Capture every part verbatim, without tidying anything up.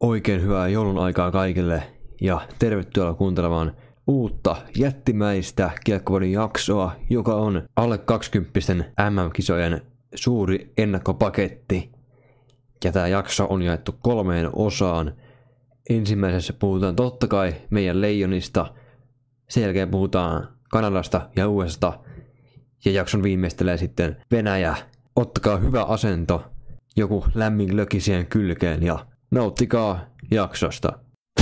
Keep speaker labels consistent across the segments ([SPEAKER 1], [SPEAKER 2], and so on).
[SPEAKER 1] Oikein hyvää joulun aikaa kaikille ja tervetuloa kuuntelemaan uutta jättimäistä Kiekkovodin jaksoa, joka on alle kaksikymppisten M M-kisojen suuri ennakkopaketti. Ja tämä jakso on jaettu kolmeen osaan. Ensimmäisessä puhutaan totta kai meidän leijonista, sen jälkeen puhutaan Kanadasta ja U S A:sta ja jakson viimeistelee sitten Venäjä. Ottakaa hyvä asento, joku lämmin glögi siihen kylkeen ja nauttikaa jaksosta.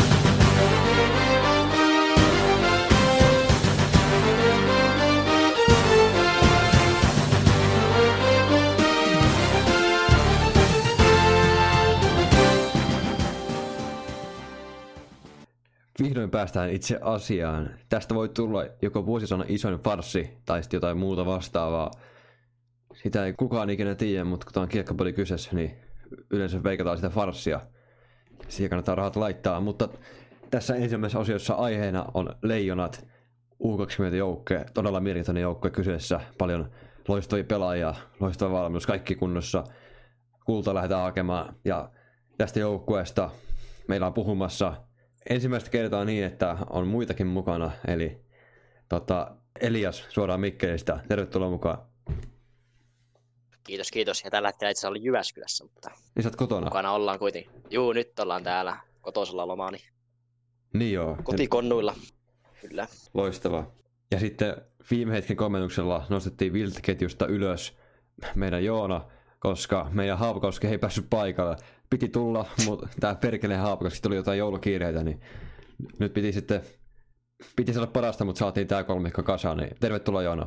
[SPEAKER 1] Vihdoin päästään itse asiaan. Tästä voi tulla joko vuosisadan isoin farssi tai sitten jotain muuta vastaavaa. Sitä ei kukaan ikinä tiedä, mutta kun tämä on Kiekkopodi kyseessä, niin yleensä veikataan sitä farssia. Siihen kannattaa rahat laittaa, mutta tässä ensimmäisessä osiossa aiheena on Leijonat, U kaksikymmentä-joukkue, todella mielenkiintoinen joukkue kyseessä, paljon loistavia pelaajia, loistava valmennus, kaikki kunnossa, kulta lähdetään hakemaan, ja tästä joukkueesta meillä on puhumassa ensimmäistä kertaa niin, että on muitakin mukana, eli tota, Elias suoraan Mikkelistä, tervetuloa mukaan.
[SPEAKER 2] Kiitos, kiitos. Ja tällä hetkellä itse asiassa olin Jyväskylässä, mutta
[SPEAKER 1] niin sä oot kotona?
[SPEAKER 2] Mukana ollaan kuitenkin. Juu, nyt ollaan täällä kotoisella lomani.
[SPEAKER 1] Niin joo.
[SPEAKER 2] Kotikonnuilla. Kyllä.
[SPEAKER 1] Loistavaa. Ja sitten viime hetken komennuksella nostettiin Vilt-ketjusta ylös meidän Joona, koska meidän Haapakoski ei päässyt paikalle. Piti tulla, mutta tää perkeleen Haapakoski tuli jotain joulukiireitä, niin nyt piti sitten, piti saada parasta, mutta saatiin tää kolmikko kasaan, niin tervetuloa Joona.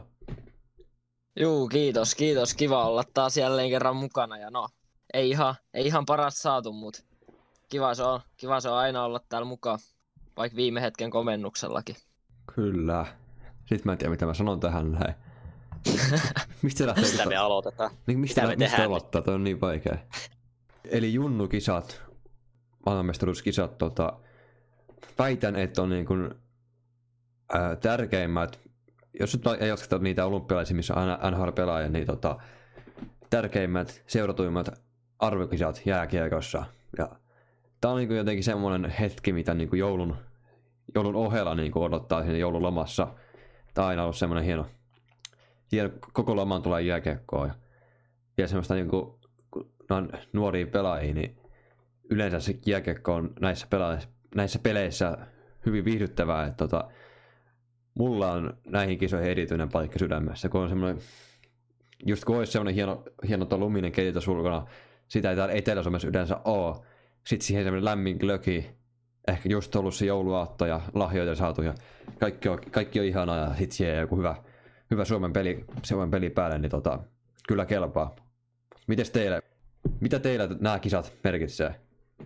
[SPEAKER 3] Juu, kiitos, kiitos. Kiva olla taas jälleen kerran mukana. Ja no, ei ihan, ei ihan paras saatu, mutta kiva se on, kiva se on aina olla täällä mukaan, vaikka viime hetken komennuksellakin.
[SPEAKER 1] Kyllä. Sitten mä en tiedä, mitä mä sanon tähän näin. Mistä se lähtee?
[SPEAKER 2] Mistä me aloitetaan?
[SPEAKER 1] Niin, mistä me mistä aloittaa? Tämä on niin vaikea. Eli junnukisat, maailmanmestaruuskisat, tota, väitän, että on niin kuin, ää, tärkeimmät, jos nyt ei jatketa niitä olympialaisia, missä on N H L-pelaaja, niin tota, tärkeimmät, seuratuimmat arvokisat jääkiekossa. Ja tää on niin kuin jotenkin semmoinen hetki, mitä niin kuin joulun, joulun ohella niin kuin odottaa siinä joululomassa. Tää on aina ollut semmoinen hieno, hieno koko lomaan tulee jääkiekkoa. Ja, ja semmoista niin kuin, kun on nuoria pelaajia, niin yleensä se jääkiekko on näissä, pela- näissä peleissä hyvin viihdyttävää. Että tota, mulla on näihin kisoihin erityinen paikka sydämessä, kun on semmoinen, just kun olisi semmoinen hieno, hieno luminen keitos ulkona, sitä ei täällä Etelä-Suomessa yleensä ole. Sitten siihen semmoinen lämmin glögi, ehkä just ollut se jouluaatto ja lahjoita saatu ja kaikki on, kaikki on ihanaa ja sitten siihen joku hyvä, hyvä Suomen peli, Suomen peli päälle, niin tota, kyllä kelpaa. Mites teille, mitä teillä nämä kisat merkitsee?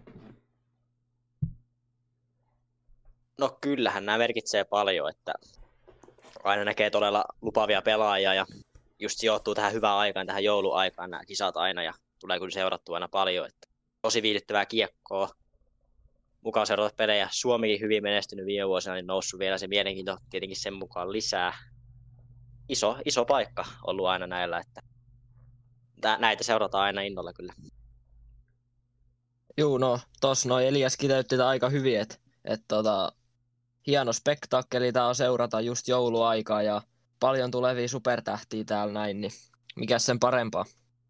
[SPEAKER 2] No kyllähän nämä merkitsee paljon, että aina näkee todella lupavia pelaajia ja just sijoittuu tähän hyvään aikaan, tähän jouluaikaan nämä kisat aina ja tulee kyllä seurattua aina paljon. Että tosi viihdyttävää kiekkoa, mukaan seurata pelejä. Suomikin hyvin menestynyt viime vuosina, niin noussut vielä se mielenkiinto tietenkin sen mukaan lisää. Iso, iso paikka ollut aina näillä, että näitä seurataan aina innolla kyllä.
[SPEAKER 3] Juu, no tos noin Elias kiteytti tätä aika hyvin, että et, tota, hieno spektaakkeli tää on seurata just jouluaikaa ja paljon tulevia supertähtiä täällä näin, niin mikäs sen parempaa?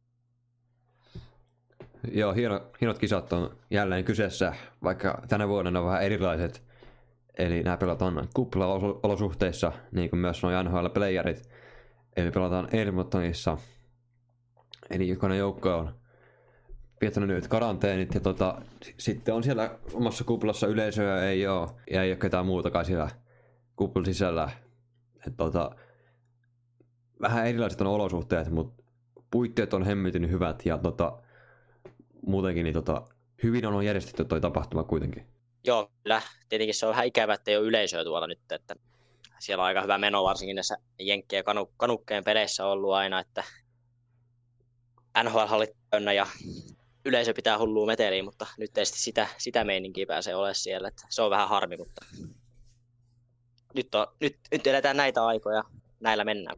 [SPEAKER 1] Joo, hieno, hienot kisat on jälleen kyseessä, vaikka tänä vuonna on vähän erilaiset. Eli nämä pelataan kupla-olosuhteissa, niin kuin myös nuo N H L-playerit. Eli pelataan Edmontonissa. Eli jokainen joukko on viettänyt nyt karanteenit ja tota, sitten on siellä omassa kuplassa yleisöä ei ole ja ei ole ketään muutakaan siellä kuplan sisällä. Et tota, vähän erilaiset on olosuhteet, mutta puitteet on hemmetin hyvät ja tota, muutenkin niin tota, hyvin on järjestetty toi tapahtuma kuitenkin.
[SPEAKER 2] Joo, kyllä. Tietenkin se on vähän ikävä, että ei ole yleisöä tuolla nyt, että siellä on aika hyvä meno varsinkin näissä jenkkien kanu- kanukkeen peleissä ollut aina, että N H L-hallit täynnä ja yleisö pitää hullua meteliä, mutta nyt ei sitä, sitä meininkiä pääse ole siellä, että se on vähän harmi, mutta nyt, on, nyt, nyt eletään näitä aikoja, näillä mennään.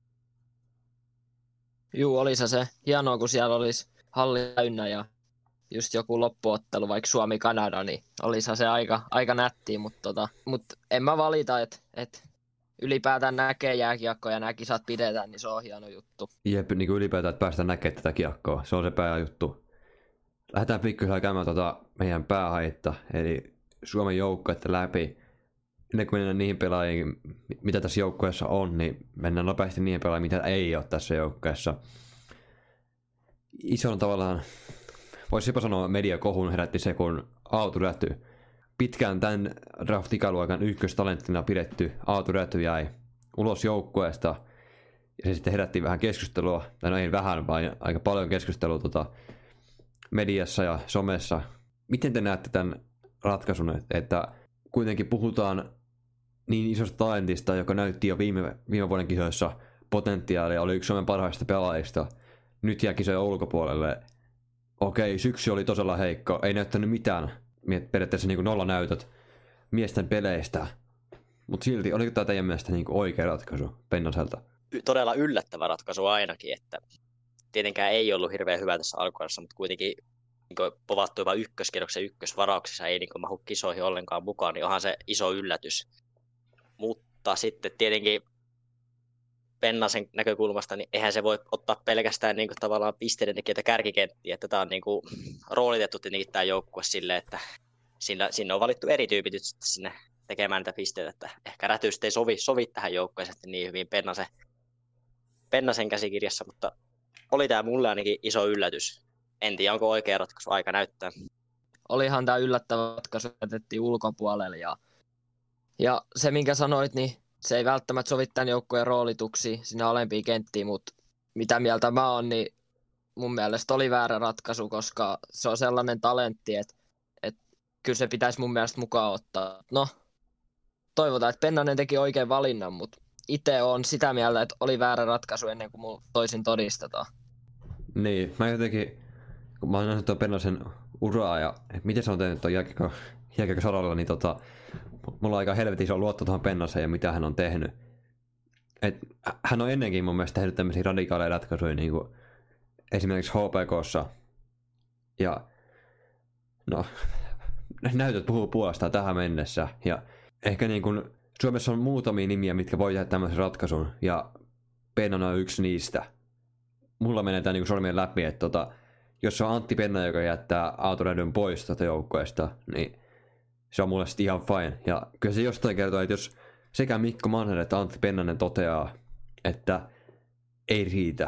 [SPEAKER 3] Juu, olisi se hienoa, kun siellä olisi halli täynnä ja just joku loppuottelu, vaikka Suomi-Kanada, niin olisi se aika, aika nättiä, mutta tota, mut en mä valita, että et ylipäätään näkee jääkiekkoa ja nämä kisat pidetään, niin se on hieno juttu.
[SPEAKER 1] Jep, niin kuin ylipäätään, että päästään näkemään tätä kiekkoa, se on se pääjuttu. Lähdetään pikkuhiljaa käymään tuota meidän päähaitta, eli Suomen joukkuetta läpi. Ennen kuin mennään niihin pelaajiin, mitä tässä joukkueessa on, niin mennään nopeasti niihin pelaajiin, mitä ei ole tässä joukkueessa. Ison tavallaan, voisi jopa sanoa mediakohun herätti se, kun Aatu Räty, pitkään tämän draft-ikäluokan ykköstalenttina pidetty Aatu Räty jäi ulos joukkueesta. Ja se sitten herätti vähän keskustelua, tai no ei vähän, vaan aika paljon keskustelua tuota mediassa ja somessa. Miten te näette tämän ratkaisun, että kuitenkin puhutaan niin isosta talentista, joka näytti jo viime, viime vuoden kisoissa potentiaalia, oli yksi Suomen parhaista pelaajista, nyt jää kisojen ulkopuolelle. Okei, syksy oli todella heikko, ei näyttänyt mitään, periaatteessa niin kuin nolla näytöt miesten peleistä, mutta silti, oliko tämä teidän mielestä niin kuin oikea ratkaisu Pennaselta?
[SPEAKER 2] Todella yllättävä ratkaisu ainakin, että tietenkään ei ollut hirveän hyvä tässä alkuarassa, mutta kuitenkin niin povattu jopa ykköskierroksen ykkösvarauksissa, ei niin mahdu kisoihin ollenkaan mukaan, niin onhan se iso yllätys. Mutta sitten tietenkin Pennasen näkökulmasta, niin eihän se voi ottaa pelkästään niin kuin, tavallaan pisteiden tekijöitä kärkikenttiä, että tämä on niin kuin, roolitettu tietenkin tämä joukkue silleen, että siinä, sinne on valittu eri tyypit nyt sinne tekemään niitä pisteitä, että ehkä Rätystä ei sovi, sovi tähän joukkueeseen niin hyvin Pennasen, Pennasen käsikirjassa, mutta oli tämä mulle ainakin iso yllätys. En tiedä, onko oikea ratkaisu, aika näyttää.
[SPEAKER 3] Olihan tämä yllättävä ratkaisu, jätettiin ulkopuolelle ja, ja se minkä sanoit, niin se ei välttämättä sovi tämän joukkueen roolituksiin sinne alempiin kenttiin, mutta mitä mieltä mä oon, niin mun mielestä oli väärä ratkaisu, koska se on sellainen talentti, että, että kyllä se pitäisi mun mielestä mukaan ottaa. No, toivotaan, että Pennanen teki oikein valinnan, mutta itse on sitä mieltä, että oli väärä ratkaisu ennen kuin mun toisin todistetaan.
[SPEAKER 1] Niin, mä jotenkin, kun mä oon nähnyt tuon Pennasen uraa ja miten se on tehnyt tuon jälkikäkö niin tota, mulla on aika helvetin iso luotto tuohon Pennaseen ja mitä hän on tehnyt. Et, hän on ennenkin mun mielestä tehnyt tämmöisiä radikaaleja ratkaisuja, niin kuin esimerkiksi H P K:ssa. Ja no, näytöt puhuu puolestaan tähän mennessä. Ja ehkä niin kuin Suomessa on muutamia nimiä, mitkä voi tehdä tämmöisen ratkaisun, ja Pennanen on yksi niistä. Mulla menee tää niin kuin sormien läpi, että tota, jos se on Antti Pennanen, joka jättää Aatu Rädyn pois tuota joukkueesta, niin se on mulle sitten ihan fine. Ja kyllä se jostain kertoo, että jos sekä Mikko Manner että Antti Pennanen toteaa, että ei riitä,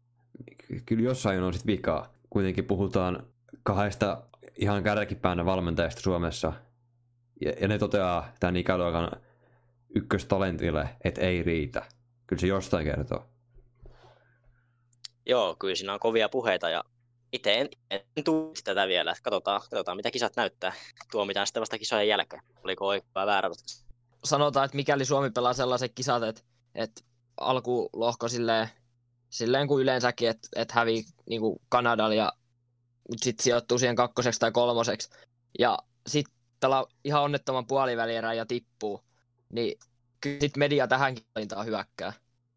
[SPEAKER 1] kyllä jossain on sitten vikaa. Kuitenkin puhutaan kahdesta ihan kärkipäänä valmentajasta Suomessa, ja, ja ne toteaa tämän ikäluokan ykköstalentille, että ei riitä. Kyllä se jostain kertoo.
[SPEAKER 2] Joo, kyllä siinä on kovia puheita ja itse en, en tunnisti tätä vielä. Että katsotaan, katsotaan, mitä kisat näyttää. Tuomitaan sitten vasta kisojen jälkeen. Oliko oikea vai väärä?
[SPEAKER 3] Sanotaan, että mikäli Suomi pelaa sellaiset kisat, että, että alkulohko silleen, silleen kuin yleensäkin, että, että hävii niin kuin Kanadalle ja sitten sijoittuu siihen kakkoseksi tai kolmoseksi. Ja sitten pelaa ihan onnettoman puolivälierän ja tippuu. Niin kyllä sitten media tähänkin valintaan hyökkää.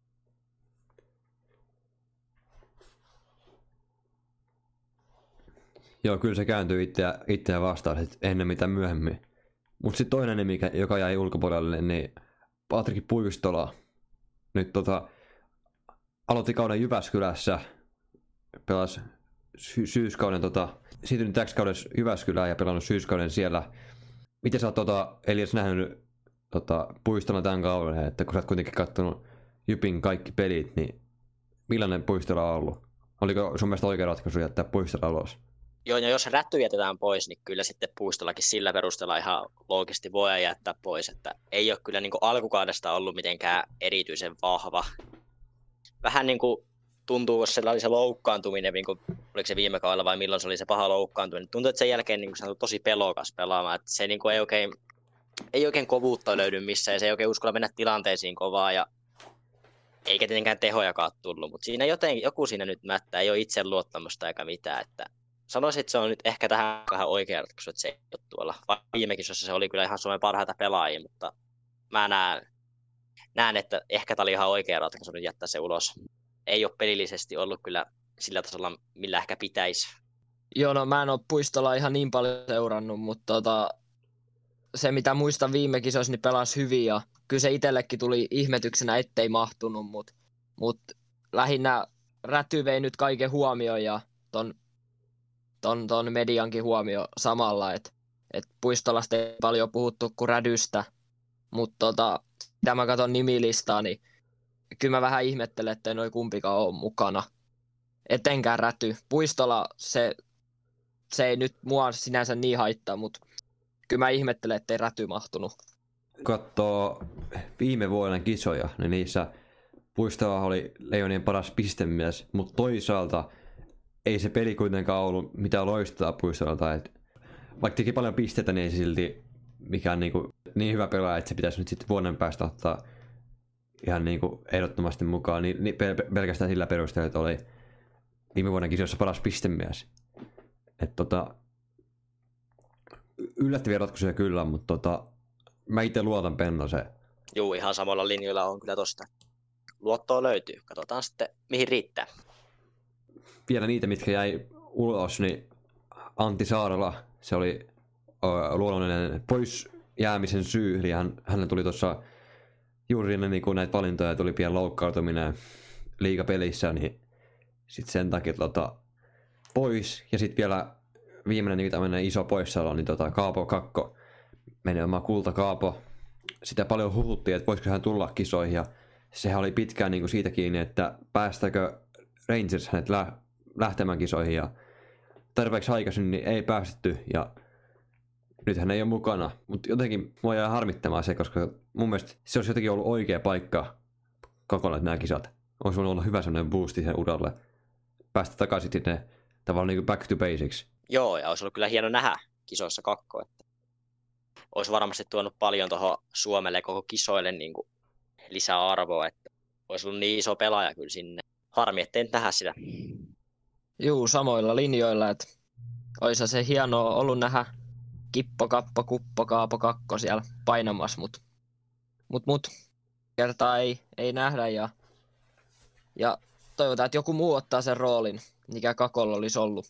[SPEAKER 1] Joo, kyllä se kääntyy itseä, itseä vastaan sit ennen mitä myöhemmin. Mutta sitten toinen nimi, joka jäi ulkopuolelle, niin Patrik Puistola. Nyt tota, aloitti kauden Jyväskylässä, pelasi sy- syyskauden, tota, siirtynyt täksi kauden Jyväskylään ja pelannut syyskauden siellä. Miten sä oot tota, Elias nähnyt tota, Puistola tämän kauden, että kun sä oot kuitenkin katsonut Jypin kaikki pelit, niin millainen Puistola on ollut? Oliko sun mielestä oikea ratkaisu jättää Puistola ulos?
[SPEAKER 2] Joo, ja jos Räty jätetään pois, niin kyllä sitten Puistollakin sillä perusteella ihan loogisesti voi jättää pois, että ei ole kyllä niin kuin alkukaudesta ollut mitenkään erityisen vahva. Vähän niin kuin tuntuu, kun siellä oli se loukkaantuminen, niin kuin, oliko se viime kaudella vai milloin se oli se paha loukkaantuminen, tuntuu, että sen jälkeen niin kuin se on tosi pelokas pelaamaan, että se niin kuin ei, oikein, ei oikein kovuutta löydy missään ja se ei oikein uskalla mennä tilanteisiin kovaa ja eikä tietenkään tehojakaan tullut, mutta siinä joten, joku siinä nyt mättää, ei ole itseluottamusta eikä mitään, että sanoisin, että se on nyt ehkä tähän vähän oikea ratkaisu, että se ei ole tuolla. Viime kisossa se oli kyllä ihan Suomen parhaita pelaajia, mutta mä näen, näen, että ehkä tämä oli ihan oikea ratkaisu nyt jättää se ulos. Ei ole pelillisesti ollut kyllä sillä tasolla, millä ehkä pitäisi.
[SPEAKER 3] Joo, no mä en oo Puistola ihan niin paljon seurannut, mutta tota, se mitä muistan viime kisoissa, niin pelasi hyvin ja kyllä se itsellekin tuli ihmetyksenä, ettei mahtunut, mutta mut lähinnä Räty vei nyt kaiken huomioon ja ton, ton, ton mediankin huomio samalla, että et Puistolasta ei paljon puhuttu kuin Rädystä, mutta tota, mitä mä katson nimilistaa, niin kyllä mä vähän ihmettelen, ettei noi kumpikaan ole mukana. Etenkään Räty. Puistola, se, se ei nyt mua sinänsä niin haittaa, mutta kyllä mä ihmettelen, ettei Räty mahtunut.
[SPEAKER 1] Katsoo viime vuoden kisoja, niin niissä Puistola oli Leijonien paras pistemies, mutta toisaalta ei se peli kuitenkaan ollut mitään loistaa Puistolalta. Et vaikka teki paljon pisteitä, niin ei se silti mikään niinku niin hyvä pelaaja, että se pitäisi nyt sitten vuoden päästä ottaa ihan niinku ehdottomasti mukaan. Niin, niin pelkästään sillä perusteella, että oli viime vuoden kisoissa paras pistemies. Et tota, yllättäviä ratkaisuja kyllä, mutta tota, mä itse luotan Pennoseen.
[SPEAKER 2] Juu, ihan samalla linjoilla on kyllä tosta. Luottoa löytyy. Katsotaan sitten, mihin riittää.
[SPEAKER 1] Vielä niitä, mitkä jäi ulos, niin Antti Saarela, se oli uh, luonnollinen pois jäämisen syy. Eli hän, hänelle tuli tuossa juuri ennen niin näitä valintoja, tuli pian loukkaantuminen liigapelissä, niin sitten sen takia tota, pois. Ja sitten vielä viimeinen niin tämmöinen iso poissaolo, niin tota, Kaapo Kakko meni oma Kulta Kaapo. Sitä paljon huhuttiin, että voisiko hän tulla kisoihin. Ja sehän oli pitkään niin kuin siitä kiinni, että päästäkö Rangers hänet lä- lähtemään kisoihin. Ja tarpeeksi aikaisin niin ei päästetty. Ja nyt hän ei ole mukana. Mutta jotenkin mua jää harmittamaan se, koska mun mielestä se olisi jotenkin ollut oikea paikka kokonaan nämä kisat. Olisi voinut olla hyvä sellainen boosti sen uralle. Päästä takaisin sinne tavallaan niin kuin back to basics.
[SPEAKER 2] Joo, ja olisi ollut kyllä hieno nähdä kisoissa Kakko. Että olisi varmasti tuonut paljon tuohon Suomelle koko kisoille niin kuin lisää arvoa. Että olisi ollut niin iso pelaaja kyllä sinne. Harmi, ettei nyt nähdä sitä.
[SPEAKER 3] Juu, samoilla linjoilla, että olisi se hienoa ollut nähdä Kippo, Kappo, Kuppo, Kaapo, Kakko siellä painamassa, mutta mut, mut, kertaa ei, ei nähdä ja, ja toivotaan, että joku muu ottaa sen roolin, mikä Kakolla olisi ollut.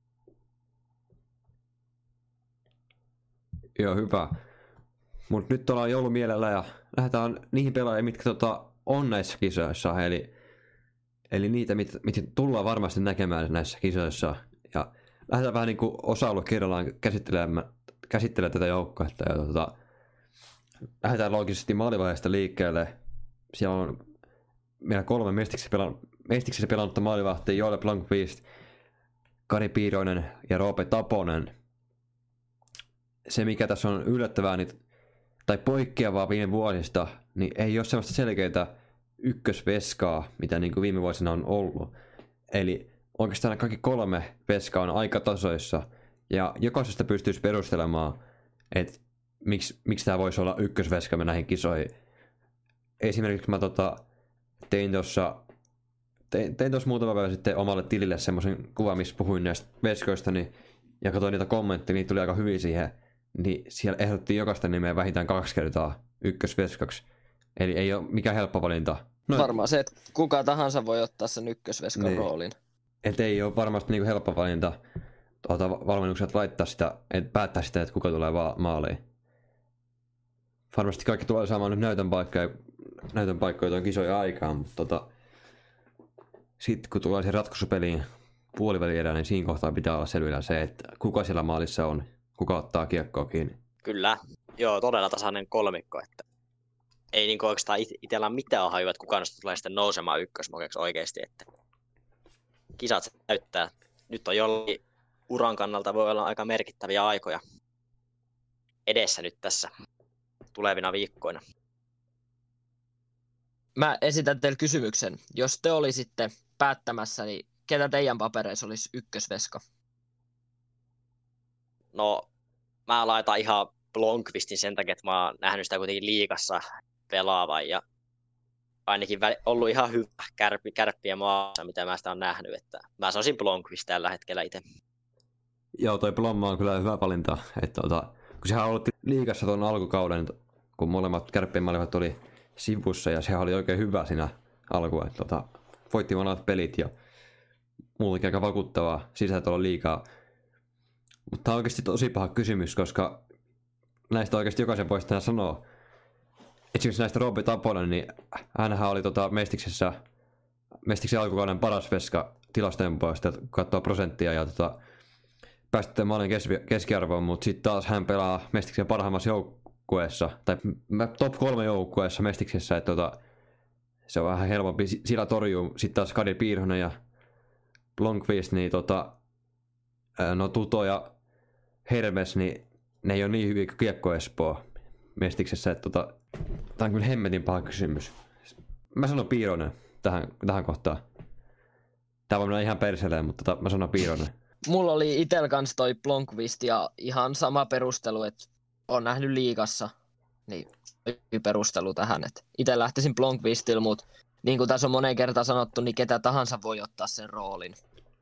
[SPEAKER 1] Joo, hyvä. Mutta nyt ollaan joulumielellä ja lähdetään niihin pelaajiin, mitkä tota, on näissä kisoissa. Eli, eli niitä, mit, mit tullaan varmasti näkemään näissä kisoissa. Ja lähdetään vähän niin kuin osa-alue kerrallaan käsittelemään, käsittelemään tätä joukkuetta. Ja tota, lähdetään loogisesti maalivaiheesta liikkeelle. Siellä on meillä kolme mestiksessä pelannutta maalivahtia, Joel Blankvist, Kari Piiroinen ja Roope Taponen. Se, mikä tässä on yllättävää niin, tai poikkeavaa viime vuosista, niin ei ole sellaista selkeää ykkösveskaa, mitä niin kuin viime vuosina on ollut. Eli oikeastaan kaikki kolme veskaa on aika tasoissa, ja jokaisesta pystyisi perustelemaan, että miksi, miksi tämä voisi olla ykkösveskamme näihin kisoihin. Esimerkiksi mä tota, tein tuossa tein, tein tuossa muutama päivä sitten omalle tilille semmoisen kuvan, missä puhuin näistä veskoista, niin, ja katsoin niitä kommentteja, niin tuli aika hyvin siihen. Niin siellä ehdottiin jokaista nimeä vähintään kaksi kertaa ykkösveskaksi. Eli ei ole mikään helppo valinta.
[SPEAKER 3] No, varmaan se, että kuka tahansa voi ottaa sen ykkösveskan niin roolin.
[SPEAKER 1] Että ei ole varmasti niinku helppo valinta tuota valmennukset laittaa sitä, että päättää sitä, että kuka tulee va- maaliin. Varmasti kaikki tulee saamaan nyt näytön paikkoja, näytön paikkoja tuon kisojen aikaan, mutta tota, sitten kun tulee se ratkaisupeliin puolivälierään, niin siinä kohtaa pitää olla selvillä se, että kuka siellä maalissa on. Kuka ottaa kiekkoa kiinni?
[SPEAKER 2] Kyllä. Joo, todella tasainen kolmikko. Että ei niin oikeastaan it- itsellä mitään hajua, että kuka noista tulee sitten nousemaan ykkösmokeksi oikeasti. Että kisat se täyttää. Nyt on jollain uran kannalta voi olla aika merkittäviä aikoja edessä nyt tässä tulevina viikkoina.
[SPEAKER 3] Mä esitän teille kysymyksen. Jos te olisitte päättämässä, niin ketä teidän papereissa olisi ykkösveska?
[SPEAKER 2] No, mä laitan ihan Blomqvistin sen takia, että mä oon nähnyt sitä kuitenkin liigassa pelaavan ja ainakin ollut ihan hyvä kärpi, kärppien maassa, mitä mä sitä on nähnyt. Että mä sanoisin Blomqvist tällä hetkellä itse.
[SPEAKER 1] Joo, toi Blomma on kyllä hyvä valinta. Että, tota, kun sehän aloitti liigassa tuon alkukauden, kun molemmat kärppien maalivat oli sivussa ja sehän oli oikein hyvä siinä alkuun. Tota, voitti molemmat pelit ja muutenkin aika vakuuttavaa sisältöä liigaa. Mutta tämä on oikeasti tosi paha kysymys, koska näistä oikeasti jokaisen voisi tänään sanoa. Esimerkiksi näistä Roope Taponen, niin hänhän oli tota Mestiksessä, Mestiksen alkukauden paras veska tilastojen puolesta, kun katsoo prosenttia ja tota, päästettyjen maalin keskiarvoon, mutta sitten taas hän pelaa Mestiksen parhaimmassa joukkueessa, tai top kolme joukkueessa Mestiksessä, että tota, se on vähän helpompi sillä torjuu. Sitten taas Kadi Piirhonen ja Blomqvist, niin tota, no Tuto ja Hermes, niin ne ei ole niin hyviä kuin Kiekko Espoo Mestiksessä, että tota, tää on kyllä hemmetin paha kysymys. Mä sanon Piironen tähän, tähän kohtaan. Tää voi mennä ihan perseleen, mutta tota, mä sanon Piironen.
[SPEAKER 3] Mulla oli itel kans toi Blomqvist ja ihan sama perustelu, että on nähnyt liigassa. Niin perustelu tähän, että itse lähtisin Blomqvistilla, mutta niin kuin tässä on moneen kertaan sanottu, niin ketä tahansa voi ottaa sen roolin.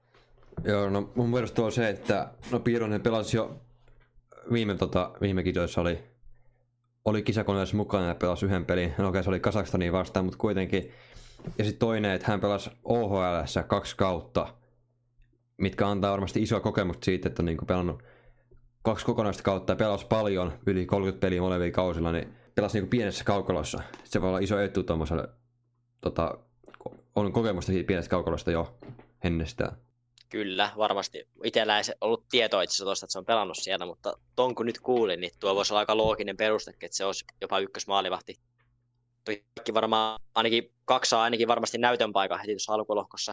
[SPEAKER 1] Joo, no mun perustelu on se, että no Piironen pelasi jo viime, tota, viime kisoissa oli, oli kisakoneessa mukana ja pelasi yhden pelin. No okei, se oli Kazakstania vastaan, mutta kuitenkin. Ja sitten toinen, että hän pelasi O H L:ssä kaksi kautta, mitkä antaa varmasti isoa kokemusta siitä, että on niinku pelannut kaksi kokonaista kautta ja pelasi paljon, yli kolmekymmentä peliä molemmilla kausilla, niin pelasi niinku pienessä kaukalossa. Se voi olla iso etu tuommoiselle, tota, on kokemusta siitä pienestä kaukalosta jo ennestään.
[SPEAKER 2] Kyllä, varmasti. Itsellä ei ollut tietoa itse asiassa tuosta, että se on pelannut siellä, mutta ton kun nyt kuulin, niin tuo voisi olla aika looginen perustekin, että se olisi jopa ykkösmaalivahti. Kaikki varmaan, ainakin kaksi saa ainakin varmasti näytön paikan heti tuossa alkulohkossa.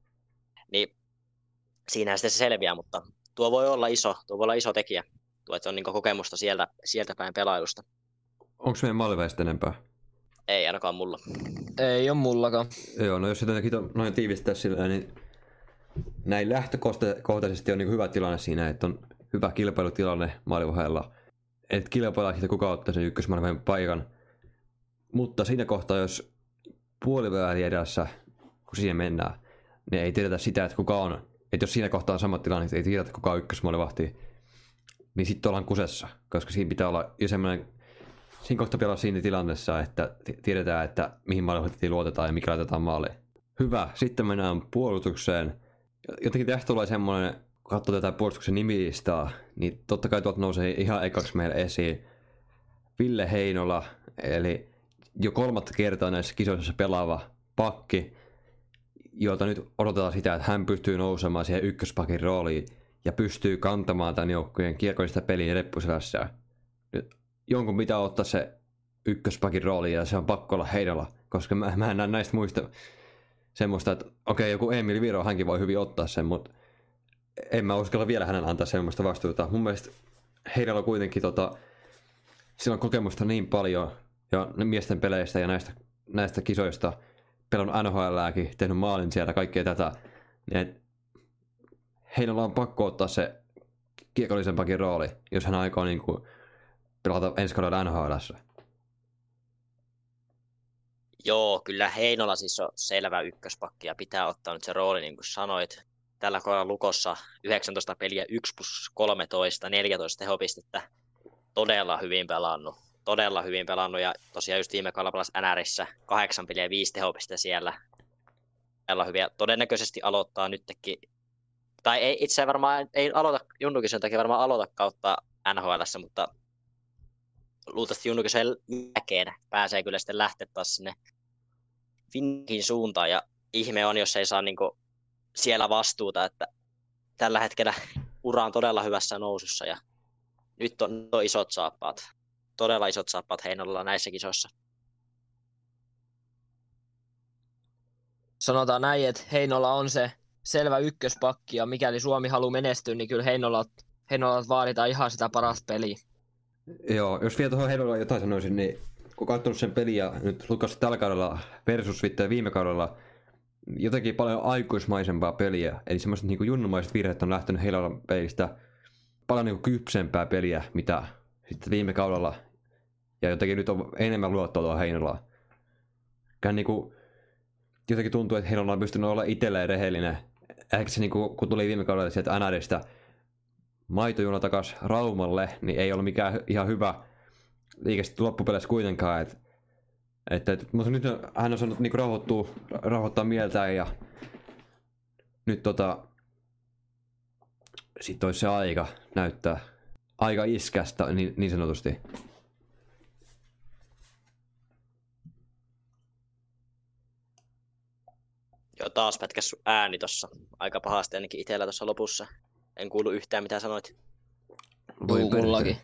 [SPEAKER 2] Niin siinähän sitten se selviää, mutta tuo voi olla iso, tuo voi olla iso tekijä. Tuo, että on niin kokemusta sieltä, sieltä päin pelailusta.
[SPEAKER 1] Onko meidän maaliväistä enempää?
[SPEAKER 2] Ei ainakaan mulla.
[SPEAKER 3] Ei ole mullakaan.
[SPEAKER 1] Joo, no jos jotenkin noin tiivistää sillä, niin näin lähtökohtaisesti on niin hyvä tilanne siinä, että on hyvä kilpailutilanne maalivahdella. Että kilpaillaan siitä kuka ottaa sen ykkösmaalivahdin paikan. Mutta siinä kohtaa, jos puoliväli edessä, kun siihen mennään, niin ei tiedetä sitä, että kuka on. Että jos siinä kohtaa on sama tilanne, että ei tiedetä, kuka on ykkösmaalivahti, niin sitten ollaan kusessa. Koska siinä pitää olla jo semmoinen, siinä kohtaa pitää olla siinä tilanteessa, että tiedetään, että mihin maalivahtiin luotetaan ja mikä laitetaan maaliin. Hyvä, sitten mennään puolustukseen. Jotenkin tästä tulee semmoinen, kun katsoo tätä puolustuksen nimilistaa, niin totta kai tuolta nousee ihan ekaksi meille esiin Ville Heinola, eli jo kolmatta kertaa näissä kisoissa pelaava pakki, jolta nyt odotetaan sitä, että hän pystyy nousemaan siihen ykköspakin rooliin ja pystyy kantamaan tämän joukkueen kiekollista peliä reppuselässä. Nyt jonkun pitää ottaa se ykköspakin rooli ja se on pakko olla Heinola, koska mä, mä en näe näistä muista semmoista, että okei, joku Emil Viro, hänkin voi hyvin ottaa sen, mutta en mä uskalla vielä hänen antaa semmoista vastuuta. Mun mielestä Heinola kuitenkin, tota, sillä on kokemusta niin paljon ja miesten peleistä ja näistä, näistä kisoista, pelannut N H L:ääkin, tehnyt maalin sieltä, kaikkea tätä, niin Heinola on pakko ottaa se kiekollisempakin rooli, jos hän aikoo niin kuin pelata ensi kaudella N H L:ssä.
[SPEAKER 2] Joo, kyllä Heinola siis on selvä ykköspakki ja pitää ottaa nyt se rooli, niin kuin sanoit. Tällä kohdalla Lukossa yhdeksäntoista peliä, yksi plus kolmetoista, neljätoista tehopistettä. Todella hyvin pelannut. Todella hyvin pelannut ja tosiaan just viime kaudella pelasi N R:ssä kahdeksan peliä, viisi tehopistettä siellä. Todella hyviä. Todennäköisesti aloittaa nytkin, tai ei itse varmaan, ei aloita Junnukisojen takia varmaan aloita kautta N H L:ssä, mutta luultavasti Junnukisojen jälkeen pääsee kyllä sitten lähteä taas sinne Finkin suuntaan ja ihme on, jos ei saa niinku siellä vastuuta, että tällä hetkellä ura on todella hyvässä nousussa ja nyt on, on isot saappaat, todella isot saappaat Heinolalla näissä kisoissa.
[SPEAKER 3] Sanotaan näin, että Heinola on se selvä ykköspakki ja mikäli Suomi haluaa menestyä, niin kyllä Heinola, Heinola vaaditaan ihan sitä parasta peliä.
[SPEAKER 1] Joo, jos vielä tuohon Heinolaan jotain sanoisin, niin kun katsonut sen peliä nyt Lukas tällä kaudella versus viime kaudella, jotenkin paljon aikuismaisempaa peliä. Eli semmoiset niin junnumaiset virheet on lähtenyt Heinolan pelistä paljon niin kypsempää peliä, mitä sitten viime kaudella. Ja jotenkin nyt on enemmän luottoa tuohon Heinolaan. Niin kuin, jotenkin tuntuu, että Heinola on pystynyt olla itselleen rehellinen. Ehkä se, niin kuin, kun tuli viime kaudella sieltä N R:stä maitojuna takas Raumalle, niin ei ollut mikään ihan hyvä liike sitten loppupeleissä kuitenkaan. Et, et, et, mutta nyt hän on saanut niinku rauhoittua, rauhoittaa mieltään ja nyt tota, sit olisi se aika näyttää, aika iskästä niin, niin sanotusti.
[SPEAKER 2] Joo, taas pätkäs sun ääni tossa aika pahasti ainakin itsellä tuossa lopussa. En kuulu yhtään mitä sanoit.
[SPEAKER 1] Voi
[SPEAKER 3] Juu, mullakin.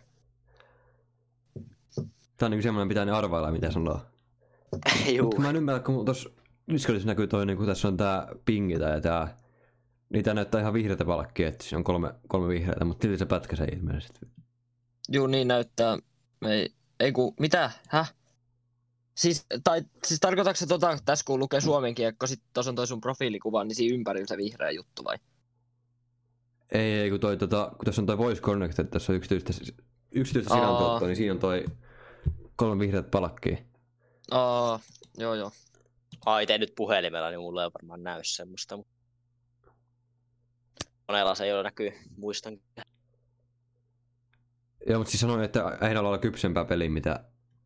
[SPEAKER 1] Tää on niinku semmoinen, pitää ne arvailla mitä sanoo.
[SPEAKER 2] Juu.
[SPEAKER 1] Mutta mä en ymmärrä, kun tuossa Discordissa näkyy toi, niin kun tässä on tää pingitä ja tää... Niitä näyttää ihan vihreätä palkkia, että siinä on kolme, kolme vihreätä, mutta silti se pätkäsee ilmeisesti.
[SPEAKER 3] Juu, niin näyttää. Ei, ei ku, mitä? Häh? Siis, tai, siis tarkoitatko se tota, tässä kun lukee suomen kiekko, sit tuossa on toi sun profiilikuva, niin siinä ympärillä se vihreä juttu vai?
[SPEAKER 1] Ei, ei, kun, toi, tota, kun tässä on toi Voice Connect, että tässä on yksityistä, yksityistä sisääntuottoa, niin siinä on toi kolme vihreät palkkia.
[SPEAKER 3] Aa, joo joo.
[SPEAKER 2] Ai, tein nyt puhelimella, niin mulla ei varmaan näy semmoista. Monella se ei ole näkyy, muistan.
[SPEAKER 1] Joo, mutta siis sanoin, että ei ole olla kypsempää peliä, mitä...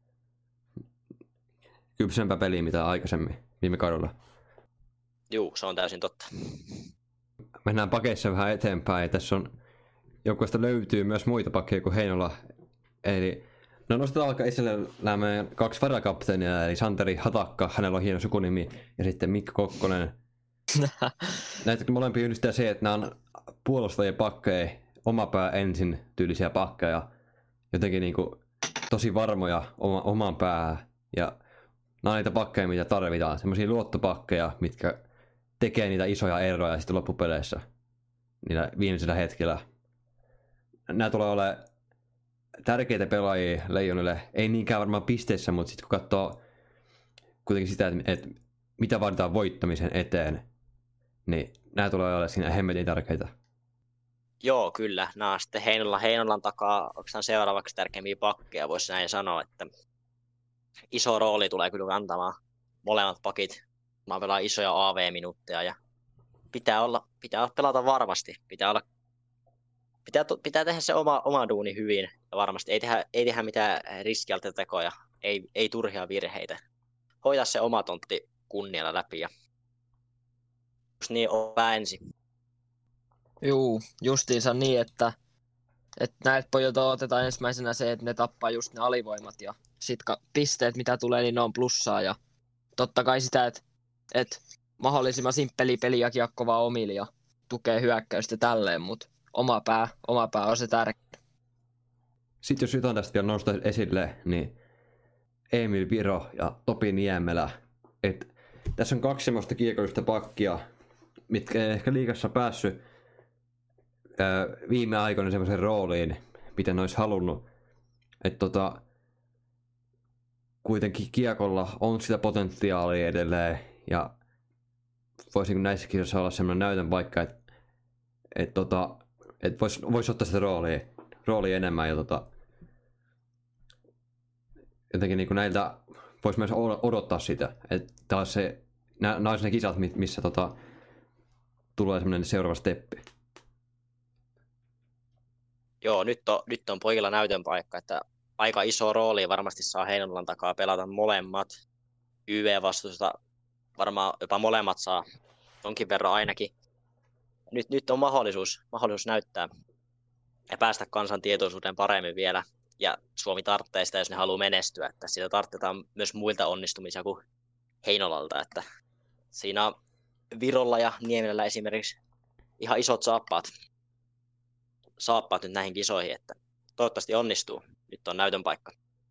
[SPEAKER 1] Kypsempää peliä, mitä aikaisemmin, viime kaudella.
[SPEAKER 2] Juu, se on täysin totta.
[SPEAKER 1] Mennään pakeissa vähän eteenpäin, ja tässä on... Joukkueesta löytyy myös muita pakkeja kuin Heinola. Eli... No nostetaan alkaa esille nämä meidän kaksi varakapteenia, eli Santeri Hatakka, hänellä on hieno sukunimi, ja sitten Mikko Kokkonen. Näitä molempia yhdistää se, että nämä on puolustajien pakkeja, oma pää ensin tyylisiä pakkeja, jotenkin niinku tosi varmoja oma, omaan päähän. Ja nämä on niitä pakkeja, mitä tarvitaan, semmoisia luottopakkeja, mitkä tekee niitä isoja eroja sitten loppupeleissä, niillä viimeisellä hetkellä. Nämä tulee olemaan tärkeitä pelaajia Leijonille, ei niinkään varmaan pisteissä, mutta sitten kun katsoo kuitenkin sitä, että, että mitä vaaditaan voittamisen eteen, niin nämä tulee olemaan siinä hemmetin tärkeitä.
[SPEAKER 2] Joo, kyllä. Nämä on sitten Heinolan, Heinolan takaa, onko nämä seuraavaksi tärkeimpiä pakkeja, voisi näin sanoa, että iso rooli tulee kyllä antamaan molemmat pakit. Mä pelaan isoja A V-minuutteja ja pitää olla, pitää olla pelata varmasti, pitää olla Pitää, pitää tehdä se oma, oma duuni hyvin ja varmasti ei tehdä, ei tehdä mitään riskialta tekoja, ei, ei turhia virheitä. Hoida se oma tontti kunnialla läpi ja just niin on ensin.
[SPEAKER 3] Juu, justiinsa niin, että, että näet pojilta otetaan ensimmäisenä se, että ne tappaa just ne alivoimat ja sit pisteet mitä tulee, niin ne on plussaa ja totta kai sitä, että, että mahdollisimman simppeli peli ja kiekko vaan omille ja tukee hyökkäystä tälleen, mutta Oma pää, oma pää on se tärkeä.
[SPEAKER 1] Sitten jos jotain tästä vielä nostaa esille, niin Emil Viro ja Topi Niemelä. Et tässä on kaksi semmoista kiekollista pakkia, mitkä ei ehkä liigassa päässyt ää, viime aikoina semmoisen rooliin, miten ne olisi halunnut. Että tota, kuitenkin kiekolla on sitä potentiaalia edelleen ja voisi näissä kisoissa olla semmoinen näytön paikka, että et tota, että voisi vois ottaa sitä roolia, roolia enemmän ja tota, jotenkin niin kuin näiltä voisi myös odottaa sitä, että taas se, nämä olisi ne kisat, missä tota, tulee semmoinen seuraava steppi.
[SPEAKER 2] Joo, nyt on, nyt on pojilla näytön paikka, että aika iso rooli varmasti saa Heinolan takaa pelata molemmat. Y V-vastusta varmaan jopa molemmat saa jonkin verran ainakin. Nyt, nyt on mahdollisuus, mahdollisuus näyttää ja päästä kansan tietoisuuteen paremmin vielä. Ja Suomi tarvitsee sitä, jos ne haluaa menestyä. Että sitä tarvitaan myös muilta onnistumisia kuin Heinolalta. Että siinä on Virolla ja Niemelällä esimerkiksi ihan isot saappaat, saappaat nyt näihin kisoihin. Että toivottavasti onnistuu. Nyt on näytön paikka.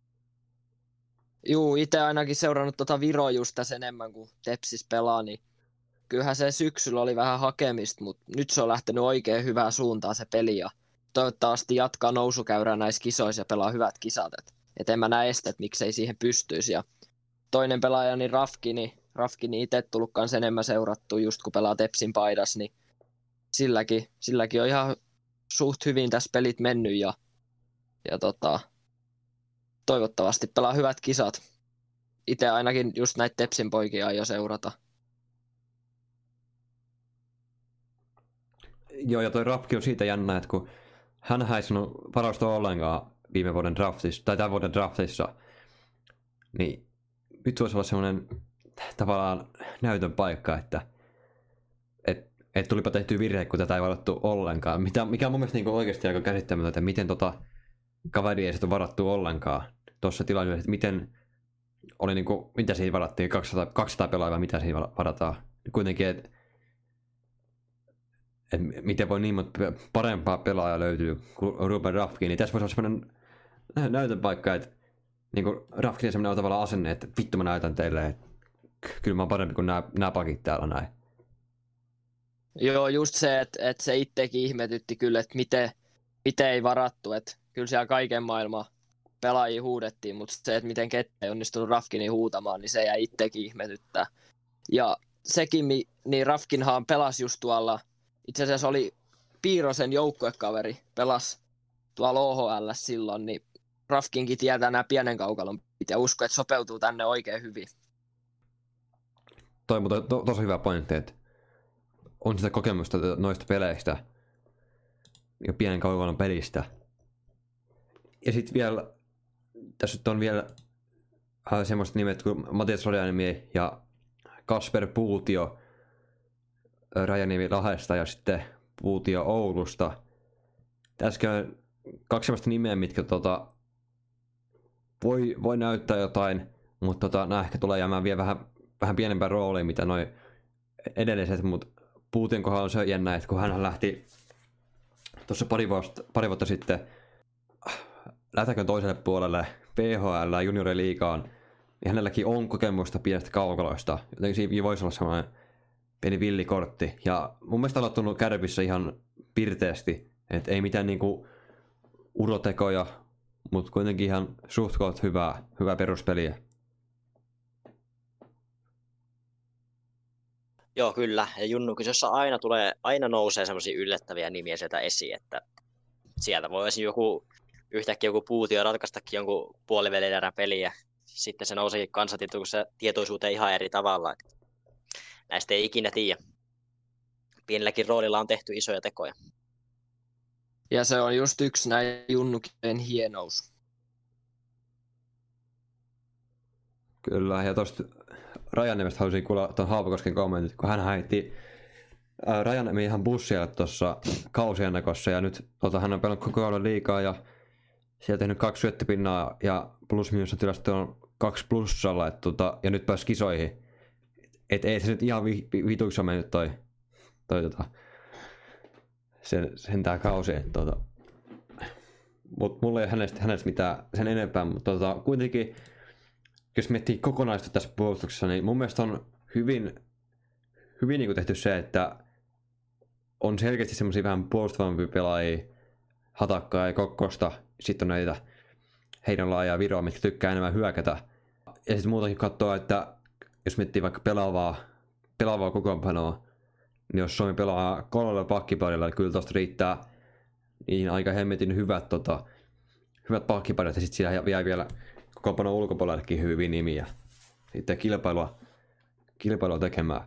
[SPEAKER 3] Juu, itse ainakin seurannut tota Viroa just tässä enemmän kuin Tepsis pelaa, niin kyllähän se syksyllä oli vähän hakemista, mutta nyt se on lähtenyt oikein hyvää suuntaan se peli ja toivottavasti jatkaa nousukäyrää näissä kisoissa ja pelaa hyvät kisat. Et, et en mä näe estet, miksei siihen pystyisi. Ja toinen pelaaja, niin Rafkini, Rafkini itse tullut kanssa enemmän seurattu just kun pelaa Tepsin paidas, niin silläkin, silläkin on ihan suht hyvin tässä pelit mennyt ja, ja tota, toivottavasti pelaa hyvät kisat. Itse ainakin just näitä Tepsin poikia aion seurata.
[SPEAKER 1] Joo, ja toi Rafki on siitä jännä, että kun hän ei sanonut varausta ollenkaan viime vuoden draftissa, tai tämän vuoden draftissa, niin nyt voisi olla semmoinen tavallaan näytön paikka, että, että että tulipa tehty virhe, kun tätä ei varattu ollenkaan. Mitä, mikä on mun mielestä niinku oikeasti aika käsittämätöntä, että miten tota kaveri ei sitä varattu ollenkaan tuossa tilanteessa, että miten oli niinku, mitä siihen varattiin, kaksisataa, kaksisataa pelaajaa, mitä siihen varataan. Kuitenkin, että et miten voi niin monta parempaa pelaajaa löytyy kuin Ruben Rafkin, niin tässä voisi olla sellainen näytönpaikka, että niinku Rafkin on sellainen tavallaan asenne, että vittu mä näytän teille, että kyllä mä oon parempi kuin nämä, nämä pakit täällä näin.
[SPEAKER 3] Joo, just se, että, että se itsekin ihmetytti kyllä, että miten, miten ei varattu. Että kyllä siellä kaiken maailman pelaajia huudettiin, mutta se, että miten Kette ei onnistunut Rafkinin huutamaan, niin se jäi itsekin ihmetyttää. Ja sekin, niin Rafkinhan pelasi just tuolla, itse asiassa oli Piirosen joukkuekaveri, pelasi tuolla O H L silloin, niin Rafkinkin tietää nämä pienen kaukalon ja usko, että sopeutuu tänne oikein hyvin.
[SPEAKER 1] Toi on to, to, tosi hyvä pointti, että on sitä kokemusta noista peleistä ja pienen kaukalon pelistä. Ja sitten vielä, tässä on vielä äh, semmoiset nimet kuin Matias Rajaniemi ja Kasper Puutio Rajaniemi Lahdesta ja sitten Puutio Oulusta. Tässä on kaksi semmoista nimeä, mitkä tota, voi, voi näyttää jotain, mutta tota, nämä ehkä tulee jäämään vielä vähän, vähän pienempään rooliin, mitä noi edelliset, mutta Puution kohdalla on se jännä, että kun hän lähti tuossa pari, pari vuotta sitten lähtäkön toiselle puolelle P H L junioriliigaan, niin hänelläkin on kokemusta pienestä kaukaloista, joten siinä voisi olla sellainen pieni villikortti. Ja mun mielestä on aloittanut Kärpissä ihan pirteästi, että ei mitään niinku urotekoja, mutta kuitenkin ihan suht koht hyvää, hyvää peruspeliä.
[SPEAKER 2] Joo, kyllä. Ja Junnukisossa aina tulee, aina nousee semmoisia yllättäviä nimiä sieltä esiin, että sieltä voi esiin joku, yhtäkkiä joku Puutio ratkaistakin jonkun puolivälierän peliä. Sitten se nousee kansatietoisuuteen ihan eri tavalla. Näistä ei ikinä tiedä. Pienelläkin roolilla on tehty isoja tekoja.
[SPEAKER 3] Ja se on just yksi näin Junnukien hienous.
[SPEAKER 1] Kyllä, ja tuosta Rajaniemestä haluaisin kuulla tuon Haapakosken kommentit, kun hän heitti Rajaniemi ihan bussia tuossa kausiennakossa, ja nyt tota, hän on pelannut koko ajan liikaa, ja siellä tehnyt kaksi syöttöpinnaa, ja plus minussa tilasto on kaksi plussalla, et, tota, ja nyt pääsi kisoihin. Et ei se nyt ihan vi, vi, vituiksi ole mennyt toi, toi tota, sen, sen tää kausi. Tota. Mut mulla ei ole hänestä, hänestä mitään sen enempää, mutta tota, kuitenkin jos miettii kokonaista tässä puolustuksessa, niin mun mielestä on hyvin, hyvin niin kuin tehty se, että on selkeästi semmoisia vähän puolustavampia pelaajia, Hatakkaa ja Kokkosta, sitten on näitä heidän laajaa Viroa, mitkä tykkää enemmän hyökätä. Ja sitten muutenkin katsoa, että jos miettii vaikka pelaavaa, pelaavaa kokoonpanoa, niin jos Suomi pelaa kolmella pakkiparilla, niin kyllä tosta riittää niin aika hemmetin hyvät, tota, hyvät pakkiparit, ja sitten siellä jää vielä kokoonpanon ulkopuolellekin hyviä nimiä. Sitten kilpailua, kilpailua tekemään.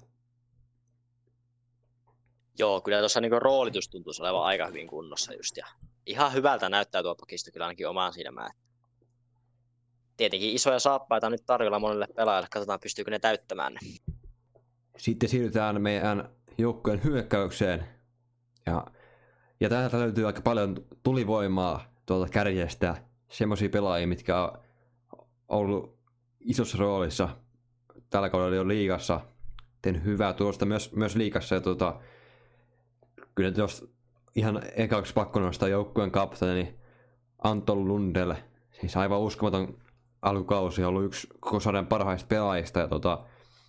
[SPEAKER 2] Joo, kyllä tuossa niinku roolitus tuntuisi olevan aika hyvin kunnossa just. Ja ihan hyvältä näyttää tuo pakisto kyllä ainakin omaan silmään. Tietenkin isoja saappaita on nyt tarjolla monelle pelaajalle. Katsotaan, pystyykö ne täyttämään ne.
[SPEAKER 1] Sitten siirrytään meidän joukkojen hyökkäykseen. Ja, ja täältä löytyy aika paljon tulivoimaa tuolta kärjestä. Semmoisia pelaajia, mitkä on ollut isossa roolissa. Tällä kaudella jo liigassa. Tehnyt hyvää tulosta myös, myös liigassa. Ja tuota, kyllä jos ihan ekaksi pakko nostaa joukkueen kapteeni Anton Lundell. Siis aivan uskomaton alkukausi, on ollut yksi koko sarjan parhaista pelaajista. Ja tota,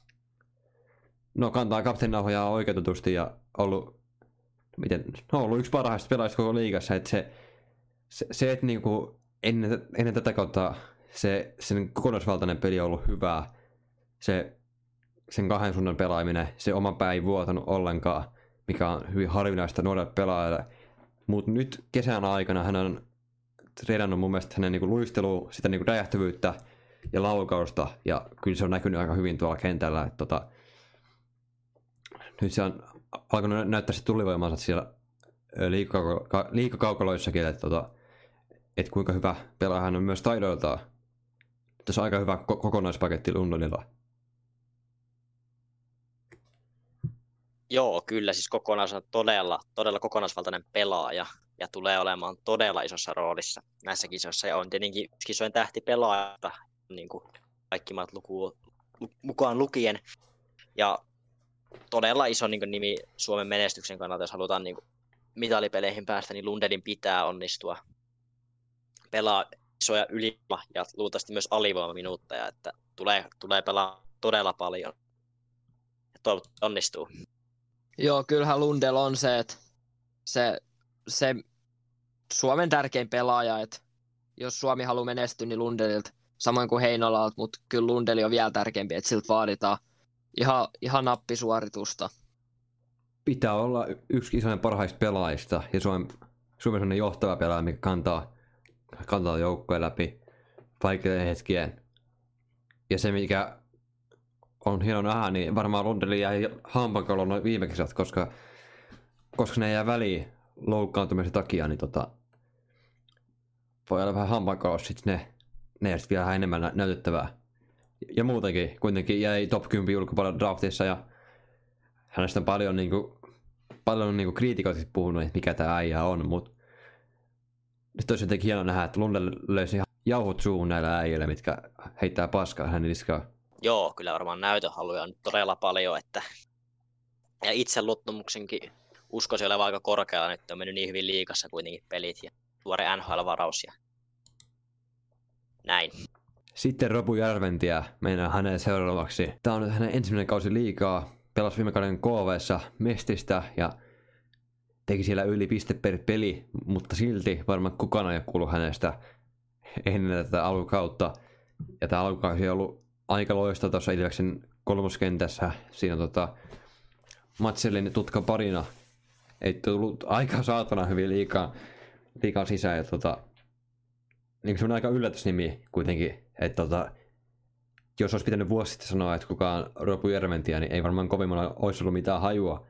[SPEAKER 1] no kantaa kapteeninauhoja oikeutetusti ja ollut, miten, no, ollut yksi parhaista pelaajista koko liigassa. Että se, se, se että niinku ennen, ennen tätä kautta se, sen kokonaisvaltainen peli on ollut hyvää. Se, sen kahden suunnan pelaaminen, se oma pää ei vuotanut ollenkaan, mikä on hyvin harvinaista nuorelle pelaajalle. Mutta nyt kesän aikana hän on treenannut mun mielestä hänen niinku luistelua, sitä niinku räjähtävyyttä ja laukausta, ja kyllä se on näkynyt aika hyvin tuolla kentällä. Et tota, nyt se on alkanut näyttää se tulivoimansa siellä liikakaukaloissakin, että tota, et kuinka hyvä pelaaja hän on myös taidoiltaan. Tässä on aika hyvä ko- kokonaispaketti Lundellilla.
[SPEAKER 2] Joo, kyllä, siis kokonais on todella, todella kokonaisvaltainen pelaaja ja tulee olemaan todella isossa roolissa näissä kisoissa. Ja on tietenkin kisojen tähtipelaaja, niin kuin kaikki maat luku, lu, mukaan lukien. Ja todella iso niin kuin, nimi Suomen menestyksen kannalta, jos halutaan niin kuin, mitalipeleihin päästä, niin Lundellin pitää onnistua pelaa isoja ylivoima ja luultavasti myös alivoimaminuutteja, että tulee, tulee pelaa todella paljon. Ja toivottavasti onnistuu.
[SPEAKER 3] Joo, kyllähän Lundell on se, että se, se Suomen tärkein pelaaja, että jos Suomi haluaa menestyä, niin Lundellilta, samoin kuin Heinolalta, mutta kyllä Lundell on vielä tärkeämpi, että siltä vaaditaan ihan, ihan nappisuoritusta.
[SPEAKER 1] Pitää olla yksi isoinen parhaista pelaajista ja Suomen, Suomen sellainen johtava pelaaja, mikä kantaa, kantaa joukkoja läpi vaikeiden hetkien. Ja se, mikä on hieno nähdä, niin varmaan Lundellin jäi hampankoloon noin viime kesät, koska, koska ne jää väliin loukkaantumisen takia, niin tota, voi olla vähän hampankolossa sitten ne, ne ja vielä enemmän nä- näytettävää. Ja muutenkin, kuitenkin jäi top kymmenen ulkopuolella draftissa ja hänestä on paljon, niinku, paljon niinku kriitikoita puhunut, että mikä tää äijä on, mutta nyt olisi jotenkin hieno nähdä, että Lundell löysi ihan jauhot suuhun näillä äijillä, mitkä heittää paskaa hänen niskaan.
[SPEAKER 2] Joo, kyllä varmaan näytöhaluja on todella paljon, että ja itseluottamuksenkin uskoisin olevan aika korkealla, nyt on mennyt niin hyvin liigassa kuitenkin pelit ja tuore N H L-varaus ja näin.
[SPEAKER 1] Sitten Robu Järventiä mennään hänen seuraavaksi. Tämä on hänen ensimmäinen kausi liigaa. Pelasi viime kauden K V:ssä Mestistä ja teki siellä yli piste per peli, mutta silti varmaan kukaan ei ole kuullut hänestä ennen tätä alkukautta. Ja tämä alkukausi on ollut aika loistava tuossa Ilveksen kolmoskentässä. Siinä on tota, Matselin tutka parina. Ei tullut aika saatana hyvin liikaa, liikaa sisään. Ja tota, niin se on aika yllätysnimi kuitenkin. Että tota, jos olisi pitänyt vuosi sitten sanoa, että kukaan Robu Järventiä, niin ei varmaan kovin monella olisi ollut mitään hajua.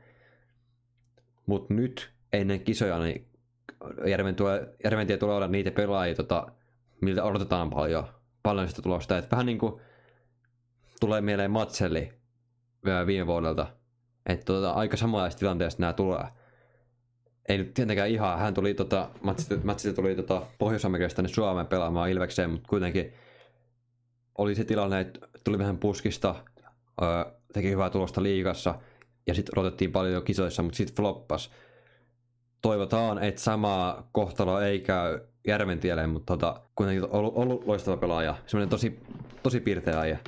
[SPEAKER 1] Mutta nyt ennen kisoja, niin Järventiä tulee olla niitä pelaajia, tota, miltä odotetaan paljon, paljon sitä tulosta. Et vähän niin kuin tulee mieleen Matselli viime vuodelta. Että tota, aika samanlaisista tilanteesta nämä tulee. Ei nyt tietenkään ihan, hän tuli, tota, Matselli tuli tota, Pohjois-Amerikasta tänne Suomeen pelaamaan Ilvekseen, mutta kuitenkin oli se tilanne, että tuli vähän puskista, öö, teki hyvää tulosta liigassa ja sitten odotettiin paljon jo kisoissa, mutta sitten floppas. Toivotaan, että sama kohtalo ei käy Järventielle, mutta tota, kuitenkin on ollut, ollut loistava pelaaja. Semmoinen tosi, tosi pirteä äijä.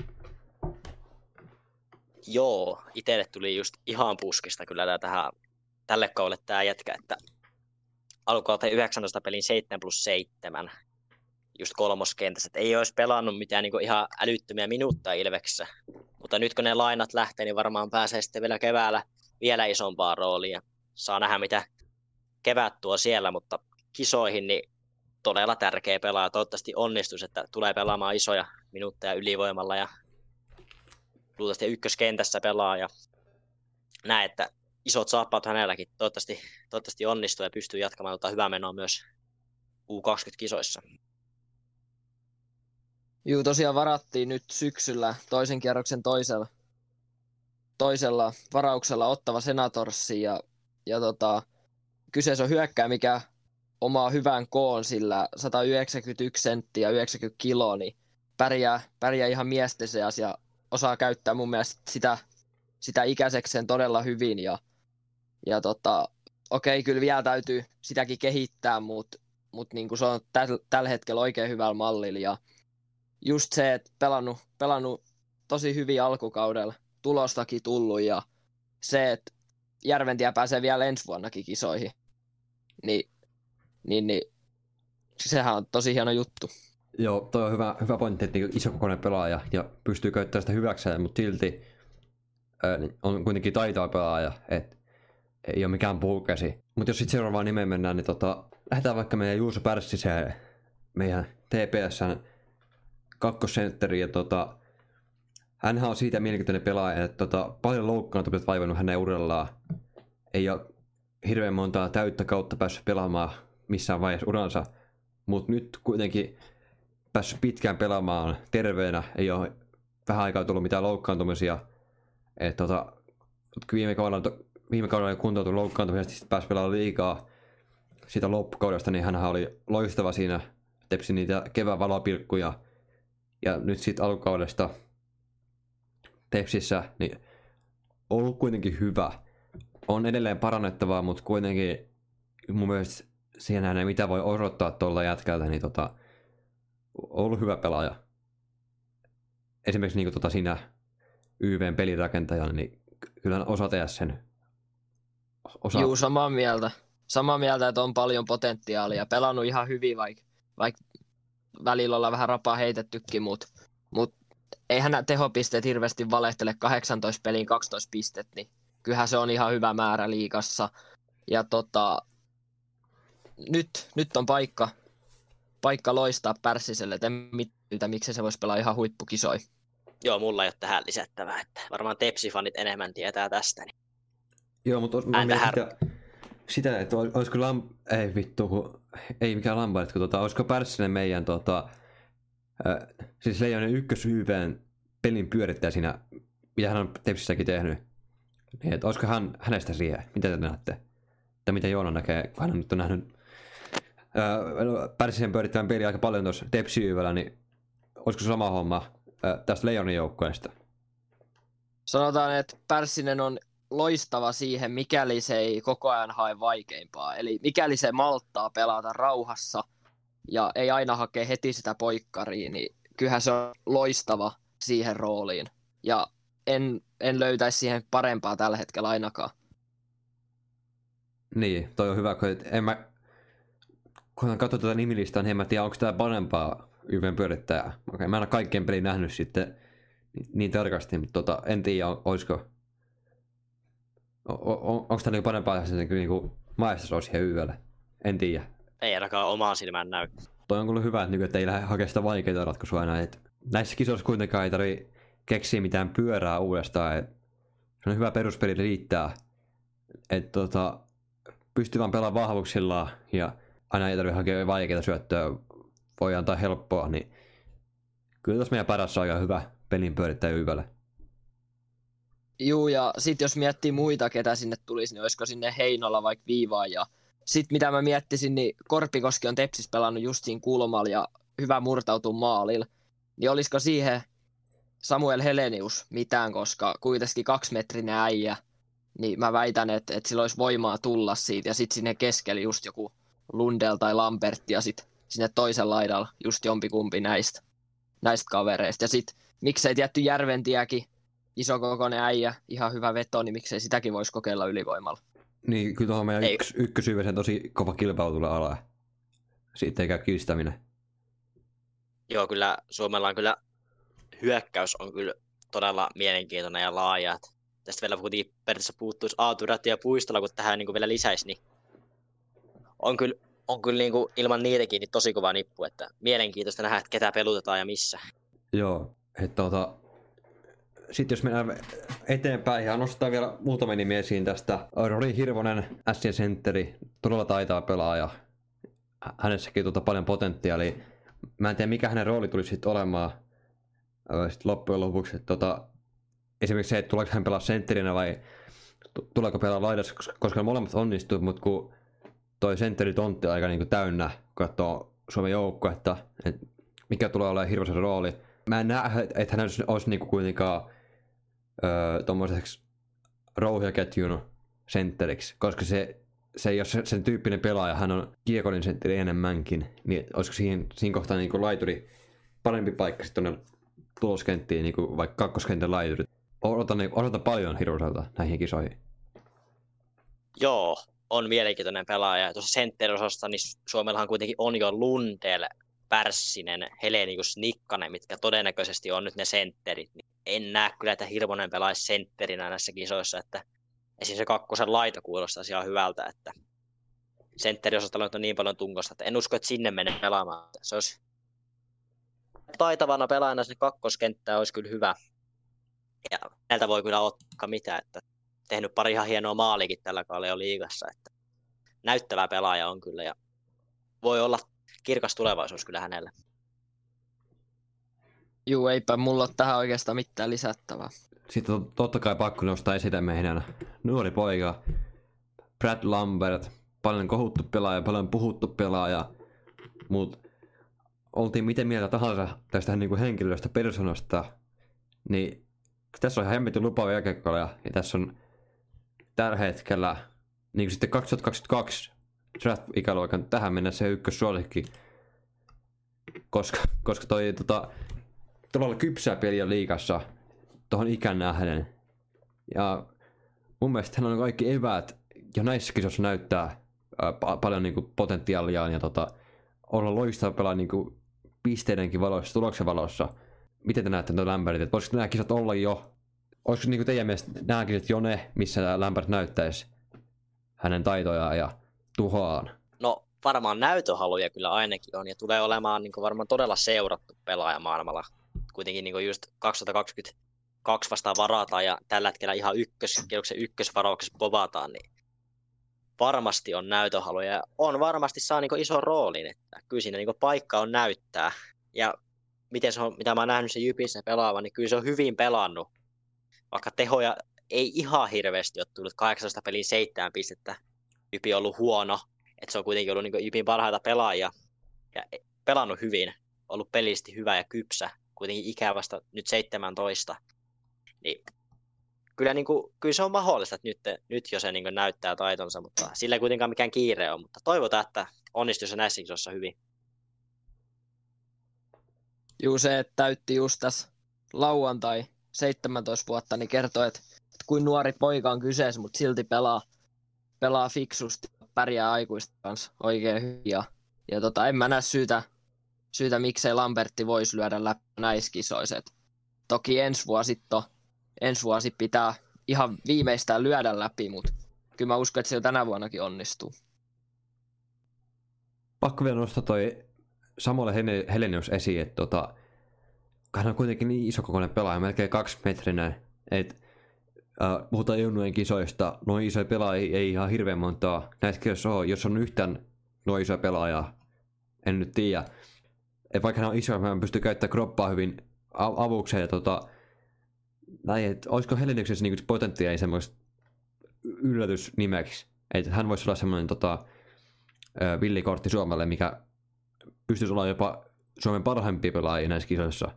[SPEAKER 2] Joo, itselle tuli just ihan puskista kyllä tää tähän, tälle kaudelle tää jätkä, että alkukauteen yhdeksäntoista pelin seitsemän plus seitsemän just kolmoskentässä, että ei olisi pelannut mitään niin kuin ihan älyttömiä minuutteja Ilveksessä. Mutta nyt kun ne lainat lähtee, niin varmaan pääsee sitten vielä keväällä vielä isompaan rooliin ja saa nähdä mitä kevät tuo siellä, mutta kisoihin niin todella tärkeä pelaaja. Toivottavasti onnistus, että tulee pelaamaan isoja minuutteja ylivoimalla ja luultavasti ykköskentässä pelaa ja näin, että isot saappaat hänelläkin toivottavasti, toivottavasti onnistuu ja pystyy jatkamaan tota hyvää menoa myös U kaksikymmentä-kisoissa.
[SPEAKER 3] Juu, tosiaan varattiin nyt syksyllä toisen kierroksen toisella, toisella varauksella Ottava Senatorsi ja, ja tota, kyseessä on hyökkää, mikä omaa hyvän koon sillä sata yhdeksänkymmentäyksi senttiä ja yhdeksänkymmentä kiloa, niin pärjää, pärjää ihan miesten seas ja osaa käyttää mun mielestä sitä, sitä ikäisekseen todella hyvin. Ja, ja tota, okei, kyllä vielä täytyy sitäkin kehittää, mutta mut niinku se on täl, tällä hetkellä oikein hyvällä mallilla. Ja just se, että pelannut, pelannut tosi hyvin alkukaudella, tulostakin tullut ja se, että Järventiä pääsee vielä ensi vuonnakin kisoihin, niin, niin, niin sehän on tosi hieno juttu.
[SPEAKER 1] Joo, toi on hyvä, hyvä pointti, että niin isokokoinen pelaaja ja pystyy käyttämään sitä hyväkseen, mutta silti ää, on kuitenkin taitava pelaaja, että ei ole mikään puukäsi. Mutta jos sitten seuraavaan nimeen mennään, niin tota, lähdetään vaikka meidän Juuso Pärssiseen, meidän T P S:n kakkosentteriin. Ja tota, hänhän on siitä mielenkiintoinen pelaaja, että tota, paljon loukkaantumista vaivannut hänen urallaan. Ei ole hirveän montaa täyttä kautta päässyt pelaamaan missään vaiheessa uransa, mutta nyt kuitenkin päässyt pitkään pelaamaan terveenä, ei ole vähän aikaa tullut mitään loukkaantumisia. Et tota, viime kaudella viime kaudella kuntoutui loukkaantumisesta, sitten pääsi pelaamaan liigaa siitä loppukaudesta, niin hänhän oli loistava siinä, tepsi niitä kevään valopilkkuja. Ja nyt sitten alkukaudesta Tepsissä, niin ollut kuitenkin hyvä. On edelleen parannettavaa, mutta kuitenkin mun mielestä siihen nähdään, mitä voi odottaa tuolta jätkältä, niin tota, on ollut hyvä pelaaja. Esimerkiksi niin kuin tota siinä Y V:n pelirakentajana, niin kyllä osaa tehdä sen. Osa...
[SPEAKER 3] Juu, samaa mieltä. Samaa mieltä, että on paljon potentiaalia. Pelannut ihan hyvin, vaikka vaik välillä ollaan vähän rapaa heitettykin, mutta mut eihän nämä tehopisteet hirveästi valehtele. kahdeksantoista peliin kaksitoista pistet, niin kyllähän se on ihan hyvä määrä liigassa. Ja tota, nyt, nyt on paikka, paikka loistaa Pärssiselle, että en mitään, miksi se voisi pelaa ihan huippukisoi.
[SPEAKER 2] Joo, mulla ei ole tähän lisättävää, että varmaan Tepsi-fanit enemmän tietää tästä. Niin...
[SPEAKER 1] Joo, mutta mä mietin sitä, sitä, että olisiko Lam... Ei vittu, kun... ei mikään Lampard, kun tota, olisiko Pärssinen meidän tota... Äh, siis Leijonen ykkösyyveen pelin pyörittäjä siinä, mitä hän on Tepsissäkin tehnyt. Niin, että olisiko hän, hänestä siihen? Mitä te näette? Tai mitä Joona näkee, kun hän on nyt on nähnyt äh, Pärssisen pyörittävän peliä aika paljon tuossa Tepsi-yvällä, niin olisiko se sama homma äh, tästä Leijonin joukkueesta?
[SPEAKER 3] Sanotaan, että Pärssinen on loistava siihen, mikäli se ei koko ajan hae vaikeimpaa. Eli mikäli se malttaa pelata rauhassa ja ei aina hakea heti sitä poikkaria, niin kyllähän se on loistava siihen rooliin. Ja en, en löytäisi siihen parempaa tällä hetkellä ainakaan.
[SPEAKER 1] Niin, toi on hyvä, kun en mä, kun katson tuota nimilistaa, niin en mä tiedä, onko tämä parempaa Y V:n pyörittäjää. Okei, mä en ole kaikkien pelin nähnyt sitten niin, niin tarkasti, mutta tota, en tiedä, olisiko, on, on, onko tämä niinku parempaa niinku maestas siihen Y V:lle. En tiedä.
[SPEAKER 2] Ei ainakaan omaan silmään näy.
[SPEAKER 1] Toi on kyllä hyvä, että ei lähde hakemaan sitä vaikeita ratkaisua enää. Et näissä kisoissa kuitenkaan ei tarvitse keksiä mitään pyörää uudestaan. Et se on hyvä peruspeli riittää. Että tota, pystyy vaan pelaamaan vahvuuksillaan ja aina ei tarvitse hakea vaikeita syöttöä. Voi antaa helppoa, niin kyllä tuossa meidän paras on aika hyvä pelin pyörittäjä Yvälle.
[SPEAKER 3] Juu, ja sit jos miettii muita, ketä sinne tulisi, niin olisiko sinne Heinola vaikka viivaan. Ja sit mitä mä miettisin, niin Korpikoski on Tepsis pelannut just siinä kulmalla ja hyvä murtautua maalilla. Niin olisiko siihen Samuel Helenius mitään, koska kuitenkin kaksimetrinen äijä, niin mä väitän, että, että sillä olisi voimaa tulla siitä. Ja sit sinne keskellä just joku Lundell tai Lambertti ja sit sinne toisen laidalla just jompikumpi näistä, näistä kavereista. Ja sit miksei tietty Järventiäkin, isokokoinen äijä, ihan hyvä veto, niin miksei sitäkin voisi kokeilla ylivoimalla.
[SPEAKER 1] Niin, kyllä tuohon meidän yks, ykkösyyvesen tosi kova kilpailu tulee alas. Siitä ei käy kiistäminen.
[SPEAKER 2] Joo, kyllä Suomella on kyllä hyökkäys on kyllä todella mielenkiintoinen ja laaja. Tästä vielä kuitenkin periaatteessa puuttuisi Aaturatti ja Puistola, kun tähän niin kuin vielä lisäisi, niin on kyllä, on kyllä niin kuin ilman niitäkin niin tosi kova nippu, että mielenkiintoista nähdä, että ketä pelutetaan ja missä.
[SPEAKER 1] Joo, että tota, sitten jos mennään eteenpäin ja nostetaan vielä muutama nimi esiin tästä. Rori Hirvonen, S C-sentteri, todella taitaa pelaaja. Hänessäkin tuota paljon potentiaalia. Mä en tiedä, mikä hänen rooli tulisi sitten olemaan sit loppujen lopuksi. Että tota, esimerkiksi se, että tuleeko hän pelaa sentterinä vai tuleeko pelaa laidassa, koska molemmat onnistuu, mutta kun toi sentteri-tontti aika niinku täynnä, kun katsoo Suomen joukkuetta, että mikä tulee olemaan Hirvosen rooli. Mä en näe, että hän olisi niinku kuitenkaan öö, tommoiseksi rouhiaketjun sentteriksi, koska se, se ei ole sen, sen tyyppinen pelaaja, hän on kiekollinen sentteri enemmänkin, niin olisiko siihen, siinä kohtaa niinku laituri parempi paikka sitten tuonne tuloskenttiin, niinku vaikka kakkoskentän laituri. Odotan, odotan paljon Hirvoselta näihin kisoihin.
[SPEAKER 2] Joo, on mielenkiintoinen pelaaja. Tuossa sentteriosastossa niin Suomellahan kuitenkin on jo Lundell, Pärssinen, Helenius, Nikkanen, mitkä todennäköisesti on nyt ne sentterit. En näe kyllä, että Hirvonen pelaisi sentterinä näissä kisoissa, että esimerkiksi se kakkosen laita kuulostaa ihan hyvältä, että sentteriosastalla on niin paljon tunkosta, että en usko, että sinne menee pelaamaan. Se olisi taitavana pelaajana sinne kakkoskenttää olisi kyllä hyvä. Ja näiltä voi kyllä ottaa mitään, että tehnyt pari ihan hienoa maalikin tällä kaudella jo liigassa, että näyttävä pelaaja on kyllä ja voi olla kirkas tulevaisuus kyllä hänelle.
[SPEAKER 3] Juu, eipä mulla ole tähän oikeastaan mitään lisättävää.
[SPEAKER 1] Sitten on totta kai pakko nostaa esille meidän nuori poika, Brad Lambert. Paljon kohuttu pelaaja, paljon puhuttu pelaaja, mutta oltiin miten mieltä tahansa tästä niin kuin henkilöstä, persoonasta, niin tässä on ihan hemmetin lupaavia jääkiekkoilijoita, ja tässä on tällä hetkellä niin kuin sitten kaksituhattakaksikymmentäkaksi draft-ikäluokan tähän mennessä ykkössuosikki, koska, koska toi tota, todella kypsää peliä liigassa tuohon ikään nähden. Ja mun mielestä hän on kaikki eväät, ja näissä kisoissa näyttää ää, pa- paljon niinku potentiaaliaan ja tota, olla loistava pelaa niinku pisteidenkin valossa, tuloksen valossa. Miten te näette tuon Lambertin? Et voisiko nämä kisat olla jo, olisiko niinku teidän mielestä nämä kisat jo ne, missä Lambert näyttäisi hänen taitojaan ja tuhoaan?
[SPEAKER 2] No varmaan näytöhaluja kyllä ainakin on ja tulee olemaan niin kuin varmaan todella seurattu pelaaja maailmalla. Kuitenkin niin kuin just kaksituhattakaksikymmentäkaksi vastaan varataan ja tällä hetkellä ihan ykkös, ykkösvarauksessa povataan, niin varmasti on näytöhaluja ja on varmasti saa niin kuin ison roolin, että kyllä siinä niin kuin paikka on näyttää. Ja miten se on, mitä mä oon nähnyt se Jypissä pelaavan, niin kyllä se on hyvin pelannut. Vaikka tehoja ei ihan hirveästi ole tullut kahdeksantoista pelin seitsemän pistettä. Jypi on ollut huono, että se on kuitenkin ollut niin Jypin parhaita pelaajia ja pelannut hyvin, ollut pelillisesti hyvä ja kypsä, kuitenkin ikävästä nyt seitsemäntoista. Niin kyllä, niin kuin, kyllä se on mahdollista, että nyt, nyt jo se niin kuin näyttää taitonsa, mutta sillä ei kuitenkaan mikään kiire on, mutta toivotaan, että onnistuisi näissä kisoissa hyvin.
[SPEAKER 3] Juu, se, että täytti just tässä lauantai seitsemäntoista vuotta, niin kertoo, että, että kuin nuori poika on kyseessä, mutta silti pelaa, pelaa fiksusti, pärjää aikuisten kanssa oikein hyvin. Ja, ja tota, en mä näe syytä, syytä, miksei Lambertti voisi lyödä läpi näissä kisoissa. Et toki ensi vuosi, to, ensi vuosi pitää ihan viimeistään lyödä läpi, mutta kyllä mä uskon, että se jo tänä vuonnakin onnistuu.
[SPEAKER 1] Pakko vielä nostaa toi Samuel Helenius esiin, että tota, hän on kuitenkin niin isokokoinen pelaaja, melkein kaksimetrinen, että äh, puhutaan junnujen kisoista, noin isoja pelaajia ei ihan hirveän montaa näissä kisoissa ole, jos on yhtään noin isoja pelaajaa, en nyt tiedä. Et vaikka hän on iso, hän pystyy käyttämään kroppaa hyvin avukseen ja tota, näin, että olisiko Heleniuksessa niinku potentiaalia semmoista yllätysnimeksi, että hän voisi olla semmoinen tota, äh, villikortti Suomelle, mikä pystyisi olla jopa Suomen parhaimpia pelaajia näissä kisoissa.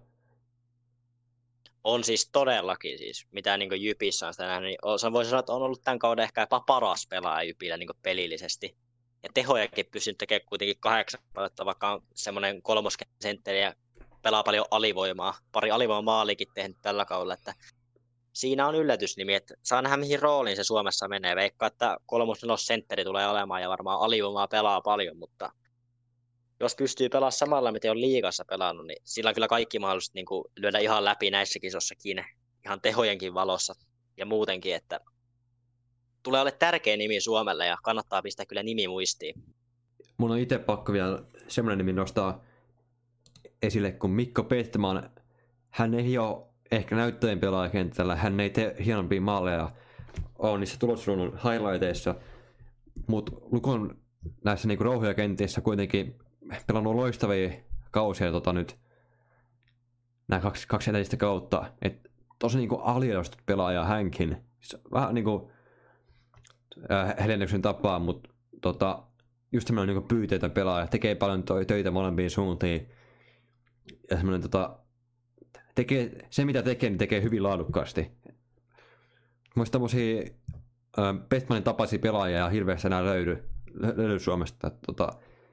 [SPEAKER 2] On siis todellakin, siis, mitä niin Jypissä on sitä nähnyt, niin voisi sanoa, että on ollut tämän kauden ehkä jopa paras pelaaja Jypillä niin pelillisesti. Ja tehojakin pystynyt tekemään kuitenkin kahdeksan, vaikka on semmoinen kolmoskentteri ja pelaa paljon alivoimaa. Pari alivoimamaaliikin tehnyt tällä kaudella, että siinä on yllätysnimi, että saa nähdä mihin rooliin se Suomessa menee. Veikkaa, että kolmos-nelos-sentteri tulee olemaan ja varmaan alivoimaa pelaa paljon, mutta jos pystyy pelaamaan samalla, miten on liigassa pelannut, niin sillä on kyllä kaikki mahdollisuudet niin kuin lyödä ihan läpi näissä kisossakin, ihan tehojenkin valossa ja muutenkin, että tulee olla tärkeä nimi Suomelle ja kannattaa pistää kyllä nimi muistiin.
[SPEAKER 1] Mun on itse pakko vielä semmoinen nimi nostaa esille kuin Mikko Petman. Hän ei ole ehkä näyttöjen pelaaja kentällä, hän ei tee hienompia maaleja ole niissä tulosruunun highlighteissa, mutta Lukon näissä niinku rouhiokentteissä kuitenkin pelannut loistavia kausia tota nyt nämä kaksi, kaksi edellistä kautta. Et tosi niinku aliarvostettu pelaaja hänkin. Vähän niinku äh, Heleniuksen tapaa, mutta tota, just semmoinen niinku pyyteetön pelaaja. Tekee paljon toi, töitä molempiin suuntiin. Ja semmoinen tota, tekee, se mitä tekee, niin tekee hyvin laadukkaasti. Muista tommosia äh, Petmanin tapaisia pelaajia ja hirveästi enää löydy, löydy Suomesta. Et, tota,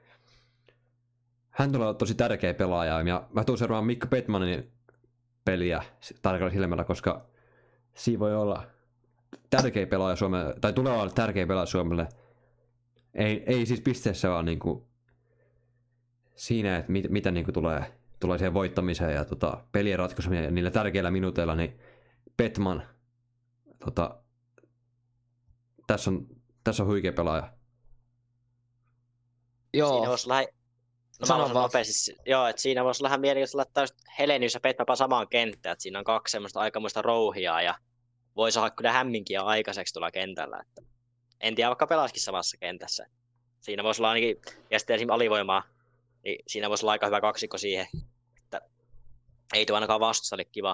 [SPEAKER 1] hän tulee olla tosi tärkeä pelaaja, ja mä tuun seuraamaan Mikko Petmanin peliä tarkalla silmällä, koska siinä voi olla tärkeä pelaaja Suomelle, tai tulee olla tärkeä pelaaja Suomelle. Ei, ei siis pisteessä vaan niinku siinä, että mit, mitä niinku tulee, tulee siihen voittamiseen ja tota, pelien ratkaisemiseen ja niillä tärkeillä minuuteilla, niin Petman, tota, tässä on, tässä on huikea pelaaja.
[SPEAKER 3] Joo.
[SPEAKER 2] Siinä voisi lähe... No mä vaan. Nopeasti, joo, että siinä voisi lähteä mielenkiintoista laittaa just Helenius ja Petman samaan kenttään, että siinä on kaksi semmoista aikamoista rouhiaa ja voi saada kyllä hämminkiä aikaiseksi tuolla kentällä. Että en tiedä, vaikka pelaisikin samassa kentässä. Siinä voisi olla ainakin, ja sitten esimerkiksi alivoimaa, niin siinä voisi olla aika hyvä kaksikko siihen. Että Ei tuo ainakaan vastustalle kiva.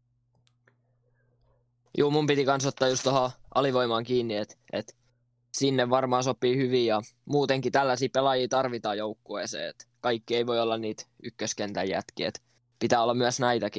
[SPEAKER 3] Juu, mun piti kans ottaa just tuohon alivoimaan kiinni, että et sinne varmaan sopii hyvin ja muutenkin tällaisia pelaajia tarvitaan joukkueeseen. Et kaikki ei voi olla niitä ykköskentän jätkiä, et pitää olla myös näitäkin.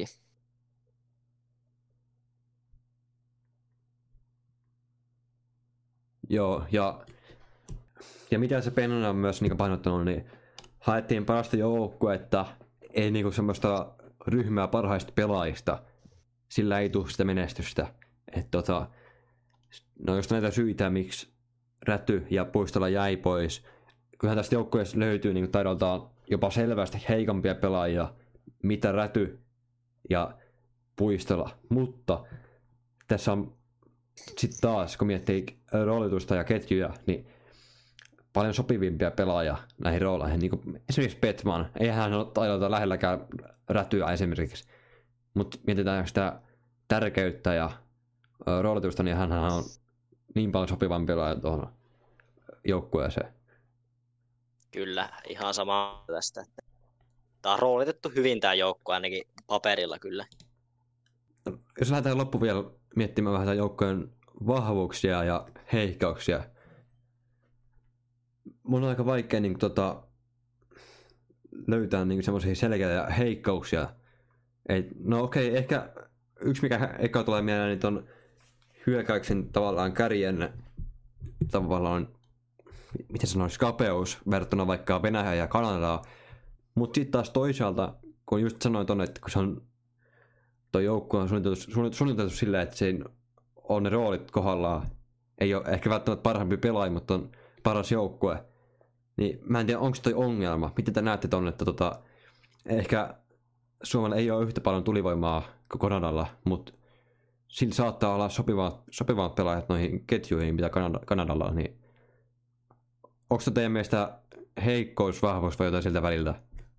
[SPEAKER 1] Joo, ja, ja mitä se Pennanen on myös niin painottanut, niin haettiin parasta joukkuetta, ei niin semmoista ryhmää parhaista pelaajista. Sillä ei tule sitä menestystä. Et tota, no just näitä syitä, miksi Räty ja Puistola jäi pois. Kyllähän tästä joukkueesta löytyy niin taidoltaan jopa selvästi heikompia pelaajia, mitä Räty ja Puistola. Mutta tässä on sitten taas, kun miettii roolitusta ja ketjuja, niin paljon sopivimpia pelaajia näihin rooleihin. Niin kuin esimerkiksi Petman, eihän hän ole taidolta lähelläkään Rätyä esimerkiksi. Mutta mietitään sitä tärkeyttä ja ö, roolitusta, niin hän on niin paljon sopivampi pelaaja tuohon joukkueeseen.
[SPEAKER 2] Kyllä, ihan sama tästä. Tämä on roolitettu hyvin tämä joukkue, ainakin paperilla kyllä.
[SPEAKER 1] Jos lähdetään loppu vielä miettimään vähän tämän joukkueen vahvuuksia ja heikkouksia. Mun on aika vaikea niin, tota, löytää niin, semmoisia selkeitä heikkouksia. Et, no okei, okay, ehkä yksi mikä eka tulee mieleen, niin on hyökkäyksen tavallaan kärjen tavallaan, miten sanoisi, kapeus verrattuna vaikka Venäjää ja Kanadaa. Mutta sitten taas toisaalta, kun just sanoin tuonne, että kun se on tuo joukko on suunniteltu, suunniteltu silleen, että siinä on ne roolit kohdallaan, ei ole ehkä välttämättä parhaampi pelaaja, mutta on paras joukkue. Niin mä en tiedä, onko toi ongelma. Miten te näette tuonne, että tota, ehkä Suomella ei ole yhtä paljon tulivoimaa kuin Kanadalla, mutta sillä saattaa olla sopivat, sopivat pelaajat noihin ketjuihin, mitä Kanada, Kanadalla on. Niin onko se teidän mielestä heikkous, vahvuus vai jotain siltä väliltä?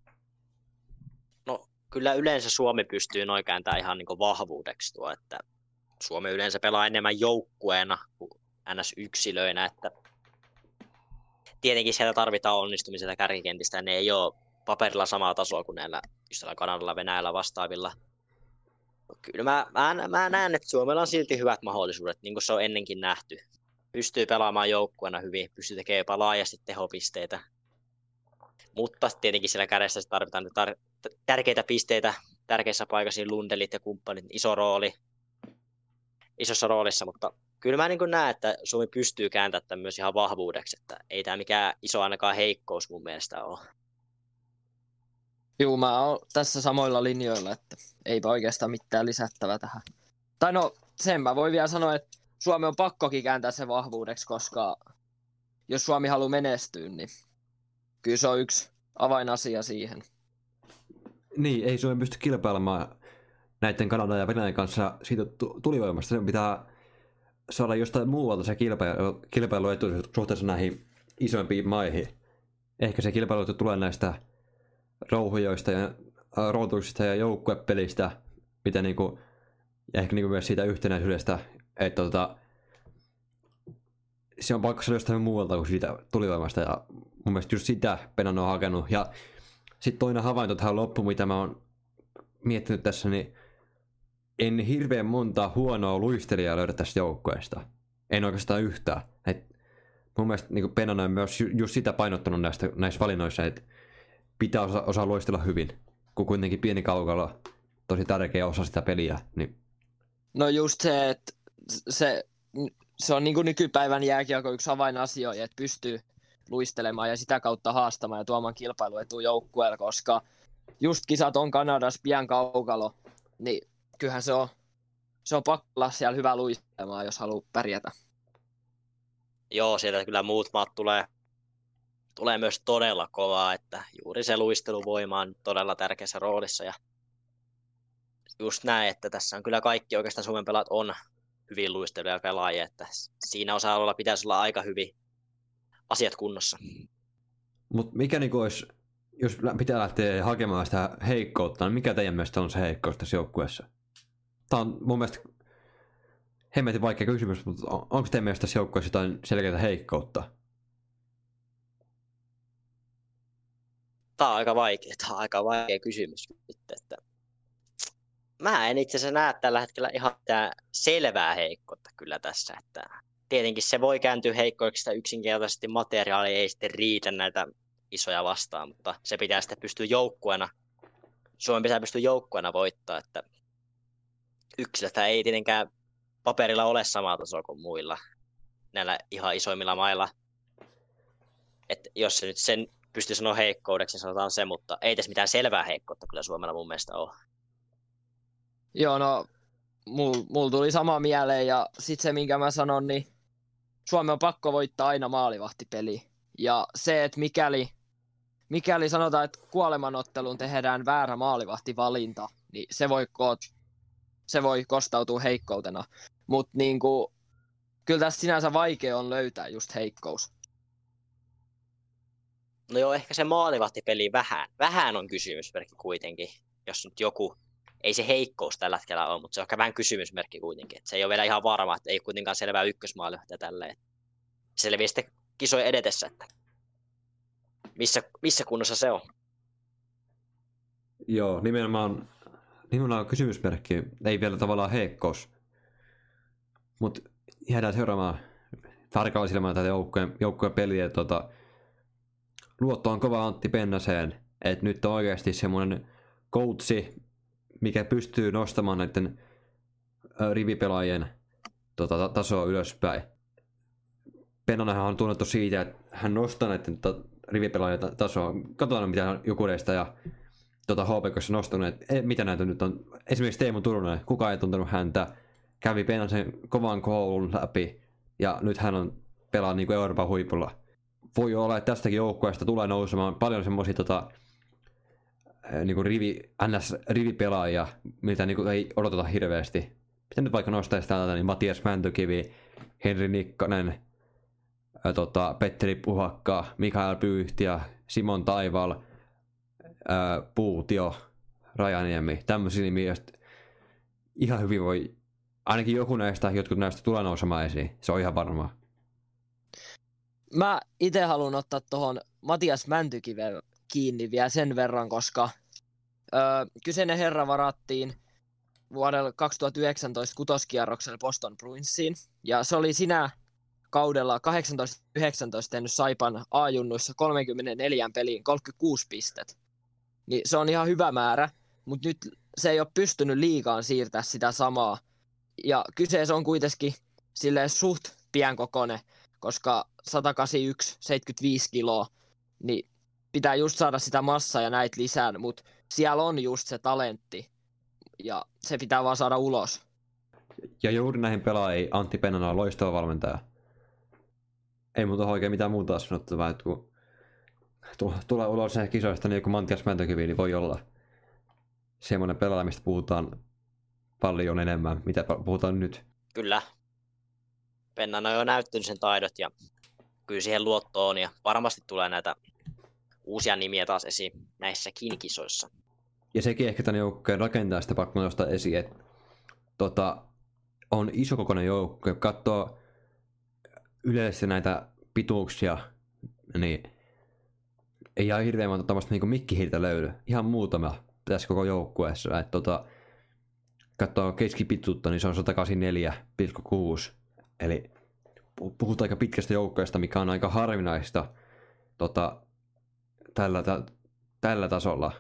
[SPEAKER 2] No kyllä yleensä Suomi pystyy noin kääntämään ihan niin kuin vahvuudeksi tuo, että Suomi yleensä pelaa enemmän joukkueena kuin ns. Yksilöinä, että tietenkin sieltä tarvitaan onnistumista kärkikentistä, ja ne ei ole paperilla samaa tasoa kuin näillä just Kanadalla, Venäjällä vastaavilla. Kyllä mä, mä, mä näen, että Suomella on silti hyvät mahdollisuudet, niin kuin se on ennenkin nähty. Pystyy pelaamaan joukkueena hyvin, pystyy tekemään jopa laajasti tehopisteitä. Mutta tietenkin siellä kädessä tarvitaan tar- tärkeitä pisteitä, tärkeissä paikassa Lundelit ja kumppanit, iso rooli, isossa roolissa, mutta kyllä mä niin näen, että Suomi pystyy kääntämään tämän myös ihan vahvuudeksi, että ei tämä mikään iso ainakaan heikkous mun mielestä ole.
[SPEAKER 3] Juu, mä oon tässä samoilla linjoilla, että eipä oikeastaan mitään lisättävää tähän. Tai no, sen mä voin vielä sanoa, että Suomi on pakkokin kääntää se vahvuudeksi, koska jos Suomi haluaa menestyä, niin kyllä se on yksi avainasia siihen.
[SPEAKER 1] Niin, ei Suomi pysty kilpailemaan näiden Kanadan ja Venäjän kanssa siitä tulivoimasta. Sen pitää saada jostain muualta se kilpailu, kilpailuetu suhteessa näihin isoimpiin maihin. Ehkä se kilpailuetu tulee näistä rouhujoista ja roolituksista ja joukkuepelistä, mitä niinku, ja ehkä niinku myös siitä yhtenäisyydestä, että tota, se on pakko saada jostain muualta kuin siitä tulivoimasta, ja mun mielestä just sitä Pennanen on hakenut. Ja sitten toinen havainto tähän loppuun, mitä mä oon miettinyt tässä, niin en hirveän monta huonoa luistelijaa löydä tästä joukkueesta. En oikeastaan yhtään. Et mun mielestä niin Pennanen on myös just sitä painottanut näistä, näissä valinnoissa, että pitää osa, osaa luistella hyvin, kun kuitenkin pieni kaukalo tosi tärkeä osa sitä peliä. Niin.
[SPEAKER 3] No just se, että se, se on niin kuin nykypäivän jääkiekko yksi avainasioita, että pystyy luistelemaan ja sitä kautta haastamaan ja tuomaan kilpailuetua joukkueella, koska just kisat on Kanadassa pian kaukalo, niin kyllähän se on, se on pakko olla siellä hyvä luistelemaan, jos haluaa pärjätä.
[SPEAKER 2] Joo, sieltä kyllä muut maat tulee, tulee myös todella kovaa, että juuri se luisteluvoima on todella tärkeässä roolissa. Ja just näin, että tässä on kyllä kaikki oikeastaan Suomen pelaat on hyvin luistelevia pelaajia, että siinä osa-alueella pitäisi olla aika hyvin asiat kunnossa.
[SPEAKER 1] Mutta mikä niinku olisi, jos pitää lähteä hakemaan sitä heikkoutta, niin mikä teidän mielestä on se heikkous tässä joukkueessa? Tämä on mun mielestä hemmetin vaikea kysymys, mutta on, onko teidän mielestä tässä joukkueessa jotain selkeää heikkoutta?
[SPEAKER 2] Tämä on aika vaikea, tämä on aika vaikea kysymys. Että mä en itse asiassa näe tällä hetkellä ihan mitään selvää heikkoutta kyllä tässä. Että tietenkin se voi kääntyä heikkoiksi, että yksinkertaisesti materiaali ei sitten riitä näitä isoja vastaan, mutta se pitää sitten pystyä joukkueena, Suomen pitää pystyä joukkueena voittaa, että yksilötä ei tietenkään paperilla ole samaa tasoa kuin muilla näillä ihan isoimmilla mailla. Että jos se nyt sen pystyy sanoa heikkoudeksi, niin sanotaan se, mutta ei tässä mitään selvää heikkoutta kyllä Suomella mun mielestä ole.
[SPEAKER 3] Joo, no, mulla mul tuli sama mieleen, ja sit se, minkä mä sanon, niin Suomen on pakko voittaa aina maalivahtipeli. Ja se, että mikäli, mikäli sanotaan, että kuolemanotteluun tehdään väärä maalivahtivalinta, niin se voi, ko- se voi kostautua heikkoutena. Mutta niinku, kyllä tässä sinänsä vaikea on löytää just heikkous.
[SPEAKER 2] No joo, ehkä se maalivahtipeli vähän. Vähän on kysymysmerkki kuitenkin, jos nyt joku, ei se heikkous tällä hetkellä ole, mutta se on ehkä vähän kysymysmerkki kuitenkin. Et se ei ole vielä ihan varma, että ei kuitenkaan selvää ykkösmaalivahtia tälleen. Se selviää sitten kisojen edetessä, että missä, missä kunnossa se on.
[SPEAKER 1] Joo, nimenomaan, nimenomaan kysymysmerkki, ei vielä tavallaan heikkous. Mutta jäädään seuraamaan tarkalla silmällä tätä joukkueen, joukkueen peliä. Tota, luotto on kova Antti Pennaseen, että nyt on oikeasti semmoinen coachi, mikä pystyy nostamaan näiden rivipelaajien tota, tasoa ylöspäin. Pennanenhan on tunnettu siitä, että hän nostaa näiden ta- rivipelaajien tasoa. Katsotaan, mitä Jukureista ja tota, H P K:ssa nostanut. Et, mitä näitä nyt on? Esimerkiksi Teemu Turunen, kukaan ei tuntenut häntä. Kävi Pennasen kovan koulun läpi ja nyt hän on pelaa niin kuin Euroopan huipulla. Voi olla, että tästäkin joukkueesta tulee nousemaan paljon semmoisia tota, niin rivi, N S-rivipelaajia, miltä niin ei odoteta hirveästi. Mitä nyt vaikka nostaisi täältä, niin Matias Mäntykivi, Henri Nikkanen, ää, tota, Petteri Puhakka, Mikael Pyyhtiä, Simon Taival, ää, Puutio, Rajaniemi, tämmöisiä nimiä, ihan hyvin voi, ainakin joku näistä, jotkut näistä tulee nousemaan esiin, se on ihan varmaa.
[SPEAKER 3] Mä itse haluan ottaa tuohon Matias Mäntykiven kiinni vielä sen verran, koska öö, kyseinen herra varattiin vuodella kaksituhattayhdeksäntoista kutoskierroksella Boston Bruinsiin, ja se oli sinä kaudella kahdeksantoista yhdeksäntoista tehnyt Saipan A-junnuissa kolmekymmentäneljä peliin kolmekymmentäkuusi pistet. Niin se on ihan hyvä määrä, mutta nyt se ei ole pystynyt liigaan siirtää sitä samaa. Ja kyseessä on kuitenkin silleen suht pienkokoinen, koska sata kahdeksankymmentäyksi, seitsemänkymmentäviisi kiloa, niin pitää just saada sitä massaa ja näitä lisää, mutta siellä on just se talentti, ja se pitää vaan saada ulos.
[SPEAKER 1] Ja juuri näihin pelaajiin Antti Pennanen on loistava valmentaja. Ei muuta oikein mitään muuta sanottavaa, että kun tulee ulos näistä kisoista, niin joku Matias Mäntykivi, niin voi olla semmoinen pelaaja, mistä puhutaan paljon enemmän, mitä puhutaan nyt.
[SPEAKER 2] Kyllä. Pennanen on jo näyttänyt sen taidot ja kyllä siihen luottoon ja varmasti tulee näitä uusia nimiä taas esiin näissäkin kisoissa.
[SPEAKER 1] Ja sekin ehkä tämän joukkueen rakentaa sitä pakko nostaa esiin, että tota, on isokokoinen joukkue. Katsoo yleisesti näitä pituuksia, niin ei ihan hirveän monta tämmöistä niin mikkihiirtä löydy. Ihan muutama tässä koko joukkueessa. Että tota, katsoo keskipituutta, niin se on sata kahdeksankymmentäneljä pilkku kuusi. Eli puhutaan aika pitkästä joukkueesta, mikä on aika harvinaista tota, tällä, tä, tällä tasolla.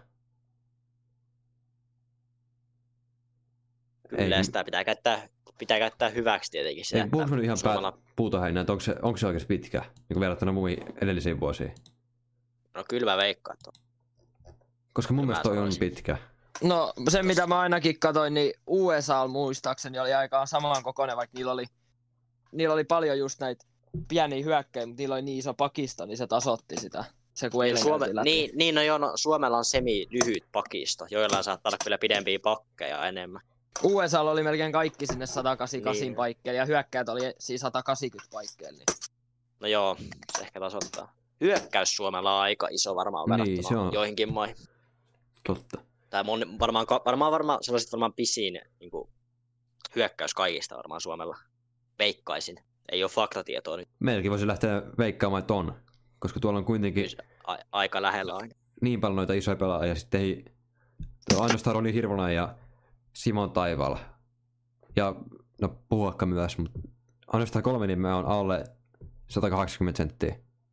[SPEAKER 2] Kyllä, ei, sitä pitää käyttää, pitää käyttää hyväksi tietenkin. Sitä,
[SPEAKER 1] ei puhutaan ihan
[SPEAKER 2] Suomella...
[SPEAKER 1] päät puutoheinä, että onko se, onko se oikeasti pitkä, niin kuin verrattuna muihin edellisiin vuosiin?
[SPEAKER 2] No kyllä mä veikkaan.
[SPEAKER 1] Koska mun mielestä toi on pitkä.
[SPEAKER 3] No se mitä mä ainakin katsoin, niin U S A muistaakseni oli aika samankokoinen, vaikka niillä oli, niillä oli paljon just näitä pieniä hyökkäjä, mutta niillä oli niin iso pakisto, niin se tasoitti sitä. Se kun eilen
[SPEAKER 2] Suome...
[SPEAKER 3] läpi.
[SPEAKER 2] Niin, niin no joo, no, Suomella on semi-lyhyt pakisto, joilla saattaa olla kyllä pidempiä pakkeja enemmän.
[SPEAKER 3] U S A oli melkein kaikki sinne sata kahdeksankymmentäkahdeksan
[SPEAKER 2] Niin.
[SPEAKER 3] paikkeelle, ja hyökkäät oli siis sata kahdeksankymmentä paikkeelle. Niin.
[SPEAKER 2] No joo, se ehkä tasoittaa. Hyökkäys Suomella on aika iso varmaan verrattuna
[SPEAKER 1] Niin, se on
[SPEAKER 2] joihinkin maihin.
[SPEAKER 1] totta.
[SPEAKER 2] Tai mon, varmaan, varmaan, varmaan sellaiset varmaan pisin niin kuin, hyökkäys kaikista varmaan Suomella. Veikkaisin. Ei ole faktatietoa nyt.
[SPEAKER 1] Meilläkin voisi lähteä veikkaamaan, että on. Koska tuolla on kuitenkin
[SPEAKER 2] A- aika lähellä aina.
[SPEAKER 1] niin paljon noita isoja pelaajia. Sitten ei... Tuo ainoastaan Roni Hirvonen ja Simon Taival. Ja no Puuhakka myös, mutta ainoastaan kolme nimeä on alle sata kahdeksankymmentä senttiä.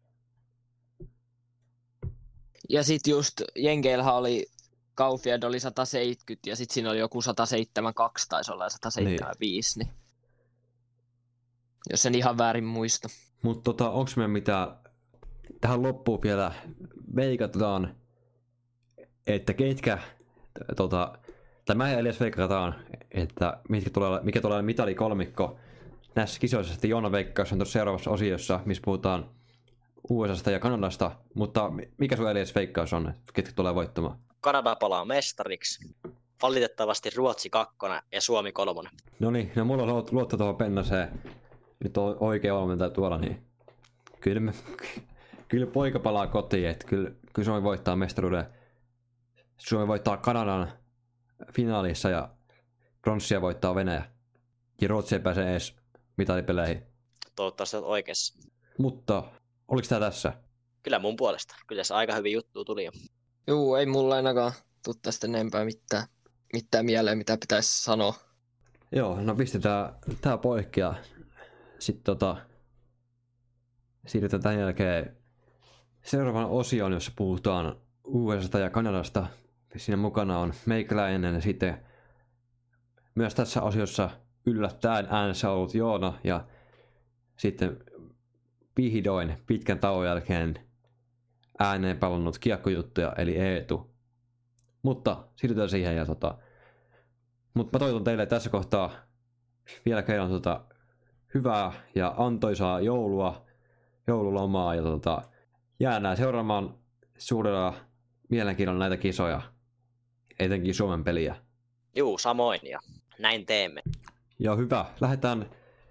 [SPEAKER 3] Ja sit just Jenkeillähän oli, Caulfield oli sata seitsemänkymmentä ja sit siinä oli joku sata seitsemänkymmentäkaksi taisi olla ja sata seitsemänkymmentäviisi, niin. niin jos en ihan väärin muista.
[SPEAKER 1] Mutta tota, onko meillä mitään, tähän loppuun vielä veikataan, että ketkä, tota, tai mä edes veikataan, että mitkä tulee, mikä tulee mitalikolmikko näissä kisoissa. Sitten Joona veikkaus on tuossa seuraavassa osiossa, missä puhutaan U S A:sta ja Kanadasta, mutta mikä sun Elias veikkaus on, ketkä tulee voittamaan?
[SPEAKER 2] Kanada palaa mestariksi. Valitettavasti Ruotsi kakkona ja Suomi kolmonen.
[SPEAKER 1] No niin, no mulla on luotto tuohon Pennaseen. Nyt on oikea valmentaja tuolla, niin kyllä, me, kyllä poika palaa kotiin, että kyllä, kyllä Suomi voittaa mestaruuden. Suomi voittaa Kanadan finaalissa ja pronssia voittaa Venäjä. Ja Ruotsi ei pääse edes mitalipeleihin.
[SPEAKER 2] Toivottavasti olet oikeassa.
[SPEAKER 1] Mutta oliko tää tässä?
[SPEAKER 2] Kyllä mun puolesta. Kyllä se aika hyvin juttu tuli jo.
[SPEAKER 3] Juu, ei mulla ainakaan tuu tästä enempää mitään, mitään mieleen, mitä pitäisi sanoa.
[SPEAKER 1] Joo, no pistetään tää poikki ja sitten tota, siirrytään tämän jälkeen seuraavaan osioon, jossa puhutaan U S A:sta ja Kanadasta. Siinä mukana on meikäläinen ja sitten myös tässä osiossa yllättäen äänessä ollut Joona ja sitten vihdoin pitkän tauon jälkeen ääneen palannut kiekkojuttuja eli Eetu. Mutta siirrytään siihen ja tota, mutta mä toivon teille tässä kohtaa vielä kerran tota hyvää ja antoisaa joulua, joululomaa ja tota, jäädään seuraamaan suurella mielenkiinnolla näitä kisoja, etenkin Suomen peliä.
[SPEAKER 2] Juu, samoin ja näin teemme.
[SPEAKER 1] Ja hyvä, lähdetään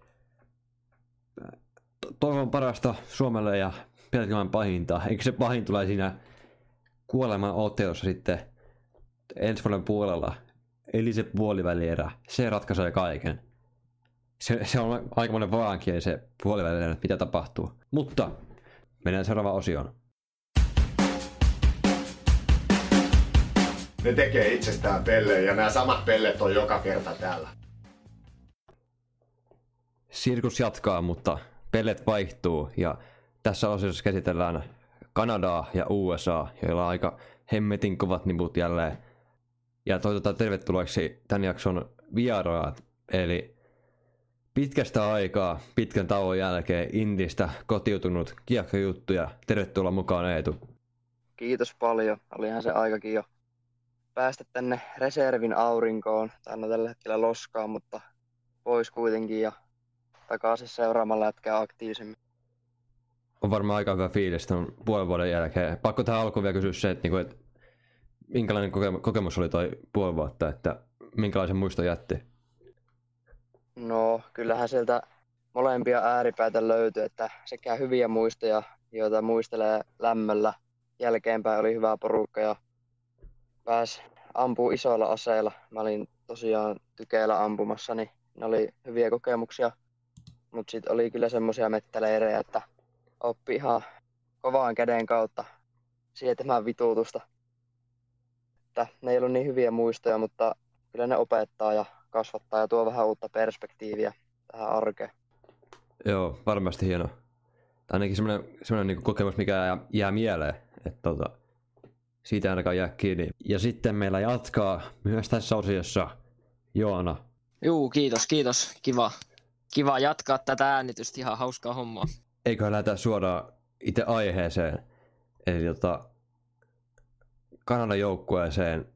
[SPEAKER 1] toivon parasta Suomelle ja pelkäämään pahinta. Eikö se pahin tulee siinä kuoleman ottelussa sitten ensi vuoden puolella? Eli se puolivälierä, se ratkaisee kaiken. Se, se on aikamoinen vaankieli se puolivälierä, mitä tapahtuu. Mutta mennään seuraavaan osioon.
[SPEAKER 4] Ne tekee itsestään pellejä ja nämä samat pellet on joka kerta täällä.
[SPEAKER 1] Sirkus jatkaa, mutta pellet vaihtuu ja tässä osiossa käsitellään Kanadaa ja U S A, joilla on aika hemmetin kovat niput jälleen. Ja toivotetaan tervetulleeksi tämän jakson vieraat, eli pitkästä aikaa, pitkän tauon jälkeen Indistä kotiutunut kiekkojuttuja. Tervetuloa mukaan Eetu.
[SPEAKER 5] Kiitos paljon. Olihan se aikakin jo päästä tänne reservin aurinkoon. Tai no tällä hetkellä loskaan, mutta pois kuitenkin ja takaisin seuraamalla jätkää aktiivisemmin.
[SPEAKER 1] On varmaan aika hyvä fiilis tämän puolen vuoden jälkeen. Pakko tähän alkuun vielä kysyä se, että, että minkälainen kokemus oli toi puoli vuotta, että minkälaisen muiston jätti?
[SPEAKER 5] No, kyllähän sieltä molempia ääripäitä löytyi, että sekä hyviä muistoja, joita muistelee lämmöllä. Jälkeenpäin oli hyvä porukka ja pääsi ampuu isoilla aseilla. Mä olin tosiaan tykeillä ampumassa, niin ne oli hyviä kokemuksia. Mutta sitten oli kyllä semmoisia mettäleirejä, että oppi ihan kovaan käden kautta sietämään vituutusta. Että ne ei ollut niin hyviä muistoja, mutta kyllä ne opettaa ja kasvattaa ja tuo vähän uutta perspektiiviä tähän arkeen.
[SPEAKER 1] Joo, varmasti hieno. Tämä ainakin semmoinen, semmoinen niin kokemus, mikä jää, jää mieleen, että tota, siitä ainakaan jää kiinni. Ja sitten meillä jatkaa myös tässä osiossa Joona.
[SPEAKER 3] Juu, kiitos, kiitos. Kiva. Kiva jatkaa tätä äänitystä, ihan hauskaa hommaa.
[SPEAKER 1] Eiköhän lähdetään suoraan itse aiheeseen. Eli tota, Kanadan joukkueeseen.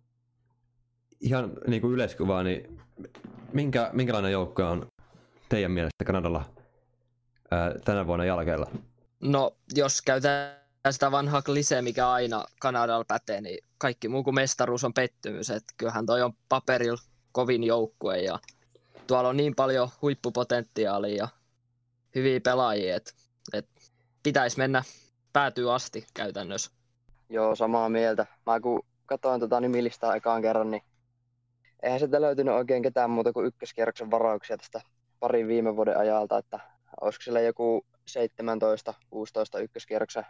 [SPEAKER 1] Ihan niin kuin yleiskuvaa, niin minkä, minkälainen joukkue on teidän mielestä Kanadalla ää, tänä vuonna jalkeilla?
[SPEAKER 3] No, jos käytetään sitä vanhaa klisee, mikä aina Kanadalla pätee, niin kaikki muu kuin mestaruus on pettymys. Että kyllähän toi on paperilla kovin joukkue ja tuolla on niin paljon huippupotentiaalia ja hyviä pelaajia, että, että pitäisi mennä päätyy asti käytännössä.
[SPEAKER 5] Joo, samaa mieltä. Mä kun katsoin tota nimilistaa ekaan kerran, niin eihän sieltä löytynyt oikein ketään muuta kuin ykköskierroksen varauksia tästä parin viime vuoden ajalta, että olisiko siellä joku seitsemäntoista kuusitoista ykköskierroksen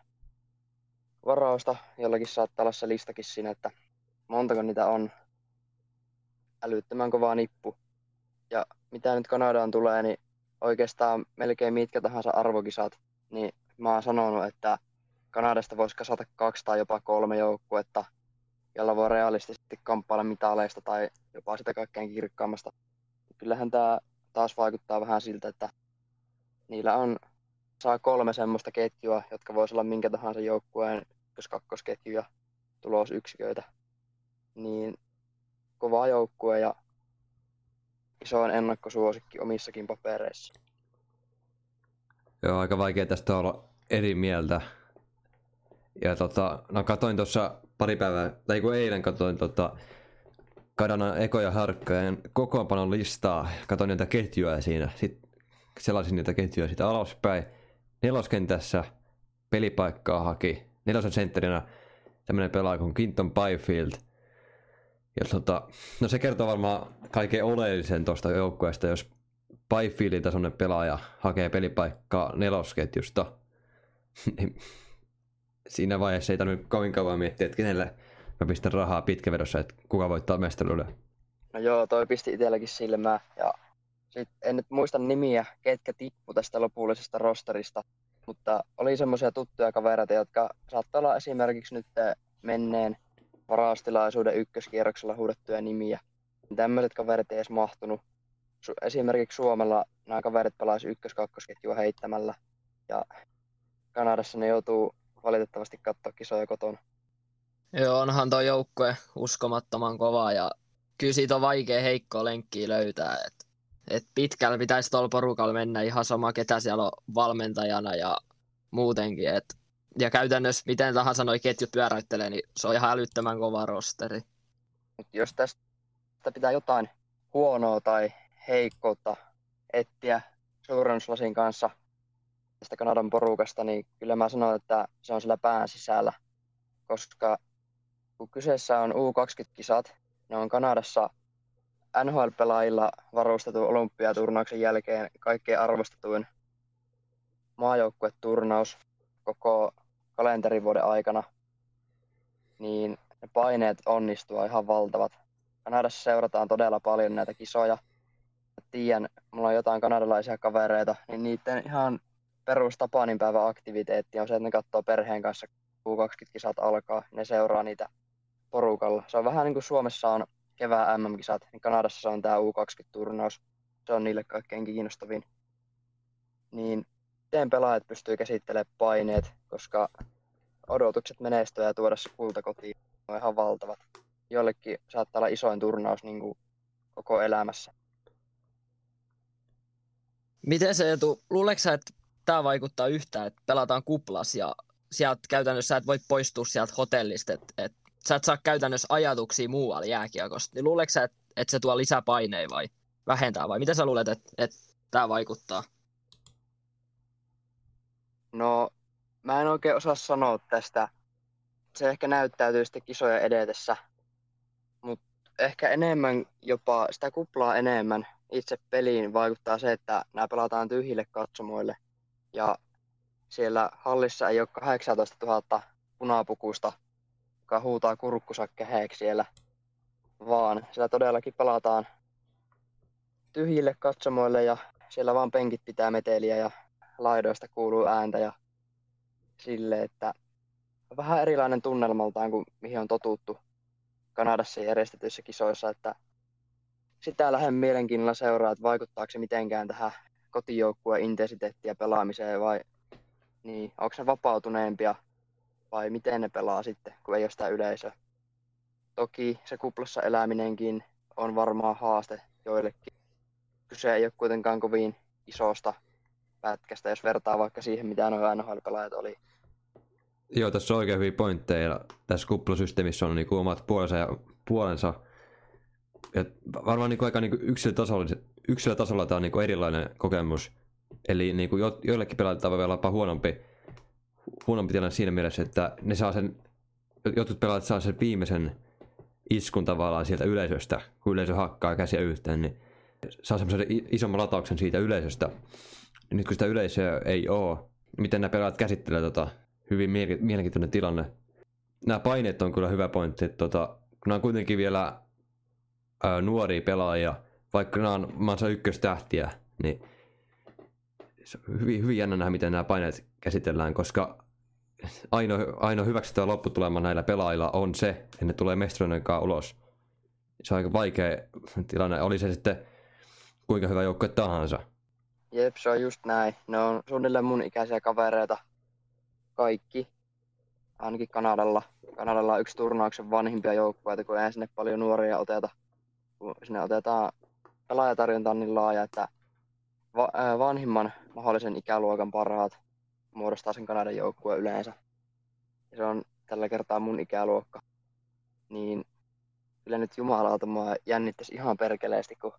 [SPEAKER 5] varausta, jollakin saattaa olla se listakin siinä, että montako niitä on. älyttömän kova nippu. Ja mitä nyt Kanadaan tulee, niin oikeastaan melkein mitkä tahansa arvokisat, niin mä oon sanonut, että Kanadasta voisi kasata kaksi tai jopa kolme joukkuetta, jolla voi realistisesti kamppailla mitaleista tai jopa sitä kaikkein kirkkaammasta. Kyllähän tämä taas vaikuttaa vähän siltä, että niillä on saa kolme semmoista ketjua, jotka voisi olla minkä tahansa joukkueen ykkös-kakkosketju ja tulosyksiköitä. Niin kova joukkue ja isoin ennakkosuosikki omissakin papereissa.
[SPEAKER 1] Joo, aika vaikea tästä olla eri mieltä. Ja tota, no katoin tuossa pari päivää, tai kun eilen katoin tota Kanadan ekoja harkkojen kokoonpanon listaa, katoin niitä ketjuja siinä, sitten selasin niitä ketjuja siitä alaspäin. Neloskentässä pelipaikkaa haki, nelosen sentterinä tämmönen pelaaja kuin Quinton Byfield. Ja tota, no se kertoo varmaan kaikkein oleellisen tuosta joukkueesta, jos Byfieldin tasoinen pelaaja hakee pelipaikkaa nelosketjusta. Siinä vaiheessa ei tarvitse kovin kauan miettiä, että kenelle mä pistän rahaa pitkävedossa, että kuka voittaa mestaruuden.
[SPEAKER 5] No joo, toi pisti itselläkin silmää. Ja sit en nyt muista nimiä, ketkä tippu tästä lopullisesta rosterista. Mutta oli semmoisia tuttuja kavereita, jotka saattaa olla esimerkiksi nyt menneen varaustilaisuuden ykköskierroksella huudettuja nimiä. Tämmöiset kaverit ei edes mahtunut. Esimerkiksi Suomella nämä kaverit pelaisi ykkös-kakkosketjua heittämällä. Ja Kanadassa ne joutuu valitettavasti katsoa kisoja kotona.
[SPEAKER 3] Joo, onhan tuo joukkue uskomattoman kova ja kyllä siitä on vaikea heikkoa lenkkiä löytää. Et, et pitkällä pitäisi tuolla porukalla mennä ihan sama ketä siellä on valmentajana ja muutenkin. Et, ja käytännössä miten tahansa noi ketjut pyöräyttelee, niin se on ihan älyttömän kova rosteri.
[SPEAKER 5] Mut jos tästä pitää jotain huonoa tai heikkoutta etsiä suurennuslasin kanssa tästä Kanadan porukasta, niin kyllä mä sanon, että se on siellä pään sisällä. Koska kun kyseessä on U kaksikymmentä-kisat, ne on Kanadassa N H L-pelaajilla varustettu olympiaturnauksen jälkeen kaikkein arvostetuin maajoukkueturnaus koko kalenterivuoden aikana, niin ne paineet onnistuu ihan valtavat. Kanadassa seurataan todella paljon näitä kisoja. Mä tiedän, mulla on jotain kanadalaisia kavereita, niin niiden ihan perus Tapaninpäivän aktiviteetti on se, että ne katsoo perheen kanssa, kun U kaksikymmentä-kisat alkaa, ne seuraa niitä porukalla. Se on vähän niin kuin Suomessa on kevään M M-kisat, niin Kanadassa se on tämä U kaksikymmentä-turnaus. Se on niille kaikkein kiinnostavin. Niin miten pelaajat pystyy käsittelemään paineet, koska odotukset menestyä ja tuoda se kulta kotiin on ihan valtavat. Jollekin saattaa olla isoin turnaus niin kuin koko elämässä.
[SPEAKER 3] Miten se Eetu, luuleeko sä, että tämä vaikuttaa yhtään, että pelataan kuplas ja sieltä käytännössä sä et voi poistua sieltä hotellista, että et, sä et saa käytännössä ajatuksia muualla jääkiekosta, niin luuleeko sä, että et se tuo lisää paineja vai vähentää vai miten sä luulet, että et tämä vaikuttaa?
[SPEAKER 5] No, mä en oikein osaa sanoa tästä. Se ehkä näyttäytyy sitten kisojen edetessä, mutta ehkä enemmän jopa, sitä kuplaa enemmän itse peliin vaikuttaa se, että nämä pelataan tyhjille katsomoille ja siellä hallissa ei ole kahdeksantoistatuhatta punapukusta, joka huutaa kurkkusakke heeksi siellä, vaan siellä todellakin pelataan tyhjille katsomoille ja siellä vaan penkit pitää meteliä ja laidoista kuuluu ääntä ja sille, että on vähän erilainen tunnelmaltaan kuin mihin on totuttu Kanadassa järjestetyissä kisoissa, että sitä lähden mielenkiinnolla seuraa, että vaikuttaako se mitenkään tähän kotijoukkueen intensiteettiin ja pelaamiseen vai niin, onko ne vapautuneempia vai miten ne pelaa sitten, kun ei ole sitä yleisöä. Toki se kuplassa eläminenkin on varmaan haaste joillekin. Kyse ei ole kuitenkaan kovin isosta pätkästä, jos vertaa vaikka siihen, mitä nuo N H L-pelaajat oli.
[SPEAKER 1] Joo, tässä on oikein hyviä pointteja. Tässä kuplasysteemissä on niinku omat puolensa ja puolensa. Ja varmaan niinku aika niinku yksilötasolla, yksilötasolla tämä on niinku erilainen kokemus. Eli niinku jo, joillekin pelaajilta voi olla jopa huonompi, huonompi tilanne siinä mielessä, että ne saa sen, jotkut pelaajat saa sen viimeisen iskun tavallaan sieltä yleisöstä, kun yleisö hakkaa käsiä yhteen, niin saa semmoisen isomman latauksen siitä yleisöstä. Ja nyt kun sitä yleisöä ei ole, miten nämä pelaajat käsittelee tota, hyvin mielenkiintoinen tilanne. Nämä paineet on kyllä hyvä pointti, että tota, kun nämä on kuitenkin vielä ää, nuoria pelaajia, vaikka nämä on maansa ykköstähtiä, niin se on hyvin, hyvin jännä nähdä, miten nämä paineet käsitellään, koska ainoa, ainoa hyväksyttävä lopputulema näillä pelaajilla on se, että ne tulee mestaruuden kanssa ulos. Se on aika vaikea tilanne, oli se sitten kuinka hyvä joukkue tahansa.
[SPEAKER 5] Jep, se on just näin. Ne on suunnilleen mun ikäisiä kavereita. Kaikki. Ainakin Kanadalla. Kanadalla on yksi turnauksen vanhimpia joukkueita, kun ei sinne paljon nuoria oteta. Kun sinne otetaan pelaajatarjonta on niin laaja, että va- äh, vanhimman mahdollisen ikäluokan parhaat muodostaa sen Kanadan joukkueen yleensä. Ja se on tällä kertaa mun ikäluokka. Niin kyllä nyt jumalauta mua jännittäisi ihan perkeleesti, kun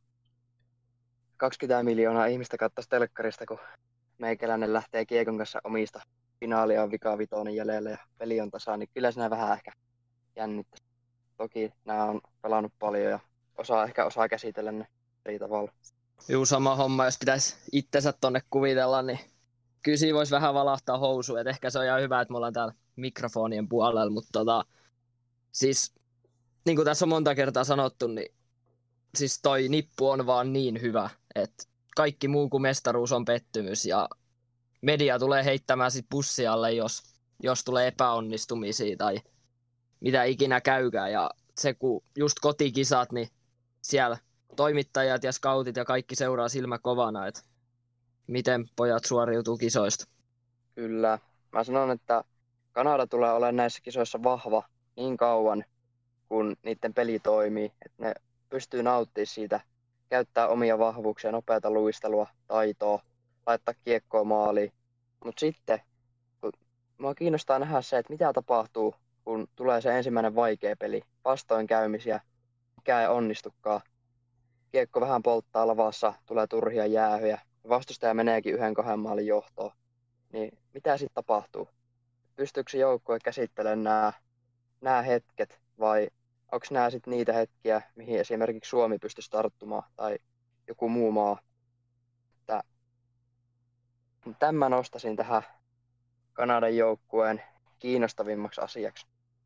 [SPEAKER 5] kaksikymmentä miljoonaa ihmistä katsoisi telkkarista, kun meikäläinen lähtee kiekon kanssa omista. Finaalia on vika vitoinen jäljellä ja peli on tasa, niin kyllä siinä vähän ehkä jännittäisi. Toki nämä on pelannut paljon ja osaa, ehkä osaa käsitellä ne eri tavalla.
[SPEAKER 3] Juu, sama homma, jos pitäisi itsensä tonne kuvitella, niin kyllä siinä voisi vähän valahtaa housuun. Et ehkä se on ihan hyvä, että me ollaan täällä mikrofonien puolella, mutta tota, siis niin kuin tässä on monta kertaa sanottu, niin siis toi nippu on vaan niin hyvä, että kaikki muu kuin mestaruus on pettymys ja media tulee heittämään sit pussialle, jos, jos tulee epäonnistumisia tai mitä ikinä käykään. Ja se kun just kotikisat, niin siellä toimittajat ja scoutit ja kaikki seuraa silmä kovana, että miten pojat suoriutuu kisoista.
[SPEAKER 5] Kyllä. Mä sanon, että Kanada tulee olemaan näissä kisoissa vahva niin kauan, kun niiden peli toimii. Että ne pystyy nauttimaan siitä, käyttää omia vahvuuksia, nopeata luistelua, taitoa, laittaa kiekkoa maaliin. Mutta sitten, kun mua kiinnostaa nähdä se, että mitä tapahtuu, kun tulee se ensimmäinen vaikea peli, vastoinkäymisiä, mikä ei onnistukaan. Kiekko vähän polttaa lavassa, tulee turhia jäähyjä, vastustaja meneekin yhden kahden maalin johtoon. Niin mitä sitten tapahtuu? Pystyykö se joukkue käsittelemään nämä, nämä hetket vai onko nämä sitten niitä hetkiä, mihin esimerkiksi Suomi pystyisi tarttumaan tai joku muu maa? Että tämän nostaisin tähän Kanadan joukkueen kiinnostavimmaksi asiaksi,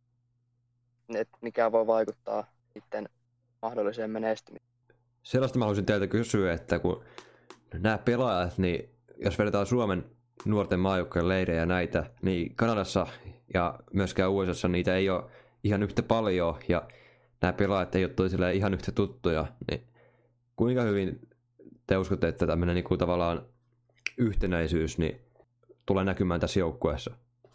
[SPEAKER 5] että mikä voi vaikuttaa sitten mahdolliseen menestymiseen.
[SPEAKER 1] Sellaista mä haluaisin teiltä kysyä, että kun nämä pelaajat, niin jos vedetään Suomen nuorten maajoukkojen leirejä ja näitä, niin Kanadassa ja myöskään U S A:ssa niitä ei ole ihan yhtä paljon ja nämä pelaajat ei ole toisilleen ihan yhtä tuttuja, niin kuinka hyvin te uskotte, että tämmöinen niin kuin tavallaan yhtenäisyys niin tulee näkymään tässä joukkueessa?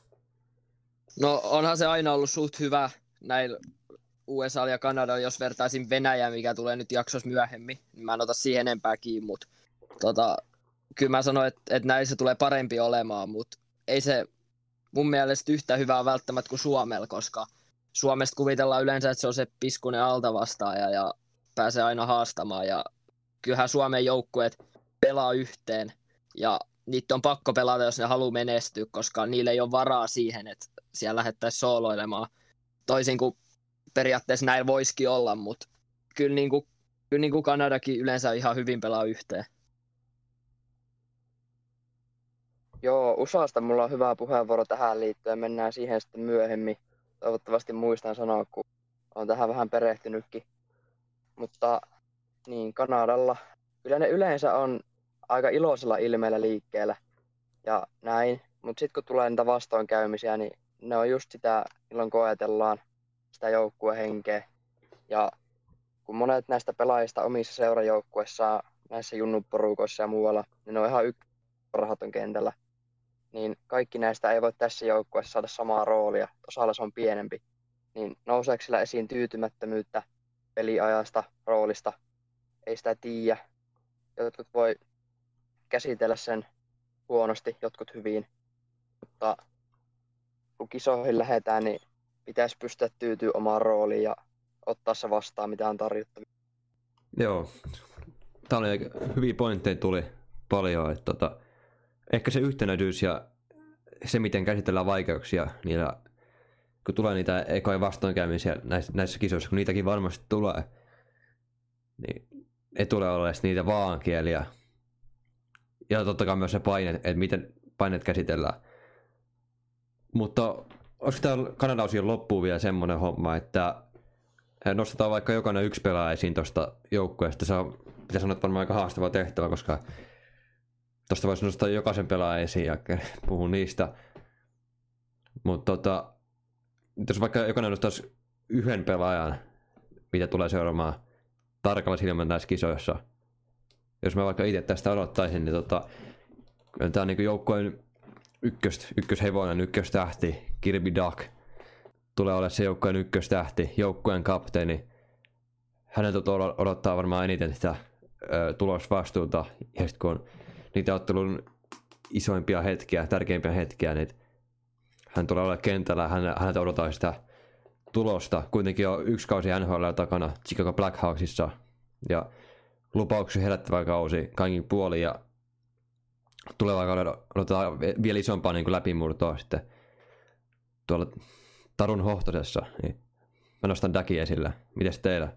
[SPEAKER 3] No onhan se aina ollut suht hyvä näillä U S A ja Kanada, jos vertaisin Venäjää, mikä tulee nyt jaksossa myöhemmin, niin mä en ota siihen enempää kiinni, mutta tota, kyllä mä sanoin, että, että näissä tulee parempi olemaan, mutta ei se mun mielestä yhtä hyvää välttämättä kuin Suomella, koska Suomesta kuvitellaan yleensä, että se on se piskunen altavastaaja ja pääsee aina haastamaan ja kyllähän Suomen joukkueet pelaa yhteen ja niitä on pakko pelata, jos ne haluaa menestyä, koska niillä ei ole varaa siihen, että siellä lähdettäisiin sooloilemaan. Toisin kuin periaatteessa näin voisikin olla, mutta kyllä, niin kuin, kyllä niin kuin Kanadakin yleensä ihan hyvin pelaa yhteen.
[SPEAKER 5] Joo, U S A:sta mulla on hyvä puheenvuoro tähän liittyen. Mennään siihen sitten myöhemmin. Toivottavasti muistan sanoa, kun olen tähän vähän perehtynytkin. Mutta niin Kanadalla, kyllä ne yleensä on aika iloisella ilmeellä liikkeellä ja näin. Mutta sitten kun tulee niitä vastoinkäymisiä, niin ne on just sitä, milloin koetellaan sitä joukkuehenkeä. Ja kun monet näistä pelaajista omissa seurajoukkueissaan, näissä junnuporukoissa ja muualla, niin ne on ihan yksi parhaat kentällä. Niin kaikki näistä ei voi tässä joukkueessa saada samaa roolia. Osalla se on pienempi. Niin nouseeko sillä esiin tyytymättömyyttä peliajasta, roolista? Ei sitä tiedä. Jotkut voi käsitellä sen huonosti, jotkut hyvin. Mutta kun kisoihin lähdetään, niin pitäisi pystyä tyytyä omaan rooliin ja ottaa se vastaan, mitä on tarjottavia.
[SPEAKER 1] Joo, tää oli hyviä pointteja tuli paljon, että tota, ehkä se yhtenäisyys ja se, miten käsitellään vaikeuksia, niillä, kun tulee niitä ekoja vastoinkäymisiä näissä, näissä kisoissa, kun niitäkin varmasti tulee, niin ei tule olemaan niitä vaankieliä. Ja totta kai myös se paine, että miten paineet käsitellään. Mutta onko täällä Kanadan osion loppuun vielä semmoinen homma, että Nostetaan vaikka jokainen yksi pelaaja esiin tuosta joukkueesta. Se on, pitää sanoa, että varmaan aika haastava tehtävä, koska tuosta voisi nostaa jokaisen pelaajan esiin ja puhua niistä. Mutta tota, jos vaikka jokainen nostaisi yhden pelaajan, mitä tulee seuraamaan tarkalla silmällä näissä kisoissa. Jos mä vaikka itse tästä odottaisin, niin tota, tämä on niin joukkueen ykkös, ykköshevonen, ykköstähti, Kirby Duck. Tulee olla se joukkueen ykköstähti, joukkueen kapteeni. Häneltä odottaa varmaan eniten sitä ö, tulosvastuuta. Ja sitten kun on niitä ottelun isoimpia hetkiä, tärkeimpiä hetkiä, niin hän tulee olla kentällä, hän, häneltä odottaa sitä tulosta. Kuitenkin on yksi kausi N H L takana Chicago Blackhawksissa ja lupauksia herättävä kausi kaikin puolin ja tulevaa kaudella odotetaan vielä isompaa niin kuin läpimurtoa sitten tuolla Tarun Hohtosessa. Niin mä nostan Däkin esille. Mites teillä?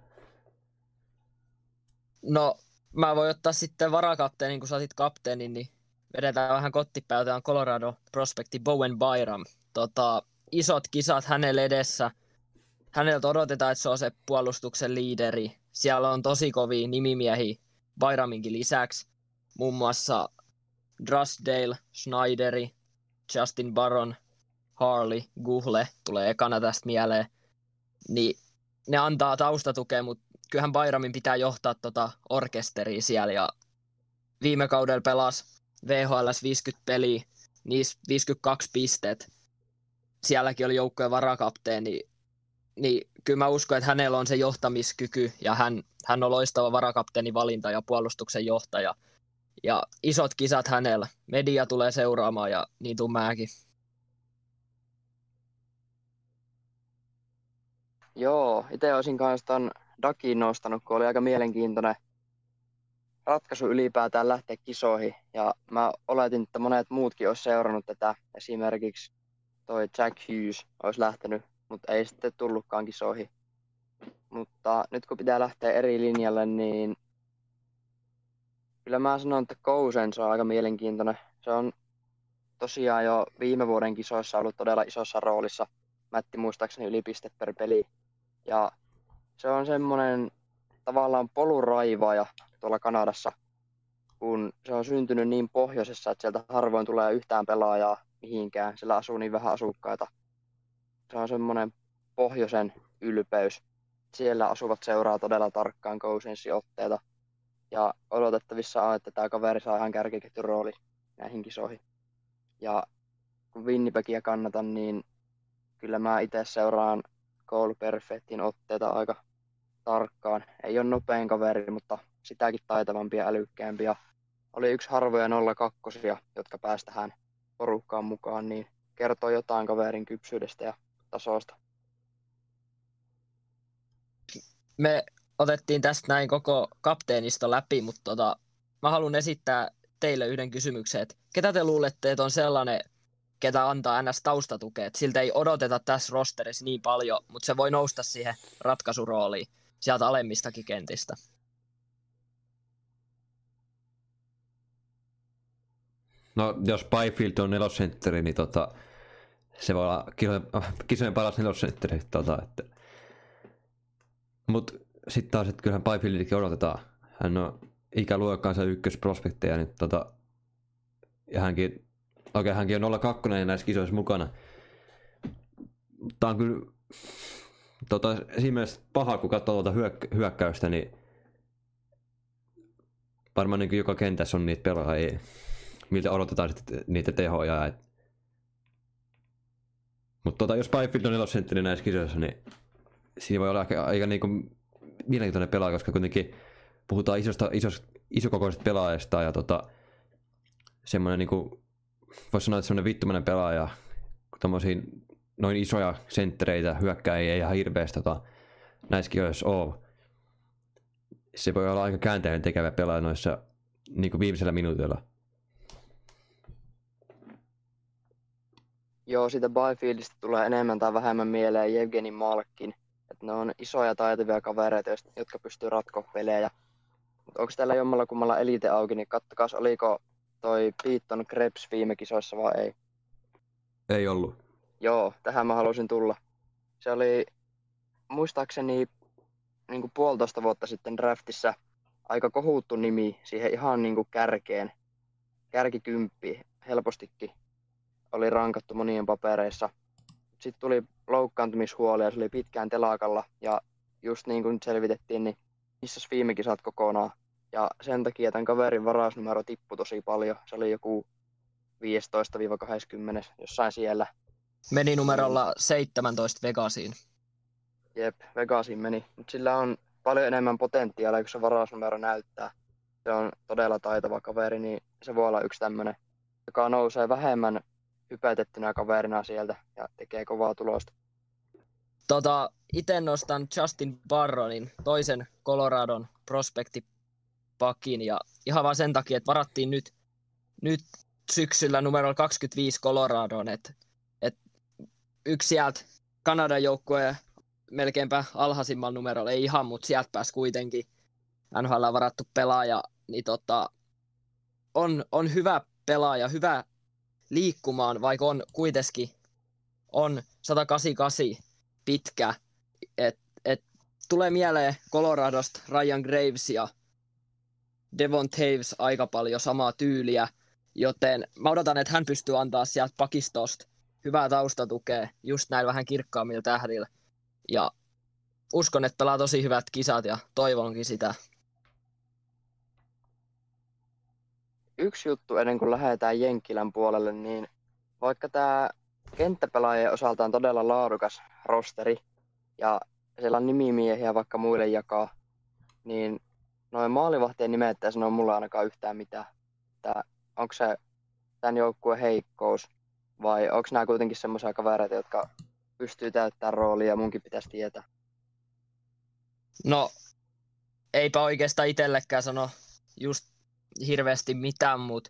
[SPEAKER 3] No, mä voin ottaa sitten varakapteenin, kun sä otit kapteenin, niin vedetään vähän kottipäin, otetaan Colorado prospekti Bowen Byram. Tota, isot kisat hänellä edessä. Häneltä odotetaan, että se on se puolustuksen liideri. Siellä on tosi kovia nimimiehiä Byraminkin lisäksi. Muun muassa Drysdale, Schneideri, Justin Barron, Harley, Guhle tulee ekana tästä mieleen. Niin ne antaa taustatukea, mutta kyllähän Byramin pitää johtaa tota orkesteria siellä. Ja viime kaudella pelasi V H L:ssä viisikymmentä peliä, niissä viisikymmentäkaksi pisteet. Sielläkin oli joukkojen varakapteeni. Niin kyllä mä uskon, että hänellä on se johtamiskyky ja hän, hän on loistava varakapteeni valinta ja puolustuksen johtaja. Ja isot kisat hänellä. Media tulee seuraamaan ja niin tuun mäkin.
[SPEAKER 5] Joo, itse olisin kanssa ton Dakin nostanut, kun oli aika mielenkiintoinen ratkaisu ylipäätään lähteä kisoihin. Ja mä oletin, että monet muutkin olisi seurannut tätä. Esimerkiksi toi Jack Hughes olisi lähtenyt, mutta ei sitten tullutkaan kisoihin. Mutta nyt kun pitää lähteä eri linjalle, niin kyllä mä sanon, että Cousins on aika mielenkiintoinen. Se on tosiaan jo viime vuoden kisoissa ollut todella isossa roolissa. Mätti muistaakseni yli piste per peli. Ja se on semmoinen tavallaan poluraivaaja tuolla Kanadassa, kun se on syntynyt niin pohjoisessa, että sieltä harvoin tulee yhtään pelaajaa mihinkään. Siellä asuu niin vähän asukkaita. Se on semmoinen pohjoisen ylpeys. Siellä asuvat seuraa todella tarkkaan Cousinsin otteita. Ja odotettavissa on, että tämä kaveri saa ihan kärkiketjun rooli näihin kisoihin. Ja kun Winnipegia kannatan, niin kyllä mä itse seuraan Cole Perfectin otteita aika tarkkaan. Ei ole nopein kaveri, mutta sitäkin taitavampi ja älykkäämpi. Ja oli yksi harvoja nolla kaksi, jotka pääsi tähän porukkaan mukaan, niin kertoo jotain kaverin kypsyydestä ja tasosta.
[SPEAKER 3] Me otettiin tästä näin koko kapteenista läpi, mutta tota, mä haluan esittää teille yhden kysymyksen, että ketä te luulette, että on sellainen, ketä antaa ns. Taustatukea, että siltä ei odoteta tässä rosterissa niin paljon, mutta se voi nousta siihen ratkaisurooliin sieltä alemmistakin kentistä.
[SPEAKER 1] No, jos Byfield on nelosentteri, niin tota, se voi olla kisojen paras nelosentteri. Tota, että. Mut sitten taas, että kyllähän Byfieldikin odotetaan. Hän on ikäluokkaansa ykkösprospekteja, niin tota, ja hänkin, oikein hänkin on nolla kaksi näissä kisoissa mukana. Tää on kyllä tota, esimerkiksi paha, kun katsoo tuota hyök- hyökkäystä, niin varmaan niin joka kentässä on niitä pelaajia, miltä odotetaan sitten niitä tehoja. Et. Mutta tota, jos Byfield on nelosentteri näissä kisoissa, niin siinä voi olla aika, aika niinku mielenkiintoinen pelaaja, koska kuitenkin puhutaan isosta, isos, isokokoisesta pelaajasta ja tota, semmoinen niinku, voisi sanoa, että semmoinen vittumainen pelaaja, kun tommosiin noin isoja senttereitä hyökkääjiä ei ihan hirveästi tota, näissä kisoissa ole. Se voi olla aika käänteinen tekevä pelaaja noissa niinku viimeisellä minuutilla.
[SPEAKER 5] Joo, siitä Byfieldistä tulee enemmän tai vähemmän mieleen Jevgeni Malkin. Että ne on isoja taitavia kavereita, jotka pystyy ratkoa pelejä. Mutta onko täällä jommalla kummalla elite auki, niin kattokas, oliko toi Peyton Krebs viime kisoissa vai ei?
[SPEAKER 1] Ei ollut.
[SPEAKER 5] Joo, tähän mä halusin tulla. Se oli muistaakseni niin kuin puolitoista vuotta sitten draftissa aika kohuttu nimi siihen ihan niin kuin kärkeen. Kärkikymppi helpostikin oli rankattu monien papereissa. Sitten tuli loukkaantumishuolia, se oli pitkään telakalla ja just niin kuin selvitettiin, niin missas viime kisat kokonaan. Ja sen takia tämän kaverin varausnumero tippui tosi paljon. Se oli joku viisitoista kaksikymmentä jossain siellä.
[SPEAKER 3] Meni numerolla seitsemäntoista Vegasiin.
[SPEAKER 5] Jep, Vegasiin meni. Mutta sillä on paljon enemmän potentiaalia, kun se varausnumero näyttää. Se on todella taitava kaveri, niin se voi olla yksi tämmöinen, joka nousee vähemmän hypätettynä kaverina sieltä ja tekee kovaa tulosta.
[SPEAKER 3] Tota, itse nostan Justin Barronin, toisen Coloradon prospektipakin, ja ihan vaan sen takia, että varattiin nyt, nyt syksyllä numero kaksikymmentäviisi Coloradoon, että et yksi sieltä Kanadan joukkueen melkeinpä alhaisimmalla numerolla, ei ihan, mutta sieltä pääsi kuitenkin N H L varattu pelaaja, niin tota, on, on hyvä pelaaja, hyvä liikkumaan, vaikka on kuitenkin on sata kahdeksankymmentäkahdeksan pitkä. Et, et, tulee mieleen Coloradosta Ryan Graves ja Devon Taves aika paljon samaa tyyliä, joten mä odotan, että hän pystyy antaa sieltä pakistosta hyvää taustatukea just näillä vähän kirkkaammilla tähdillä. Ja uskon, että pelaa tosi hyvät kisat ja toivonkin sitä.
[SPEAKER 5] Yksi juttu ennen kuin lähdetään Jenkkilän puolelle, niin vaikka tämä kenttäpelaajien osalta on todella laadukas rosteri ja siellä on nimimiehiä vaikka muille jakaa, niin noin maalivahtien nimet ei sano mulle ainakaan yhtään mitään. Tää, onko se tämän joukkueen heikkous vai onko nämä kuitenkin semmoisia kavereita, jotka pystyy täyttämään roolia ja munkin pitäisi tietää?
[SPEAKER 3] No, eipä oikeastaan itsellekään sano just hirveästi mitään, mutta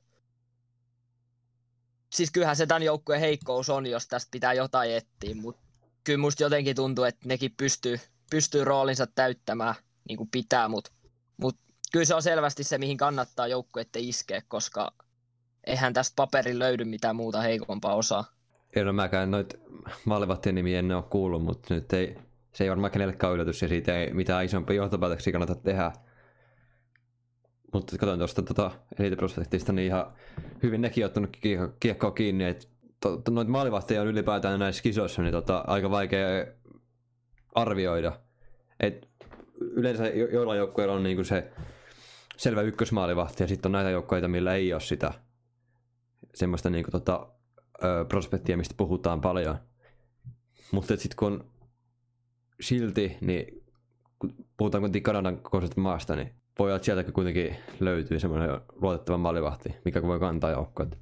[SPEAKER 3] siis kyllähän se tämän joukkueen heikkous on, jos tästä pitää jotain etsiä, mutta kyllä musta jotenkin tuntuu, että nekin pystyy, pystyy roolinsa täyttämään niin kuin pitää, mutta mut kyllä se on selvästi se, mihin kannattaa joukkueette iskeä, koska eihän tästä paperin löydy mitään muuta heikompaa osaa.
[SPEAKER 1] Ei ole mäkään noita maalivahtien nimiä en ole kuullut, mutta nyt ei, se ei varmaan kenellekään yllätys ja siitä ei mitään isompia johtopäätöksiä kannata tehdä. Mutta katsoin tuosta tota Elite-prospektista, niin ihan hyvin nekin on ottanut kiekkoa kiinni, että to, to, noita maalivahtia on ylipäätään näissä kisoissa niin tota, aika vaikea arvioida. Et yleensä jo, joilla joukkueilla on niinku se selvä ykkösmaalivahti ja sitten on näitä joukkueita, millä ei ole sitä semmoista niinku tota, ö, prospektia, mistä puhutaan paljon. Mutta sitten kun on silti, niin kun puhutaan kuitenkin Kanadan kokoisesta maasta, niin voi olla, että sieltäkin kuitenkin löytyy semmoinen luotettava maalivahti, mikä voi kantaa joukkoita.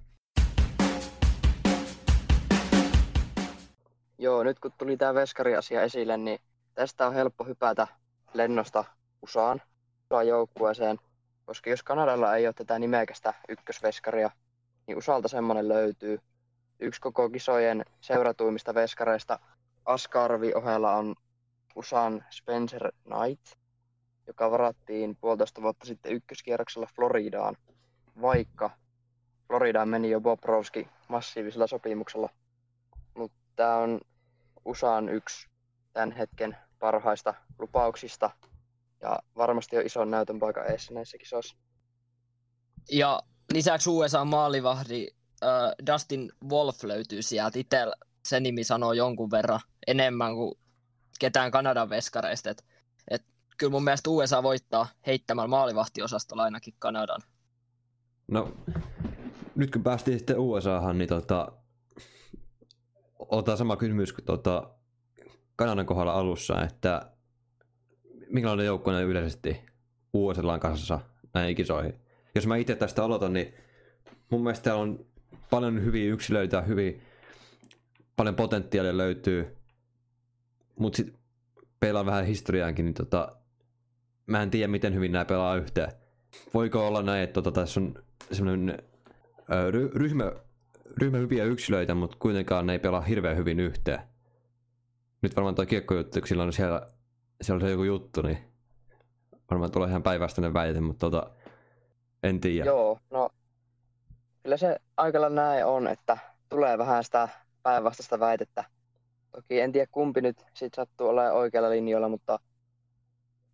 [SPEAKER 5] Joo, nyt kun tuli tämä veskari-asia esille, niin tästä on helppo hypätä lennosta U S Aan, U S A joukkueeseen, koska jos Kanadalla ei ole tätä nimekästä ykkösveskaria, niin U S Alta semmoinen löytyy. Yksi koko kisojen seuratuimista veskareista Askarvi ohella on U S Aan Spencer Knight, joka varattiin puolitoista vuotta sitten ykköskierroksella Floridaan, vaikka Floridaan meni jo Bobrovski massiivisella sopimuksella. Mutta tämä on U S Aan yksi tämän hetken parhaista lupauksista ja varmasti on ison näytön paikka eessä näissä kisoissa.
[SPEAKER 3] Ja lisäksi U S A maalivahdi äh, Dustin Wolf löytyy sieltä. Itsellä se nimi sanoo jonkun verran enemmän kuin ketään Kanadan veskareista. Et, et, kyllä mun mielestä U S A voittaa heittämällä maalivahtiosastolla ainakin Kanadan.
[SPEAKER 1] No, nyt kun päästiin sitten U S Ahan, niin tota, otetaan sama kysymys kuin tota Kanadan kohdalla alussa, että minkälainen joukkueena yleisesti U S A:n kanssa näihin kisoihin. Jos mä itse tästä aloitan, niin mun mielestä täällä on paljon hyviä yksilöitä, hyvin, paljon potentiaalia löytyy, mutta sitten pelaa vähän historiaankin, niin tota, mä en tiedä miten hyvin nämä pelaa yhteen. Voiko olla näin, että tota, tässä on semmoinen ry- ryhmä, ryhmä hyviä yksilöitä, mutta kuitenkaan ne ei pelaa hirveän hyvin yhteen. Nyt varmaan tuo kiekkojuttu, kun sillä on siellä, siellä on se joku juttu, niin varmaan tulee ihan päinvastainen väite, mutta tota, en tiedä.
[SPEAKER 5] Joo, no kyllä se aikalla näin on, että tulee vähän sitä päinvastaista väitettä. Toki en tiedä kumpi nyt sit sattuu olemaan oikealla linjoilla, mutta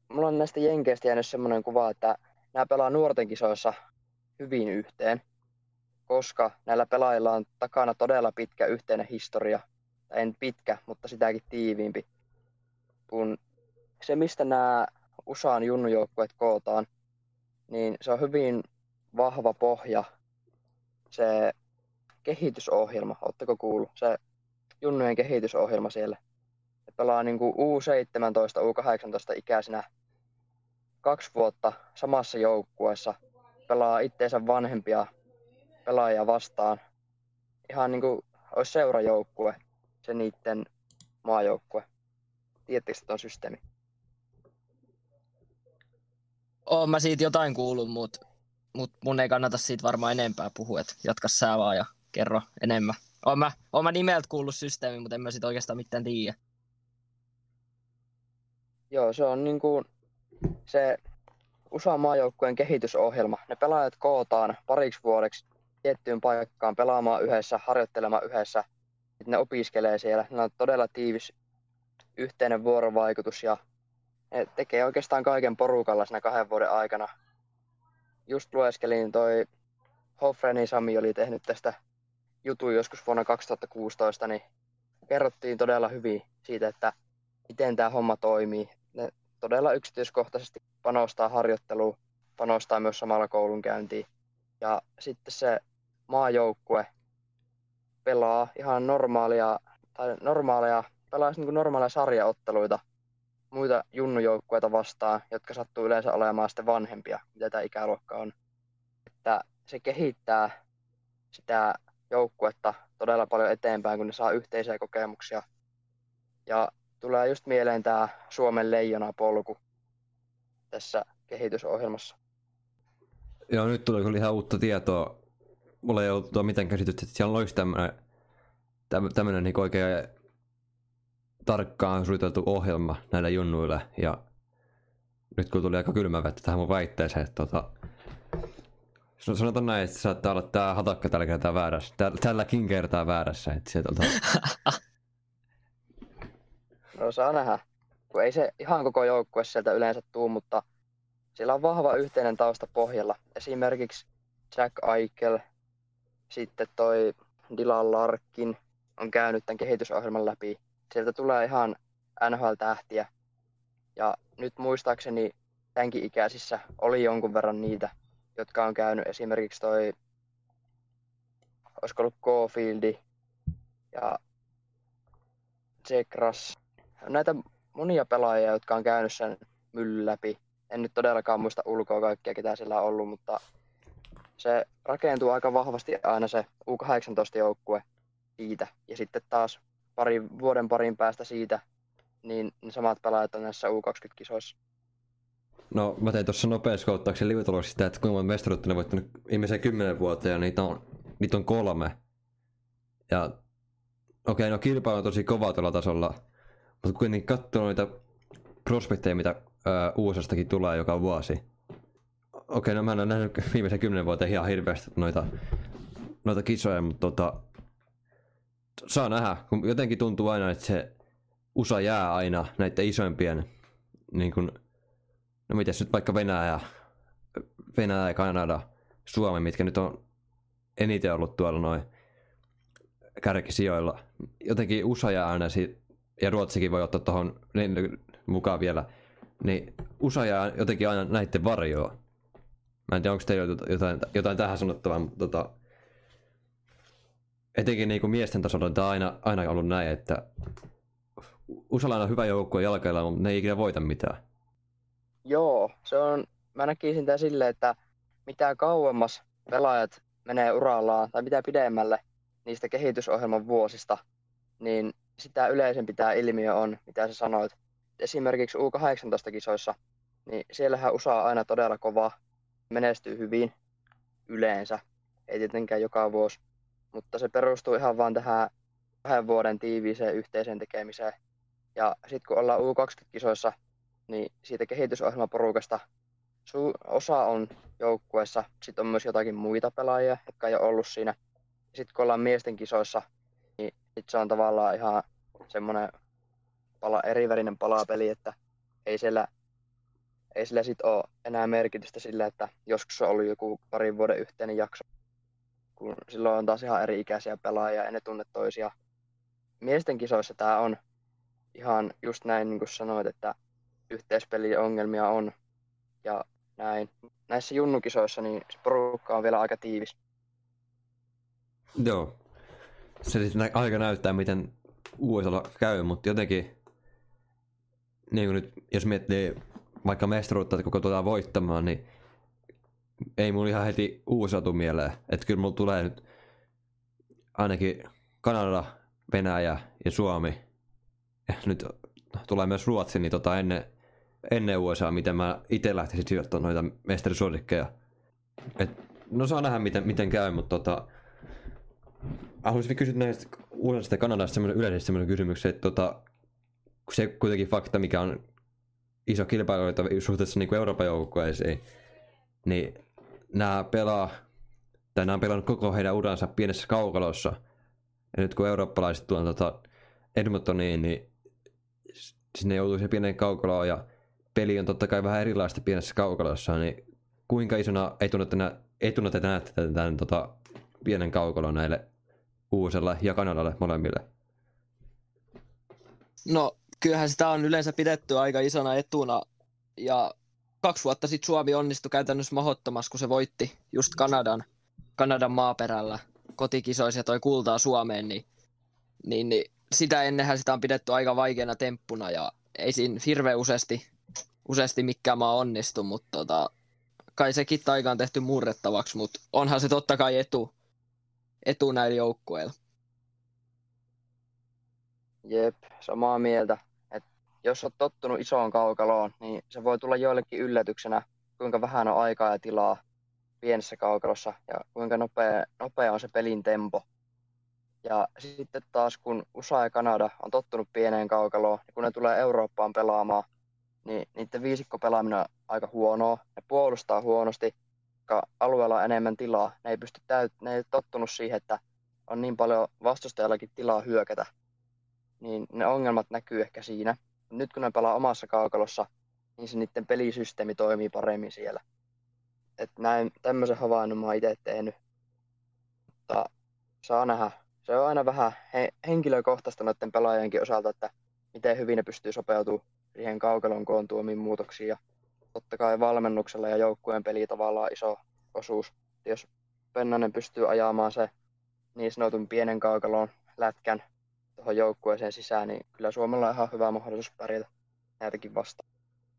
[SPEAKER 5] mulla on näistä jenkeistä jäänyt semmoinen kuva, että nämä pelaa nuorten kisoissa hyvin yhteen, koska näillä pelaajilla on takana todella pitkä yhteinen historia. Tai en pitkä, mutta sitäkin tiiviimpi. Kun se, mistä nämä U S A:n junnujoukkueet kootaan, niin se on hyvin vahva pohja. Se kehitysohjelma, ootteko kuullut? Se junnujen kehitysohjelma siellä. Ne pelaa niin kuin U seitsemäntoista, U kahdeksantoista ikäisinä kaksi vuotta samassa joukkueessa. Pelaa itteensä vanhempia pelaajia vastaan. Ihan niin kuin olisi seurajoukkue, se niiden maajoukkue. Tiedättekö tuon systeemi?
[SPEAKER 3] Oon mä siitä jotain kuullut, mut, mut mun ei kannata siitä varmaan enempää puhua, et jatka sä vaan ja kerro enemmän. Oon mä, oon mä nimeltä kuullut systeemi, mutta en mä sit oikeastaan mitään tiedä.
[SPEAKER 5] Joo, se on niin kuin se U S A-maajoukkueen kehitysohjelma. Ne pelaajat kootaan pariksi vuodeksi tiettyyn paikkaan pelaamaan yhdessä, harjoittelemaan yhdessä. Sitten ne opiskelee siellä. Ne on todella tiivis yhteinen vuorovaikutus ja ne tekee oikeastaan kaiken porukalla siinä kahden vuoden aikana. Just lueskelin, toi Hofrenin Sami oli tehnyt tästä jutun joskus vuonna kaksituhattakuusitoista, niin kerrottiin todella hyvin siitä, että miten tämä homma toimii. Ne todella yksityiskohtaisesti panostaa harjoitteluun, panostaa myös samalla koulunkäyntiin. Ja sitten se maajoukkue pelaa ihan normaalia, tai normaaleja, pelaa niin kuin normaaleja sarjaotteluita muita junnujoukkueita vastaan, jotka sattuu yleensä olemaan sitten vanhempia, mitä tämä ikäluokka on. Että se kehittää sitä joukkuetta todella paljon eteenpäin, kun ne saa yhteisiä kokemuksia. Ja tulee just mieleen tämä Suomen leijonapolku tässä kehitysohjelmassa.
[SPEAKER 1] Joo, nyt tulee kyllä ihan uutta tietoa. Mulla ei ollut mitään käsitystä, että siellä olisi tämmöinen, tämmöinen niin oikein tarkkaan suunniteltu ohjelma näillä junnuilla. Ja nyt kun tuli aika kylmä vettä tähän mun väitteeseen, että tota, sanotaan näin, että saattaa olla tää hatakka tällä kertaa väärässä. Tälläkin kertaa väärässä. Että se, tota...
[SPEAKER 5] No saa nähdä. Kun ei se ihan koko joukkue sieltä yleensä tuu, mutta siellä on vahva yhteinen tausta pohjalla. Esimerkiksi Jack Eichel, sitten toi Dylan Larkin on käynyt tämän kehitysohjelman läpi. Sieltä tulee ihan N H L-tähtiä. Ja nyt muistaakseni tämänkin ikäisissä oli jonkun verran niitä, jotka on käynyt esimerkiksi toi, olisiko ollut Caulfieldi ja Zekras. Näitä monia pelaajia, jotka on käynyt sen myllyn läpi. En nyt todellakaan muista ulkoa kaikkia, ketä siellä on ollut, mutta se rakentuu aika vahvasti aina se U kahdeksantoista-joukkue siitä. Ja sitten taas pari, vuoden parin päästä siitä, niin ne samat pelaajat on näissä U kaksikymmentä-kisoissa.
[SPEAKER 1] No mä tein tuossa nopeassa kouttauksen livetuloksista sitä, että kuinka monta mestaruutta ne voittanut viimeiseen kymmenen vuoteen, ja niitä on, niitä on kolme. Ja okei, okay, no kilpailu on tosi kova tuolla tasolla, mutta kuitenkin katsoo noita prospekteja, mitä ää, U S A:stakin tulee joka vuosi. Okei, okay, no mä en ole nähnyt viimeisen kymmenen vuoteen ihan hirveästi noita, noita kisoja, mutta tota, saa nähdä, kun jotenkin tuntuu aina, että se U S A jää aina näiden isoimpien, niin kuin, no mites nyt vaikka Venäjä, Venäjä, Kanada, Suomi, mitkä nyt on eniten ollut tuolla noin kärkisijoilla. Jotenkin U S A jää aina, ja Ruotsikin voi ottaa tuohon mukaan vielä, niin U S A jää jotenkin aina näiden varjoon. Mä en tiedä, onko teillä jotain, jotain tähän sanottavaa, mutta tota, etenkin niin kuin miesten tasolla tämä on aina, aina ollut näin, että U S A:lla on hyvä joukkue jalkeilla, mutta ne ei ikinä voita mitään.
[SPEAKER 5] Joo, se on, mä näkisin tämän silleen, että mitä kauemmas pelaajat menee urallaan tai mitä pidemmälle niistä kehitysohjelman vuosista, niin sitä yleisempi tämä ilmiö on, mitä sä sanoit. Esimerkiksi U kahdeksantoista-kisoissa, niin siellähän U S A on aina todella kova, menestyy hyvin yleensä, ei tietenkään joka vuosi, mutta se perustuu ihan vaan tähän kahden vuoden tiiviiseen yhteiseen tekemiseen. Ja sitten kun ollaan U kaksikymmentä-kisoissa, niin siitä kehitysohjelmaporukasta osa on joukkueessa, sitten on myös jotakin muita pelaajia, jotka ei ole ollut siinä. Sitten kun ollaan miesten kisoissa, niin sit se on tavallaan ihan semmoinen pala, erivärinen palapeli, että ei siellä ei sillä sit ole enää merkitystä sillä, että joskus on ollut joku parin vuoden yhteinen jakso. Kun silloin on taas ihan eri-ikäisiä pelaajia ja ne tunne toisia. Miesten kisoissa tää on ihan just näin, niin kuin sanoit, että yhteispeliongelmia on ja näin. Näissä junnukisoissa niin se porukka on vielä aika tiivis.
[SPEAKER 1] Joo. Se sitten aika näyttää, miten U S A:lla käy, mutta jotenkin, niin kuin nyt, jos miettii vaikka mestaruutta, että koko tuota voittamaan, niin ei mulla ihan heti U S A tule mieleen. Että kyllä mulla tulee nyt ainakin Kanada, Venäjä ja Suomi. Ja nyt tulee myös Ruotsi, niin tota ennen, ennen U S A, miten mä itse lähtisin sijoittamaan noita mestarisuosikkeja. Et, no saa nähdä, miten, miten käy, mutta tota, haluaisin kysyä näistä U S A:sta ja Kanadasta semmoinen yleisesti semmoinen kysymyksen, että tota, se kuitenkin fakta, mikä on iso kilpailu suhteessa niin kuin Euroopan joukkueisiin, niin nämä pelaa, tai nämä on pelannut koko heidän uransa pienessä kaukalossa. Ja nyt kun eurooppalaiset tuon tota Edmontoniin, niin sinne joutuu se pienen kaukaloon ja peli on totta kai vähän erilaista pienessä kaukalossa, niin kuinka isona etunot te näette tämän tota, pienen kaukalon näille U S A:lle ja Kanadalle molemmille?
[SPEAKER 3] No kyllähän sitä on yleensä pidetty aika isona etuna ja kaksi vuotta sitten Suomi onnistui käytännössä mahdottomassa, kun se voitti just Kanadan, Kanadan maaperällä kotikisoissa ja toi kultaa Suomeen, niin, niin, niin sitä ennenhän sitä on pidetty aika vaikeana temppuna ja ei siinä hirveän useasti, useasti mikään maa onnistu, mutta tota, kai sekin taika on tehty murrettavaksi, mutta onhan se totta kai etu, etu näillä joukkueilla.
[SPEAKER 5] Jep, samaa mieltä. Et jos olet tottunut isoon kaukaloon, niin se voi tulla joillekin yllätyksenä, kuinka vähän on aikaa ja tilaa pienessä kaukalossa ja kuinka nopea, nopea on se pelin tempo. Ja sitten taas kun U S A ja Kanada on tottunut pieneen kaukaloon, ja kun ne tulee Eurooppaan pelaamaan, niin niiden viisikkopelaaminen on aika huonoa. Ne puolustaa huonosti, koska alueella on enemmän tilaa. Ne ei pysty täyt- ne ei tottunut siihen, että on niin paljon vastustajallakin tilaa hyökätä. Niin ne ongelmat näkyy ehkä siinä. Nyt kun ne pelaa omassa kaukalossa, niin se niiden pelisysteemi toimii paremmin siellä. Et näin, tämmöisen havainnon mä oon itse tehnyt. Mutta saa nähdä. Se on aina vähän he, henkilökohtaista noiden pelaajienkin osalta, että miten hyvin ne pystyy sopeutumaan siihen kaukalon koon tuomiin muutoksiin. Ja totta kai valmennuksella ja joukkueen peli tavallaan iso osuus. Jos Pennanen pystyy ajamaan se niin sanotun pienen kaukalon lätkän tuohon joukkueeseen sisään, niin kyllä Suomella on ihan hyvä mahdollisuus pärjätä näitäkin vastaan.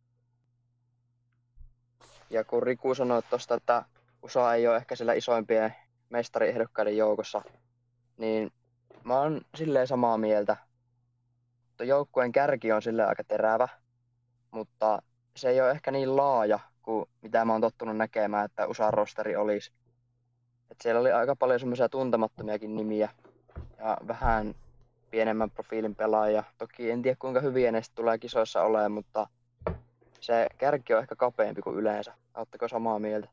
[SPEAKER 5] Ja kun Riku sanoi tuosta, että U S A ei ole ehkä siellä isoimpien mestariehdokkaiden joukossa, niin mä oon silleen samaa mieltä. Tuo joukkueen kärki on silleen aika terävä, mutta se ei ole ehkä niin laaja kuin mitä mä oon tottunut näkemään, että U S A-rosteri olisi. Et siellä oli aika paljon semmoisia tuntemattomiakin nimiä ja vähän pienemmän profiilin pelaajia. Toki en tiedä kuinka hyviä ne tulee kisoissa olemaan, mutta se kärki on ehkä kapeampi kuin yleensä. Oletteko samaa mieltä?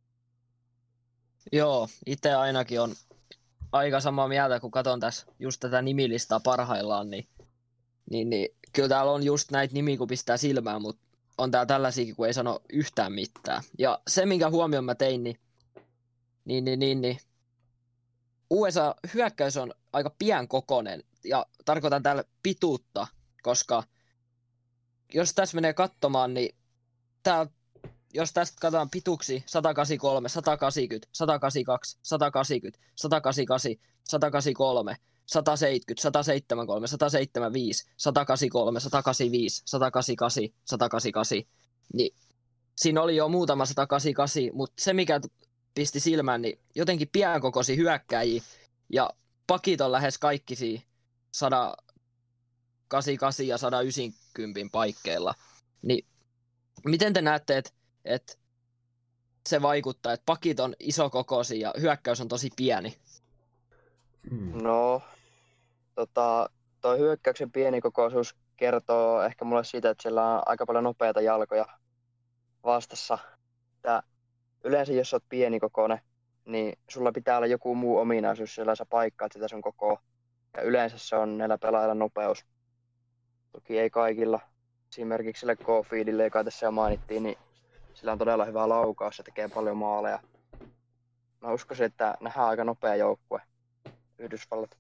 [SPEAKER 3] Joo, itse ainakin on aika samaa mieltä, kun katson tässä just tätä nimilistaa parhaillaan, niin, niin, niin kyllä täällä on just näitä nimiä, kun pistää silmään, mutta on täällä tällaisiakin, kun ei sano yhtään mitään. Ja se, minkä huomioon mä tein, niin, niin, niin, niin, niin U S A-hyökkäys on aika pienkokoinen, ja tarkoitan täällä pituutta, koska jos tässä menee katsomaan, niin tää, jos tästä katsotaan pituksi sata kahdeksankymmentäkolme, sata kahdeksankymmentä, sata kahdeksankymmentäkaksi, sata kahdeksankymmentä, sata kahdeksankymmentäkahdeksan, sata kahdeksankymmentäkolme, sata seitsemänkymmentä, sata seitsemänkymmentäkolme, sata seitsemänkymmentäviisi, sata kahdeksankymmentäkolme, sata kahdeksankymmentäviisi, sata kahdeksankymmentäkahdeksan, sata kahdeksankymmentäkahdeksan, niin siinä oli jo muutama sata kahdeksankymmentäkahdeksan, mutta se mikä pisti silmään, niin jotenkin pienkokoisia hyökkääjiä ja pakit on lähes kaikki siinä sata kahdeksankymmentäkahdeksan ja sata yhdeksänkymmentä paikkeilla. Niin miten te näette, että et se vaikuttaa, että pakit on isokokoisia ja hyökkäys on tosi pieni?
[SPEAKER 5] Hmm. No, tota, toi hyökkäyksen pienikokoisuus kertoo ehkä mulle siitä, että siellä on aika paljon nopeita jalkoja vastassa. Tää, yleensä jos olet pienikokoinen, niin sulla pitää olla joku muu ominaisuus, jolla sä paikkaat sitä sun kokoa. Ja yleensä se on näillä pelaajilla nopeus. Toki ei kaikilla. esimerkiksi sille Kofieldille, joka tässä jo mainittiin, niin sillä on todella hyvä laukaus ja tekee paljon maaleja. Mä uskoisin, että nähdään aika nopea joukkue Yhdysvallat.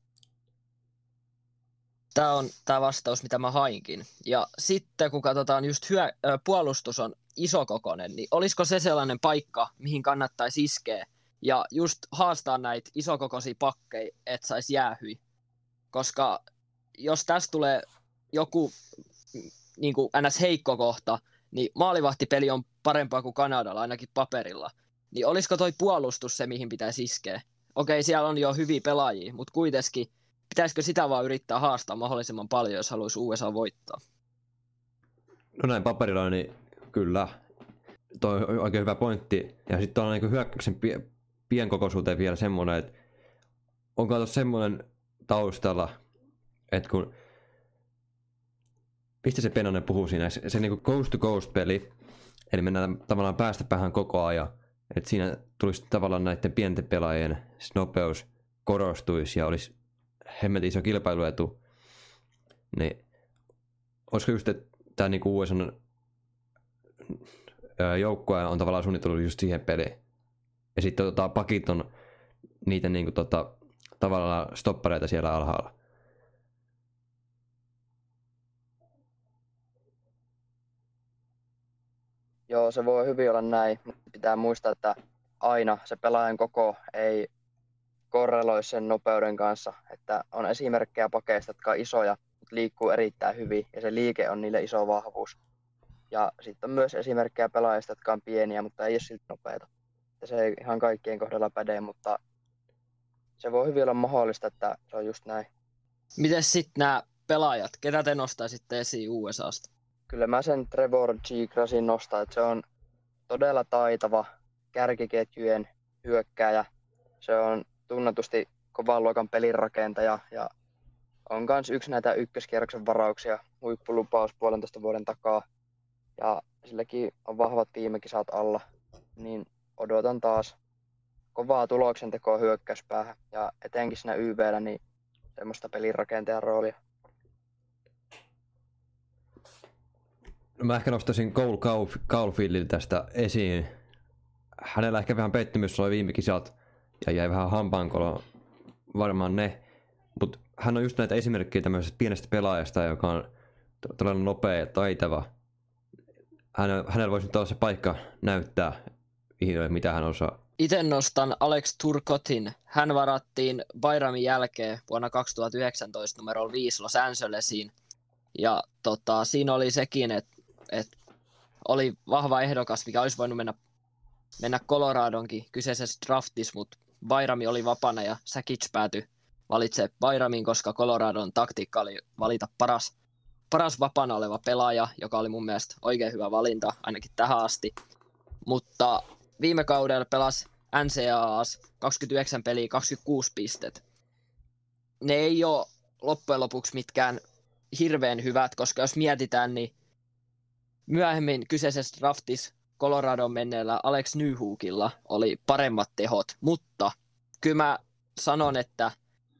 [SPEAKER 3] Tämä on tämä vastaus, mitä mä hainkin. Ja sitten kun katsotaan just hyö, ö, puolustus on isokokoinen, niin olisiko se sellainen paikka, mihin kannattaisi iskeä ja just haastaa näitä isokokoisia pakkeja, että saisi jäähyi. Koska jos tästä tulee joku niin kuin ns. Heikko kohta, niin maalivahtipeli on parempaa kuin Kanadalla, ainakin paperilla. Niin olisiko toi puolustus se, mihin pitäisi iskeä? Okei, siellä on jo hyviä pelaajia, mutta kuitenkin pitäisikö sitä vaan yrittää haastaa mahdollisimman paljon, jos haluaisi U S A voittaa?
[SPEAKER 1] No näin paperilla, niin kyllä. Toi on oikein hyvä pointti. Ja sitten on niin hyökkäyksen pie- pienkokoisuuteen vielä semmoinen, että onko tuossa semmoinen taustalla, että kun mistä se Pennanen puhuu siinä, se, se niin kuin coast to coast peli, eli mennään tavallaan päästä päähän koko ajan, että siinä tulisi tavallaan näiden pienten pelaajien nopeus korostuisi ja olisi hemmetin iso kilpailuetu, niin olisiko just, että tämä niin kuin U S A:n joukkue on tavallaan suunnitellut just siihen peliin. Ja sitten tota, pakit on niitä niin kuin, tota, tavallaan stoppareita siellä alhaalla.
[SPEAKER 5] Joo, se voi hyvin olla näin, mutta pitää muistaa, että aina se pelaajan koko ei korreloi sen nopeuden kanssa. Että on esimerkkejä pakeista, jotka on isoja, mutta liikkuu erittäin hyvin ja se liike on niille iso vahvuus. Ja sitten on myös esimerkkejä pelaajista, jotka on pieniä, mutta ei ole silti nopeita. Ja se ei ihan kaikkien kohdalla päde, mutta se voi hyvin olla mahdollista, että se on just näin.
[SPEAKER 3] Miten sitten nämä pelaajat, ketä te nostaisitte esiin U S A:sta?
[SPEAKER 5] Kyllä mä sen Trevor Cheegrasin nostan, että se on todella taitava kärkiketjujen hyökkääjä. Se on tunnetusti kovan luokan pelinrakentaja ja on myös yksi näitä ykköskierroksen varauksia, huippulupaus puolentoista vuoden takaa. Ja silläkin on vahvat viime kisat alla, niin odotan taas kovaa tuloksentekoa hyökkäyspäähän ja etenkin siinä Y V:llä niin semmoista pelinrakentajan roolia.
[SPEAKER 1] No mä ehkä nostaisin Cole Caulfieldin tästä esiin. Hänellä ehkä vähän pettymys oli viime kisat ja jäi vähän hampaankoloon varmaan ne. Mutta hän on just näitä esimerkkejä tämmöisestä pienestä pelaajasta, joka on todella nopea ja taitava. Hänellä voisi nyt olla se paikka näyttää vihdoin, mitä hän osaa.
[SPEAKER 3] Itse nostan Alex Turcotin. Hän varattiin Bayramin jälkeen vuonna kaksituhattayhdeksäntoista numero viisi Los Angelesiin. Ja tota, siinä oli sekin, että et oli vahva ehdokas, mikä olisi voinut mennä, mennä Coloradonkin kyseisessä draftissa, mutta Bayrami oli vapaana ja Sakic päätyi valitsemaan Bayramin, koska Coloradon taktiikka oli valita paras, paras vapaana oleva pelaaja, joka oli mun mielestä oikein hyvä valinta, ainakin tähän asti. Mutta viime kaudella pelasi N C A A:ssa kaksikymmentäyhdeksän peliä, kaksikymmentäkuusi pistet. Ne ei ole loppujen lopuksi mitkään hirveän hyvät, koska jos mietitään, niin myöhemmin kyseisessä draftissa Coloradon menneellä Alex Newhookilla oli paremmat tehot, mutta kyllä mä sanon, että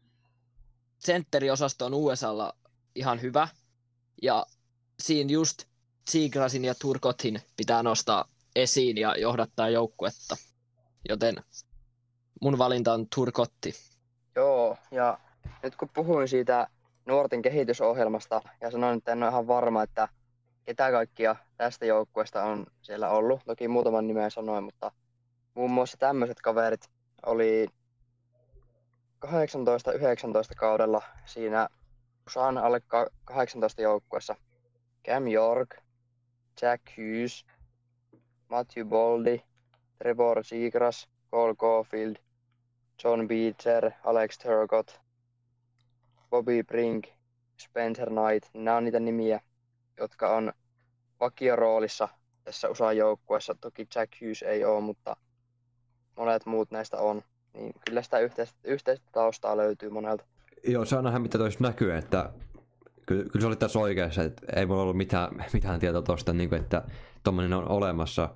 [SPEAKER 3] sentteriosasto on U S A:lla ihan hyvä, ja siinä just Seagrassin ja Turcotin pitää nostaa esiin ja johdattaa joukkuetta, joten mun valinta on Turcotti.
[SPEAKER 5] Joo, ja nyt kun puhuin siitä nuorten kehitysohjelmasta ja sanoin, että en ole ihan varma, että ketä kaikkia tästä joukkueesta on siellä ollut. Toki muutaman nimeä sanoin, mutta muun muassa tämmöiset kaverit oli kahdeksantoista yhdeksäntoista kaudella siinä U S A:n alle kahdeksantoista joukkueessa. Cam York, Jack Hughes, Matthew Boldy, Trevor Zegras, Cole Caulfield, John Beecher, Alex Turcotte, Bobby Brink, Spencer Knight. Nämä on niitä nimiä, jotka on vakioroolissa tässä U S A-joukkueessa. Toki Jack Hughes ei ole, mutta monet muut näistä on. Niin kyllä sitä yhteistä, yhteistä taustaa löytyy monelta.
[SPEAKER 1] Joo, se on nähdä, mitä toista näkyy, että kyllä, kyllä se oli tässä oikeassa, että ei mulla ollut mitään, mitään tietoa tosta, niin kuin, että tommoinen on olemassa.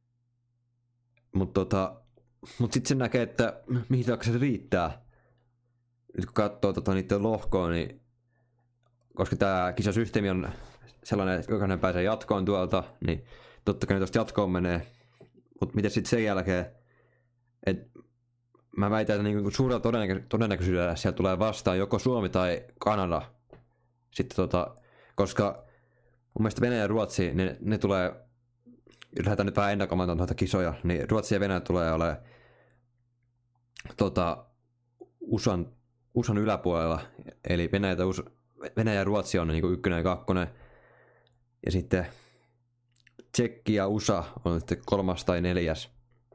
[SPEAKER 1] Mutta tota, mut sitten se näkee, että mihin se riittää. Nyt kun katsoo tota, niiden lohkoa, niin koska tämä kisasysteemi on sellainen, että jokainen pääsee jatkoon tuolta, niin totta kai ne tuosta jatkoon menee. Mutta miten sitten sen jälkeen, että mä väitän, että niinku suurella todennäkö- todennäköisyydellä siellä tulee vastaan joko Suomi tai Kanada. Sitten tota, koska mun mielestä Venäjä ja Ruotsi, ne, ne tulee, jos lähdetään nyt vähän ennakoimaan noita kisoja, niin Ruotsi ja Venäjä tulee olemaan tota, U S A:n, U S A:n yläpuolella. Eli Venäjä ja, U S A, Venäjä ja Ruotsi on niinku ykkönen ja kakkonen. Ja sitten Tsekki ja U S A on sitten kolmas tai neljäs.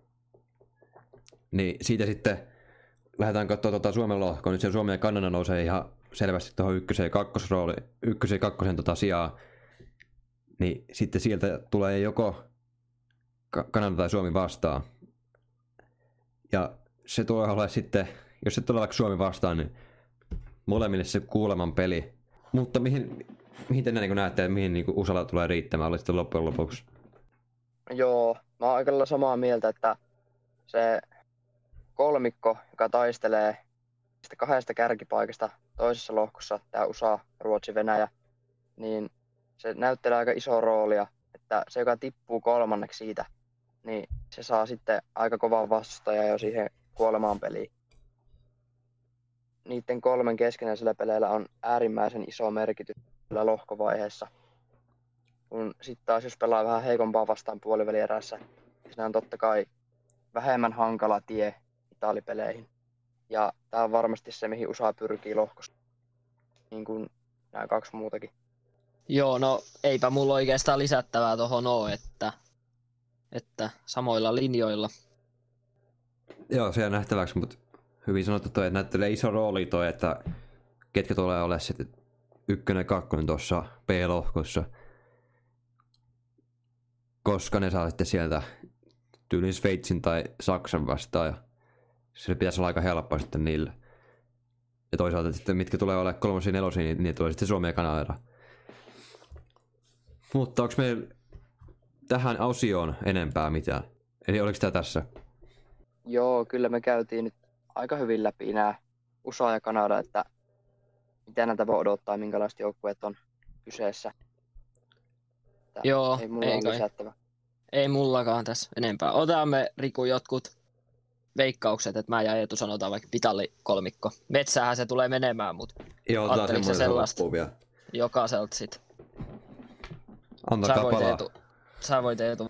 [SPEAKER 1] Niin siitä sitten lähdetään katsoa tuota Suomen lohkoa. Nyt siellä Suomi ja Kanada nousee ihan selvästi tuohon ykköseen ja kakkosrooli, ykkösen ja kakkosen tota sijaan. Niin sitten sieltä tulee joko Kanada tai Suomi vastaan. Ja se tulee olla sitten, jos se tulee vaikka Suomi vastaan, niin molemmille se kuuleman peli. Mutta mihin, mihin te niin näette, että mihin niin U S A:lla tulee riittämään oli sitten loppujen lopuksi?
[SPEAKER 5] Joo, mä oon aika lailla samaa mieltä, että se kolmikko, joka taistelee sitä kahdesta kärkipaikasta toisessa lohkossa, tämä U S A, Ruotsi, Venäjä, niin se näyttelee aika isoa roolia, että se, joka tippuu kolmanneksi siitä, niin se saa sitten aika kovan vastustajan jo siihen kuolemaan peliin. Niiden kolmen keskinäisellä peleillä on äärimmäisen iso merkitys lohkovaiheessa. Kun sitten taas jos pelaa vähän heikompaa vastaan puolivälierässä, niin se on totta kai vähemmän hankala tie Italipeleihin. Ja tämä on varmasti se, mihin U S A pyrkii lohkossa, niin kuin nämä kaksi muutakin.
[SPEAKER 3] Joo, no eipä mulla oikeastaan lisättävää tohon oo, että, että samoilla linjoilla.
[SPEAKER 1] Joo, se on nähtäväksi, mutta hyvin sanottu toi, että näyttelee iso rooli toi, että ketkä tulee olemaan sitten ykkönen ja kakkonen tuossa B-lohkossa. Koska ne saa sitten sieltä tyylin Sveitsin tai Saksan vastaan ja se pitäisi olla aika helppoa sitten niille. Ja toisaalta sitten mitkä tulee olemaan kolmosia ja nelosia, niin, niin tulee sitten Suomi ja Kanada. Mutta onko meillä tähän osioon enempää mitään? Eli oliko tämä tässä?
[SPEAKER 5] Joo, kyllä me käytiin nyt aika hyvin läpi nämä U S A ja Kanada, että mitä näitä voi odottaa, minkälaiset joukkueet on kyseessä. Että
[SPEAKER 3] Joo,
[SPEAKER 5] ei mulla
[SPEAKER 3] ei
[SPEAKER 5] ole
[SPEAKER 3] kai.
[SPEAKER 5] lisättävä.
[SPEAKER 3] Ei mullakaan tässä enempää. Otamme, Riku, jotkut veikkaukset, että mä ja Eetu sanotaan vaikka Pitali kolmikko. Metsäähän se tulee menemään, mutta
[SPEAKER 1] Joo, otetaan
[SPEAKER 3] ajatteliko sä
[SPEAKER 1] semmoinen
[SPEAKER 3] sellaista?
[SPEAKER 1] loppuun vielä.
[SPEAKER 3] jokaiselta sit. Sä
[SPEAKER 1] Antakaa
[SPEAKER 3] voit,
[SPEAKER 1] palaa.
[SPEAKER 3] Eetu, sä voit Eetu.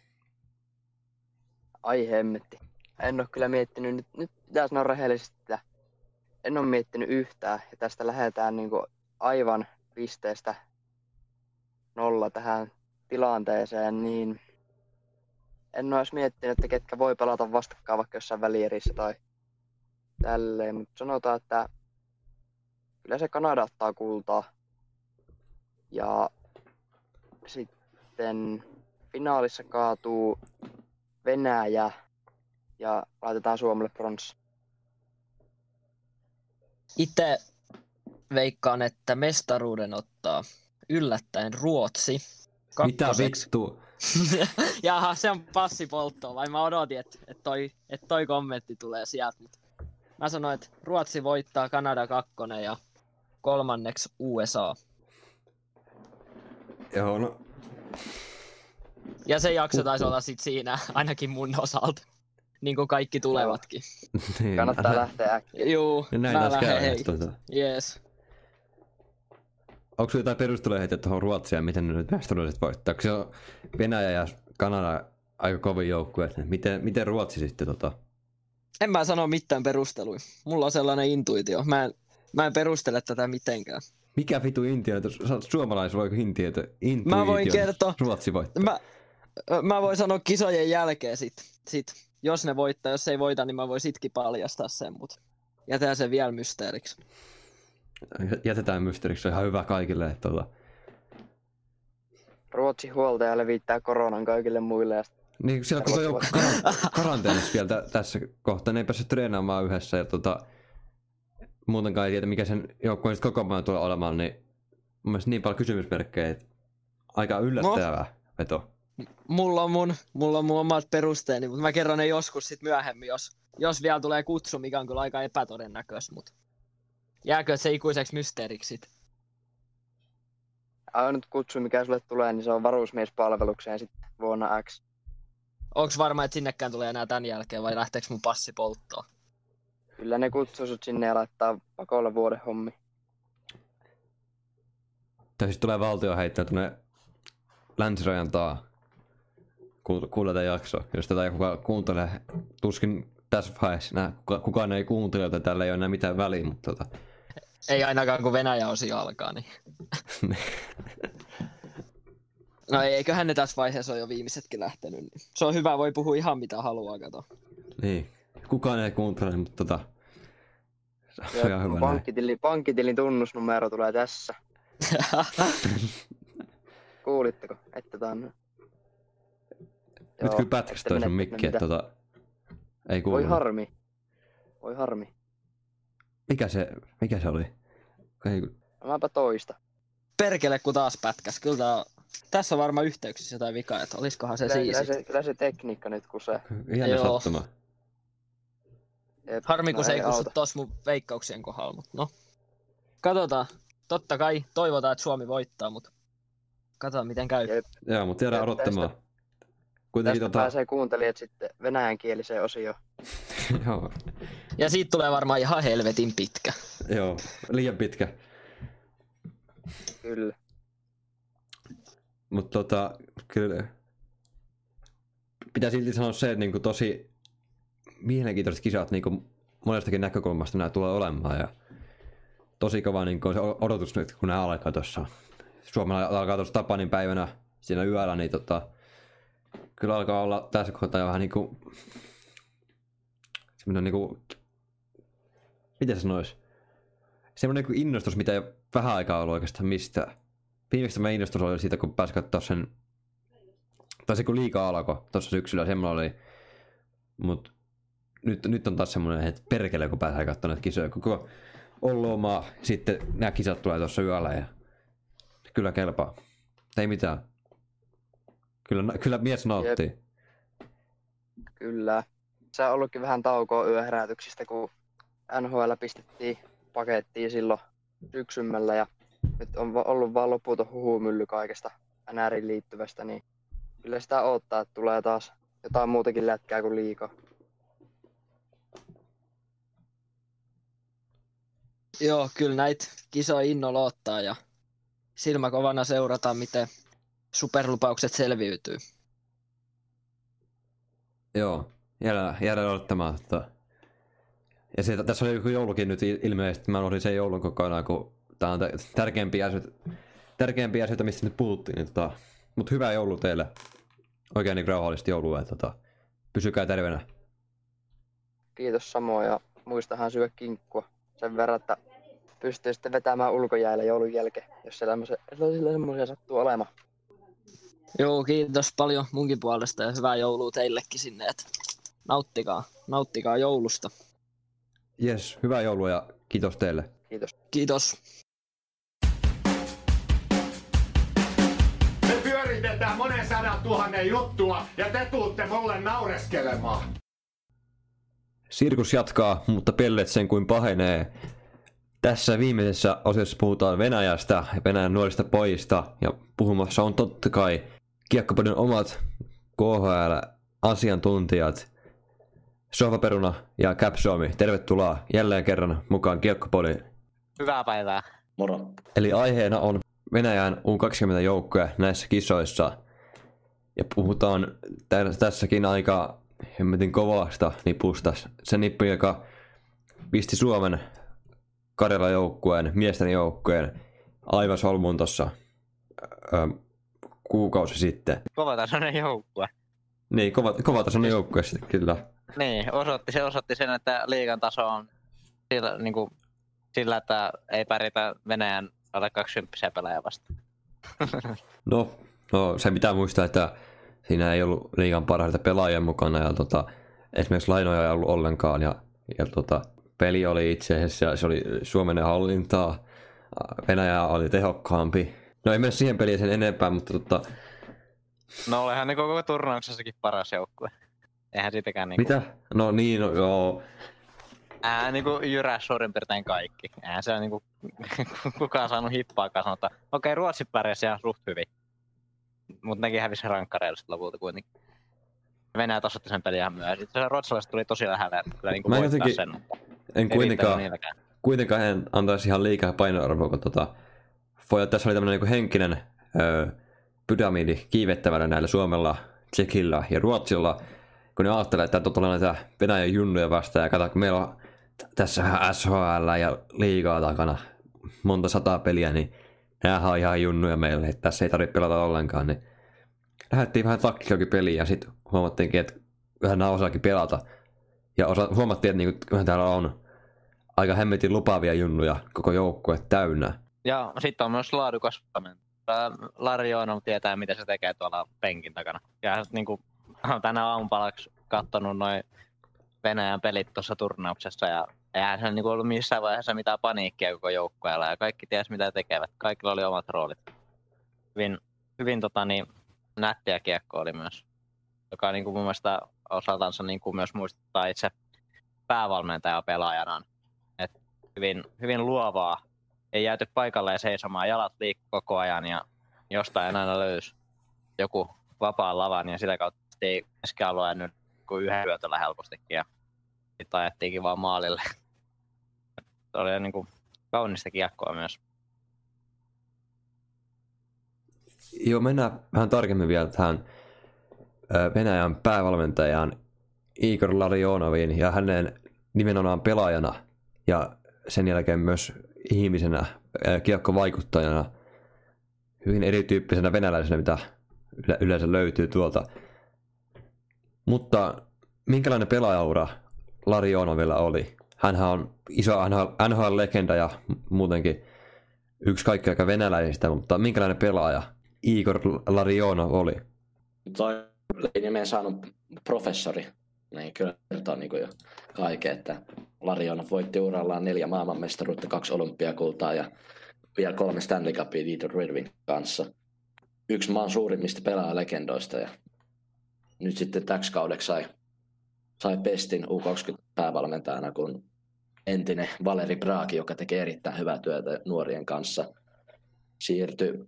[SPEAKER 5] Ai hemmetti. En ole kyllä miettinyt, nyt, nyt pitää sanoa rehellisesti, että en ole miettinyt yhtään. Ja tästä lähdetään niinku aivan pisteestä nolla tähän tilanteeseen, niin en ole edes miettinyt, että ketkä voi pelata vastakkain vaikka jossain välierissä tai tälleen. Mutta sanotaan, että kyllä se Kanada ottaa kultaa. Ja sitten finaalissa kaatuu Venäjä ja laitetaan Suomelle bronssi.
[SPEAKER 3] Itse veikkaan, että mestaruuden ottaa yllättäen Ruotsi.
[SPEAKER 1] Mitä
[SPEAKER 3] Kakkoseksi.
[SPEAKER 1] vittu?
[SPEAKER 3] Jaha, se on passipolttoa, vai mä odotin, että et toi, et toi kommentti tulee sieltä. Mut mä sanoin, että Ruotsi voittaa, Kanada kakkonen ja kolmanneksi U S A.
[SPEAKER 1] Joo, no
[SPEAKER 3] Ja se jakso taisi olla sit siinä, ainakin mun osalta. Niin kuin kaikki tulevatkin.
[SPEAKER 1] niin.
[SPEAKER 5] Kannattaa lähteä äkkiä.
[SPEAKER 3] Juu,
[SPEAKER 1] Ja näin
[SPEAKER 3] mä
[SPEAKER 1] taas
[SPEAKER 3] lähden
[SPEAKER 1] käy.
[SPEAKER 3] hei.
[SPEAKER 1] Tuota.
[SPEAKER 3] Jees.
[SPEAKER 1] Onko jotain perusteluja heitetty tuohon Ruotsia, miten ne nyt mestaruudet voittaa? Onko se on Venäjä ja Kanada aika kovin joukkue? Miten, miten Ruotsi sitten tota?
[SPEAKER 3] En mä sano mitään perusteluja. Mulla on sellainen intuitio. Mä en, mä en perustele tätä mitenkään.
[SPEAKER 1] Mikä vitu intiö? Sä oot suomalais, voiko intiötä? Intuitio.
[SPEAKER 3] Mä voin kertoa.
[SPEAKER 1] Ruotsi voittaa.
[SPEAKER 3] Mä, mä voin sanoa kisojen jälkeen sit, sit. Jos ne voittaa, jos ei voita, niin mä voin sitkin paljastaa sen, mut jätän sen vielä mysteeriksi.
[SPEAKER 1] Jätetään mysteeriksi, se on ihan hyvä kaikille. Että tota.
[SPEAKER 5] Ruotsin huoltaja levittää koronan kaikille muille. Ja
[SPEAKER 1] Niin siellä koko joukko karant- karanteenissa vielä tä- tässä kohtaa. Ne ei päässyt treenaamaan yhdessä ja tota, muutenkaan ei tiedä mikä sen joukkueen sitten kokoonpano tulee olemaan, niin mun mielestä niin paljon kysymysmerkkejä, että aika yllättävää no. veto.
[SPEAKER 3] Mulla on mun, mulla on mun omat perusteeni, mutta mä kerron ne joskus sit myöhemmin, jos, jos vielä tulee kutsu, mikä on kyllä aika epätodennäköistä, mutta jääkö se ikuiseksi mysteeriksi sit?
[SPEAKER 5] ainut kutsu, mikä sulle tulee, niin se on varusmiespalvelukseen sitten vuonna X.
[SPEAKER 3] Onks varma, että sinnekään tulee enää tän jälkeen vai lähteekö mun passi polttoon?
[SPEAKER 5] Kyllä ne kutsuu sut sinne ja laittaa pakolla vuoden hommi.
[SPEAKER 1] Tai siis tulee valtio heittää tuonne länsirajan taa. Kuulla tätä jaksoa. Jos tätä ei kukaan kuuntele, tuskin tässä vaiheessa nää, kuka, kukaan ei kuuntele, joten tällä ei ole enää mitään väliä, mutta tota...
[SPEAKER 3] Ei ainakaan kun Venäjä-osio alkaa, niin... No ei, eiköhän ne tässä vaiheessa ole jo viimeisetkin lähtenyt. Niin. Se on hyvä, voi puhua ihan mitä haluaa, kato.
[SPEAKER 1] Niin, kukaan ei kuuntele, mutta tota... Se on ihan hyvä
[SPEAKER 5] pankkitilin, pankkitilin tunnusnumero tulee tässä. Kuulitteko? Että tää on...
[SPEAKER 1] Nyt kyllä pätkäs toi sun mikki, että tota... Ei kuulu.
[SPEAKER 5] Voi harmi. Voi harmi.
[SPEAKER 1] Mikä se, mikä se oli? Ei...
[SPEAKER 5] Mäpä toista.
[SPEAKER 3] Perkele kun taas pätkäs. Kyllä tää on... Tässä on varmaan yhteyksissä jotain vikaa, että oliskohan se
[SPEAKER 5] kyllä,
[SPEAKER 3] siisti.
[SPEAKER 5] Kyllä se, kyllä se tekniikka nyt kusee.
[SPEAKER 1] Ihan sattuma.
[SPEAKER 3] Harmi kun
[SPEAKER 5] no
[SPEAKER 3] se ei, ei kustu
[SPEAKER 5] auta.
[SPEAKER 3] tossa mun veikkauksien kohdalla, mutta no. Katsotaan. Totta kai toivotaan, että Suomi voittaa, mutta katsotaan miten käy.
[SPEAKER 5] Jep.
[SPEAKER 1] Joo, mutta jäädään odottamaan.
[SPEAKER 5] Kuitenkin tästä tota... pääsee kuuntelijat sitten venäjänkieliseen osioon.
[SPEAKER 1] Joo.
[SPEAKER 3] Ja siitä tulee varmaan ihan helvetin pitkä.
[SPEAKER 1] Joo, liian pitkä.
[SPEAKER 5] Kyllä.
[SPEAKER 1] Mutta tota, kyllä pitää silti sanoa se, että niinku tosi mielenkiintoiset kisat niinku monestakin näkökulmasta nämä tulee olemaan. Ja tosi kova niinku se odotus nyt, kun nämä alkaa tuossa. Suomella alkaa tuossa Tapanin päivänä siinä yöllä, niin tota, kyllä alkaa olla tässä kohtaa jo vähän niinku semmoinen niinku, miten se sanois? Semmoinen niinku innostus, mitä ei ole vähän aikaa ollut oikeastaan mistään. Viimeksi mä innostus oli siitä, kun pääsi katsoa sen, tai se kun liikaa alkoi tuossa syksyllä, semmoinen oli. Mut nyt, nyt on taas semmoinen, että perkele, kun pääsee katsoa näitä kisoja. Koko on loma, sitten nämä kisat tulee tuossa yöllä ja kyllä kelpaa. Ei mitään. Kyllä, kyllä mies nauttii.
[SPEAKER 5] Jep. Kyllä. Se on ollutkin vähän taukoa yöherätyksistä, kun N H L pistettiin pakettiin silloin syksymmällä ja nyt on ollut vaan loputon huhumylly kaikesta N R:iin liittyvästä, niin kyllä sitä odottaa, että tulee taas jotain muutakin lätkää kuin liikaa.
[SPEAKER 3] Joo, kyllä näitä kisoja innolla ottaa ja silmäkovana seurataan, miten superlupaukset selviytyy.
[SPEAKER 1] Joo, jäädään, jäädään odottamaan. Että... Ja se, tässä oli joku joulukin nyt ilmeisesti, mä olin sen joulun kokonaan, kun tää on tärkeimpiä asioita, tärkeimpiä asioita mistä nyt puhuttiin. Niin tota... Mutta hyvää joulua teille. Oikein niin rauhallista joulua. Tota... Pysykää terveenä.
[SPEAKER 5] Kiitos samoin ja muistahan syö kinkkua sen verran, että pystyy sitten vetämään ulkojäällä joulun jälkeen, jos sillä semmoisia sattuu olemaan.
[SPEAKER 3] Joo, kiitos paljon munkin puolesta ja hyvää joulua teillekin sinne, että nauttikaa, nauttikaa joulusta.
[SPEAKER 1] Jes, hyvää joulua ja kiitos teille.
[SPEAKER 5] Kiitos.
[SPEAKER 3] Kiitos.
[SPEAKER 4] Me pyöritetään monen sadan tuhannen juttua ja te tuutte mulle naureskelemaan.
[SPEAKER 1] Sirkus jatkaa, mutta pellet sen kuin pahenee. Tässä viimeisessä osiossa puhutaan Venäjästä ja Venäjän nuorista pojista. Ja puhumassa on totta kai Kiekkopodin omat K H L-asiantuntijat Sohvaperuna ja Cap Suomi. Tervetuloa jälleen kerran mukaan Kiekkopodiin.
[SPEAKER 6] Hyvää päivää.
[SPEAKER 7] Moro.
[SPEAKER 1] Eli aiheena on Venäjän U kaksikymmentä-joukkoja näissä kisoissa. Ja puhutaan tässäkin aika hemmetin kovasta nipusta. Se nippu, joka pisti Suomen Karjalan joukkueen, miesten joukkueen aivan solmuun tuossa kuukausi sitten.
[SPEAKER 6] Kovatasoinen joukkue.
[SPEAKER 1] Niin, kova, kovatasoinen joukkue sitten kyllä.
[SPEAKER 6] Niin, osoitti, se osoitti sen, että liigan taso on sillä, niin kuin, sillä että ei pärjätä Venäjän alle kaksikymppisiä pelaajia vastaan.
[SPEAKER 1] No, no, se pitää muistaa, että siinä ei ollut liigan parhaita pelaajia mukana ja tota, esimerkiksi lainoja ei ollut ollenkaan ja, ja tota, peli oli itse asiassa, se oli Suomen hallintaa, Venäjä oli tehokkaampi. No ei mennä siihen peliin sen enempää, mutta tota...
[SPEAKER 6] No olehan ne koko turnauksessakin paras joukkue. Eihän siitäkään niinku...
[SPEAKER 1] Mitä? No niin, no joo.
[SPEAKER 6] Ää niinku jyräs suurin piirtein kaikki. Eihän se on niinku kukaan saanut hippaakaan sanoa, että okei, okay, Ruotsi pärjäsi ihan suht hyvin. Mut nekin hävisi rankkareilla sit lopulta kuitenkin. Venäjä tasoitti sen pelin ihan myös. Itse asiassa ruotsalaiset tuli tosi lähelle, että kyllä niinku voittaa
[SPEAKER 1] jotenkin
[SPEAKER 6] sen.
[SPEAKER 1] En kuitenkaan, kuitenkaan en antaisi ihan liikaa painoarvoa, kun tota, voi, tässä oli tämmönen niinku henkinen öö, pyramidi kiivettävänä näillä Suomella, Tsekillä ja Ruotsilla, kun ne ajattelee, että tulee näitä Venäjän junnuja vastaan, ja kato, kun meillä on tässä S H L ja liigaa takana monta sataa peliä, niin näähän on ihan junnuja meille, että tässä ei tarvitse pelata ollenkaan, niin lähdettiin vähän takkiakin peliin, ja sitten huomattiinkin, että vähän nämä osaakin pelata, ja osa, huomattiin, että niinku, kyllähän täällä on aika hemmetin lupaavia junnuja koko joukkue täynnä.
[SPEAKER 6] Ja sitten on myös laadukas valmentaja. Lari Joonov tietää, mitä se tekee tuolla penkin takana. Ja niinku, tänä aamupalaksi kattonut noin Venäjän pelit tuossa turnauksessa ja eihän se niinku ollut missään vaiheessa mitään paniikkia koko joukkueella ja kaikki ties mitä tekevät. Kaikilla oli omat roolit. Hyvin, hyvin tota, niin, nättiä kiekko oli myös, joka niinku mun mielestä osaltansa niinku myös muistuttaa itse päävalmentaja pelaajanaan. Et hyvin, hyvin luovaa. Ei jääty paikalle ja seisomaan, jalat liikkuu koko ajan ja jostain aina löysi joku vapaan lavan ja sitä kautta ei keskialueen nyt kuin yhden hyötöllä helpostikin ja sitten ajettiinkin vaan maalille. Se oli niin kuin kaunista kiekkoa myös.
[SPEAKER 1] Joo, mennään vähän tarkemmin vielä tähän Venäjän päävalmentajaan Igor Larionoviin ja hänen nimenomaan pelaajana ja sen jälkeen myös ihmisenä, kiekkovaikuttajana, hyvin erityyppisenä venäläisenä, mitä yleensä löytyy tuolta. Mutta minkälainen pelaajaura Larionovilla oli? Hänhän on iso N H L-legenda ja muutenkin yksi kaikki aika venäläisistä, mutta minkälainen pelaaja Igor Larionov oli?
[SPEAKER 7] Toi nimen saanut professori, niin kyllä kertoo niin kuin jo kaiken, että Larionov voitti urallaan neljä maailmanmestaruutta, kaksi olympiakultaa ja vielä kolme Stanley Cupia Detroit Red Wings kanssa. Yksi maan suurimmista pelaajalegendoista ja nyt sitten täksi kaudeksi sai, sai pestin U kaksikymmentä päävalmentajana, kun entinen Valeri Bragi, joka tekee erittäin hyvää työtä nuorien kanssa, siirtyi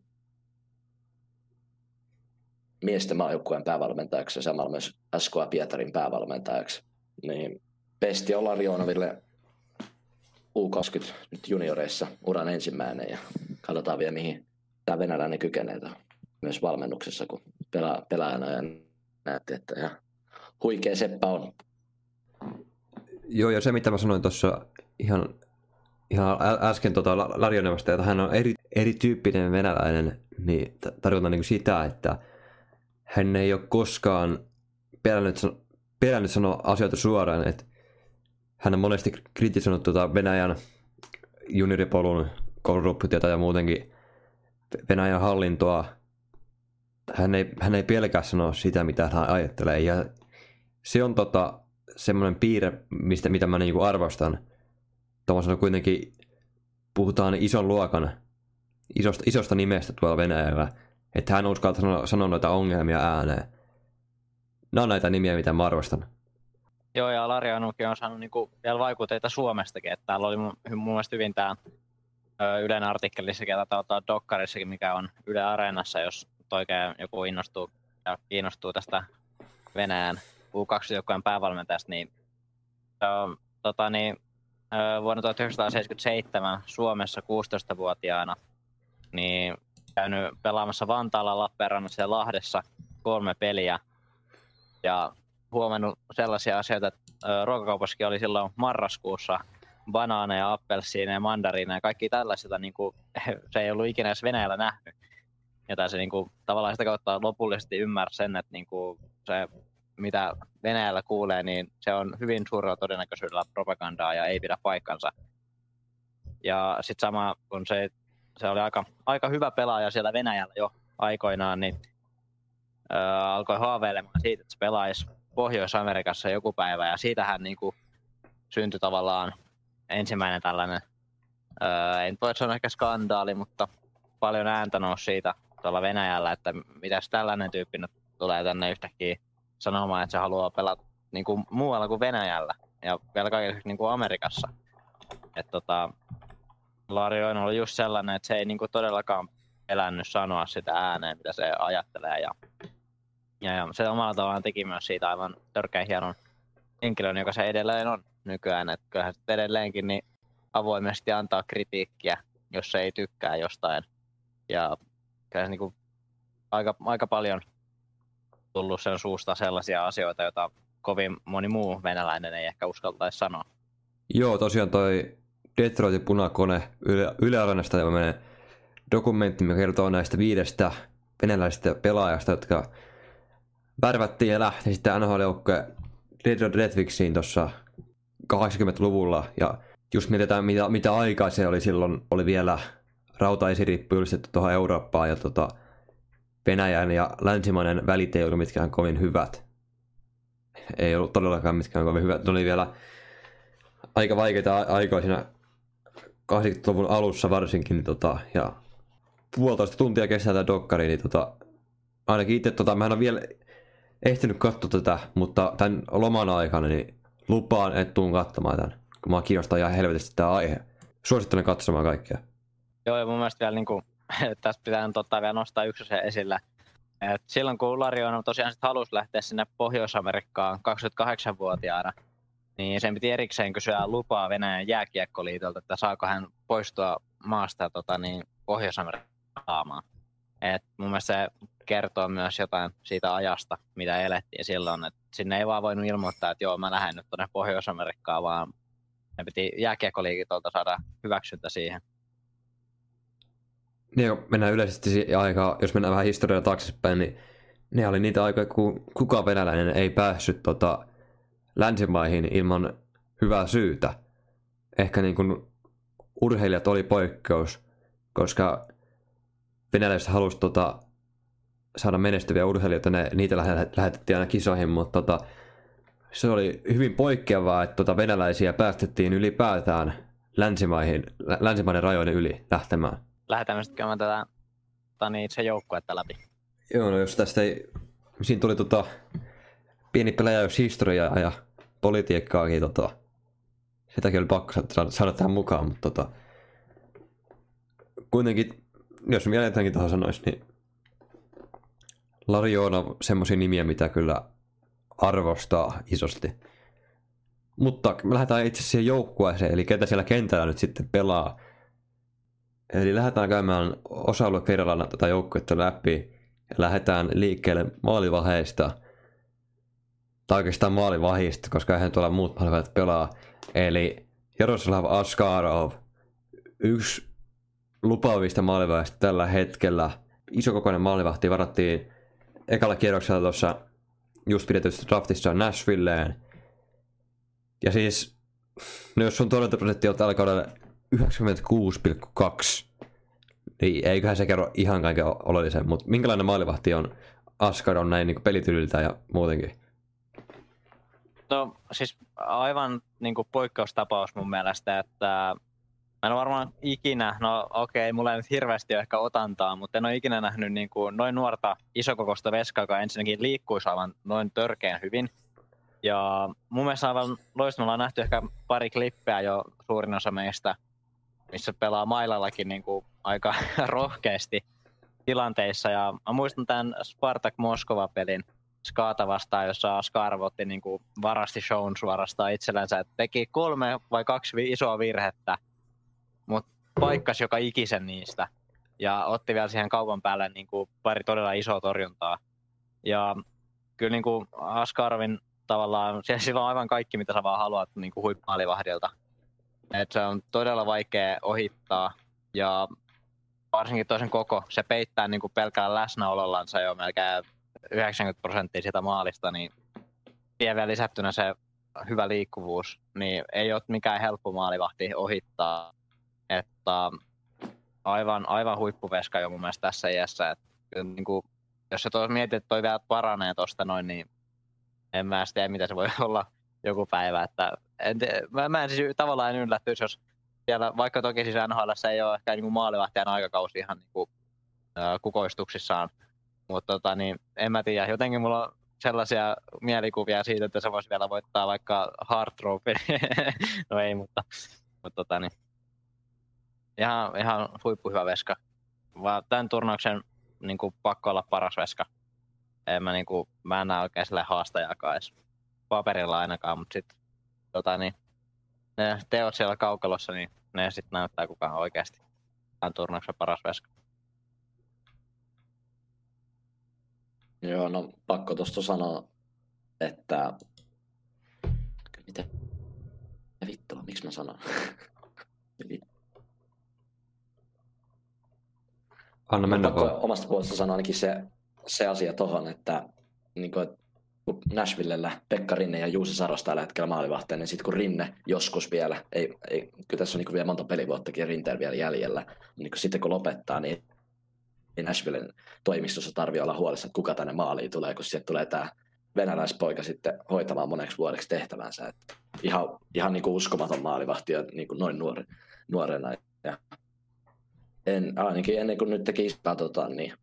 [SPEAKER 7] miesten maajoukkueen päävalmentajaksi ja samalla myös S K A Pietarin päävalmentajaksi. Niin pesti on Larionoville U kaksikymmentä nyt junioreissa uran ensimmäinen ja katsotaan vielä mihin tämä venäläinen kykenee myös valmennuksessa, kun pelaa, pelaajana ja näette, että ihan huikea seppä on.
[SPEAKER 1] Joo, ja se mitä mä sanoin tuossa ihan, ihan äsken tota Larionovasta, että hän on eri, erityyppinen venäläinen, niin tarkoitan niin sitä, että hän ei ole koskaan pelännyt, pelännyt sanoa asioita suoraan, että hän on monesti kritisoinut tuota Venäjän junioripolun korruptiota ja muutenkin Venäjän hallintoa. Hän ei, hän ei pelkää sanoa sitä, mitä hän ajattelee. Ja se on tota, semmoinen piirre, mistä, mitä mä niinku arvostan. Tuollaisena kuitenkin puhutaan ison luokan, isosta, isosta nimestä tuolla Venäjällä. Että hän uskaltaa sanoa, sanoa noita ongelmia ääneen. Nämä on näitä nimiä, mitä mä arvostan.
[SPEAKER 6] Joo, ja Larionovkin on saanut niinku vielä vaikutteita Suomestakin. Että täällä oli mun, mun mielestä hyvin tämä Ylen artikkelissakin ja tota, dokkarissakin, mikä on Yle Areenassa, jos oikein joku innostuu ja kiinnostuu tästä Venäjän U kaksikymmentä-joukkueen päävalmentajasta, niin, ö, tota, niin ö, vuonna tuhatyhdeksänsataaseitsemänkymmentäseitsemän Suomessa kuusitoistavuotiaana niin käynyt pelaamassa Vantaalla, Lappeenrannassa ja Lahdessa kolme peliä ja huomannut sellaisia asioita, että ö, ruokakaupassakin oli silloin marraskuussa banaaneja, appelsiineja, mandariineja ja kaikki tällaisia, niin kuin, se ei ollut ikinä edes Venäjällä nähnyt. Ja se niin kuin, tavallaan sitä kautta lopullisesti ymmärsi sen, että niin kuin, se mitä Venäjällä kuulee, niin se on hyvin suurella todennäköisyydellä propagandaa ja ei pidä paikkansa. Ja sitten sama, kun se, se oli aika, aika hyvä pelaaja siellä Venäjällä jo aikoinaan, niin ää, alkoi haaveilemaan siitä, että se pelaisi Pohjois-Amerikassa joku päivä. Ja siitähän niin kuin, syntyi tavallaan ensimmäinen tällainen, ää, en voi sanoa ehkä skandaali, mutta paljon ääntä nousi siitä tuolla Venäjällä, että mitäs tällainen tyyppi nyt tulee tänne yhtäkkiä sanomaan, että se haluaa pelata niin kuin muualla kuin Venäjällä. ja vielä kaikille niin kuin Amerikassa. Et tota, Lari on ollut just sellainen, että se ei niin kuin todellakaan elännyt sanoa sitä ääneen, mitä se ajattelee. Ja, ja, ja se omalla tavallaan teki myös siitä aivan törkeän hienon henkilön, joka se edelleen on nykyään. Että kyllähän se edelleenkin niin avoimesti antaa kritiikkiä, jos se ei tykkää jostain. Ja kyllä se niin kuin aika, aika paljon tullut sen suusta sellaisia asioita, joita kovin moni muu venäläinen ei ehkä uskaltaisi sanoa.
[SPEAKER 1] Joo, tosiaan toi Detroitin punakone Yle, Yle Areenasta tämmöinen dokumentti, mikä kertoo näistä viidestä venäläisestä pelaajasta, jotka värvättiin ja lähti sitten N H L-joukkojen Detroit Red Wingsiin tuossa kahdeksankymmentäluvulla. Ja just mietitään, mitä, mitä aikaa se oli silloin, oli vielä rautaesirippu ylistetty tuohon Eurooppaan ja tota, Venäjän ja länsimainen välit ei ollut mitkään kovin hyvät. Ei ollut todellakaan mitkään kovin hyvät. Ne oli vielä aika vaikeita aikoja siinä kahdeksankymmentäluvun alussa varsinkin. Niin tota, ja puolitoista tuntia kestää tämä dokkari. Niin tota, ainakin itse, tota, mä en ole vielä ehtinyt katsoa tätä, mutta tämän loman aikana niin lupaan, että tuun katsomaan tämän, kun mä kiinnostaa ihan helvetisti tämä aihe. Suosittelen katsomaan kaikkea.
[SPEAKER 6] Joo, ja mun mielestä vielä niin kuin, tästä pitää ottaa vielä nostaa yksi asia esille. Et silloin kun Larionov tosiaan sit halusi lähteä sinne Pohjois-Amerikkaan kaksikymmentäkahdeksanvuotiaana, niin sen piti erikseen kysyä lupaa Venäjän jääkiekkoliitolta, että saako hän poistua maasta tota, niin Pohjois-Amerikkaan. Et mun mielestä se kertoo myös jotain siitä ajasta, mitä elettiin silloin. Et sinne ei vaan voinut ilmoittaa, että joo, mä lähden nyt tuonne Pohjois-Amerikkaan, vaan ne piti jääkiekkoliitolta saada hyväksyntä siihen.
[SPEAKER 1] Niin, mennään yleisesti aikaa, jos mennään vähän historiaa taaksepäin, niin ne oli niitä aikoja, kun kukaan venäläinen ei päässyt tota, länsimaihin ilman hyvää syytä. Ehkä niin kuin urheilijat oli poikkeus, koska venäläiset halusivat tota, saada menestyviä urheilijoita, ne, niitä lähetettiin aina kisoihin, mutta tota, se oli hyvin poikkeavaa, että tota, venäläisiä päästettiin ylipäätään länsimaihin, länsimaiden rajojen yli lähtemään.
[SPEAKER 6] Lähdetään nyt käymään tätä niin itse joukkuetta läpi.
[SPEAKER 1] Joo, no jos tästä ei... Siinä tuli tota pieni pelaajushistoriaa ja politiikkaakin tota... Sitäkin oli pakko saada, saada tähän mukaan, mutta tota... Kuitenkin, jos vielä jotakin tuohon sanoisi, niin... Larionov on semmosia nimiä, mitä kyllä arvostaa isosti. Mutta me lähdetään itse siihen joukkueeseen, eli ketä siellä kentällä nyt sitten pelaa. Eli lähdetään käymään osa-alue kerrallaan tätä joukkuetta läpi ja lähdetään liikkeelle maalivahdeista. Tai oikeastaan maalivahista, koska eihän tuolla muut maalivahdet pelaa. Eli Jaroslav Askarov, yksi lupaavista maalivahdista tällä hetkellä. Isokokoinen maalivahti varattiin ekalla kierroksella tuossa just pidetyssä draftissa Nashvilleen. Ja siis, no jos sun torjuntaprosentti on tällä kaudella yhdeksänkymmentäkuusi pilkku kaksi, niin eiköhän se kerro ihan kaiken oleellisen, mutta minkälainen maalivahti on Askarov näin niin pelityyliltä ja muutenkin?
[SPEAKER 6] No siis aivan niin kuin poikkeustapaus mun mielestä, että mä en ole varmaan ikinä, no okei, okay, mulla ei nyt hirveästi ole ehkä otantaa, mutta en ole ikinä nähnyt niin kuin noin nuorta isokokoista veskaa, joka ensinnäkin liikkuisi aivan noin törkeän hyvin. Ja mun mielestä aivan loistava, me ollaan nähty ehkä pari klippeä jo suurin osa meistä, missä pelaa mailallakin niin kuin aika rohkeasti tilanteissa. Ja mä muistan tämän Spartak Moskova-pelin Skaata vastaan, jossa Askarov otti niin kuin varasti shown suorastaan itsellänsä. Et teki kolme vai kaksi isoa virhettä, mutta paikkasi joka ikisen niistä. Ja otti vielä siihen kaupan päälle niin kuin pari todella isoa torjuntaa. Ja kyllä niin kuin Askarovin tavallaan, sillä on aivan kaikki, mitä sä vaan haluat niin kuin huippumaalivahdilta. Et se on todella vaikea ohittaa ja varsinkin toisen koko, se peittää niin kuin pelkällä läsnäolollansa jo melkein yhdeksänkymmentä prosenttia sitä maalista, niin siihen vielä lisättynä se hyvä liikkuvuus, niin ei ole mikään helppo maalivahti ohittaa. Että aivan, aivan huippuveska jo mun mielestä tässä iässä. Että, niin kuin, jos sä tuossa mietit, että toi vielä paranee tosta noin, niin en mä tiedä, mitä se voi olla joku päivä. Että en te, mä, mä en siis tavallaan en yllättyisi, jos siellä, vaikka toki siis N H L:ssä ei ole ehkä niin kuin maalivahtijan aikakausi ihan niin kuin, äh, kukoistuksissaan. Mutta tota, niin, en mä tiedä, jotenkin mulla on sellaisia mielikuvia siitä, että se voisi vielä voittaa vaikka Hard Trophy. No ei, mutta, mutta tota, niin. ihan, ihan huippuhyvä veska. Vaan tämän turnauksen niin kuin, pakko olla paras veska. En mä, niin kuin, mä en näe oikein sille haastajakaan edes paperilla ainakaan, mutta sitten tota, niin, ne teot siellä kaukalossa, niin ne sitten näyttää kukaan oikeasti tämän turnauksen paras veska.
[SPEAKER 7] Joo, no pakko tuosta sanoa, että... Mitä? Vittua, miksi mä sanon?
[SPEAKER 1] Anna mennä
[SPEAKER 7] pakko
[SPEAKER 1] vaan.
[SPEAKER 7] omasta puolesta sanoa ainakin se, se asia tohon, että niin kuin, kun Nashvillellä Pekka Rinne ja Juuse Saros tällä hetkellä maalivahteen, niin sitten kun Rinne joskus vielä, ei, ei, kyllä tässä on niin kuin vielä monta pelivuottakin Rinteellä vielä jäljellä, niin sitten kun lopettaa, niin Nashvillen toimistossa tarvii olla huolissa, että kuka tänne maaliin tulee, kun sieltä tulee tämä venäläispoika sitten hoitamaan moneksi vuodeksi tehtävänsä. Että ihan ihan niin kuin uskomaton maalivahti ja niin kuin noin nuori, nuorena. Ja en, ainakin ennen kuin nyt teki katsotaan, niin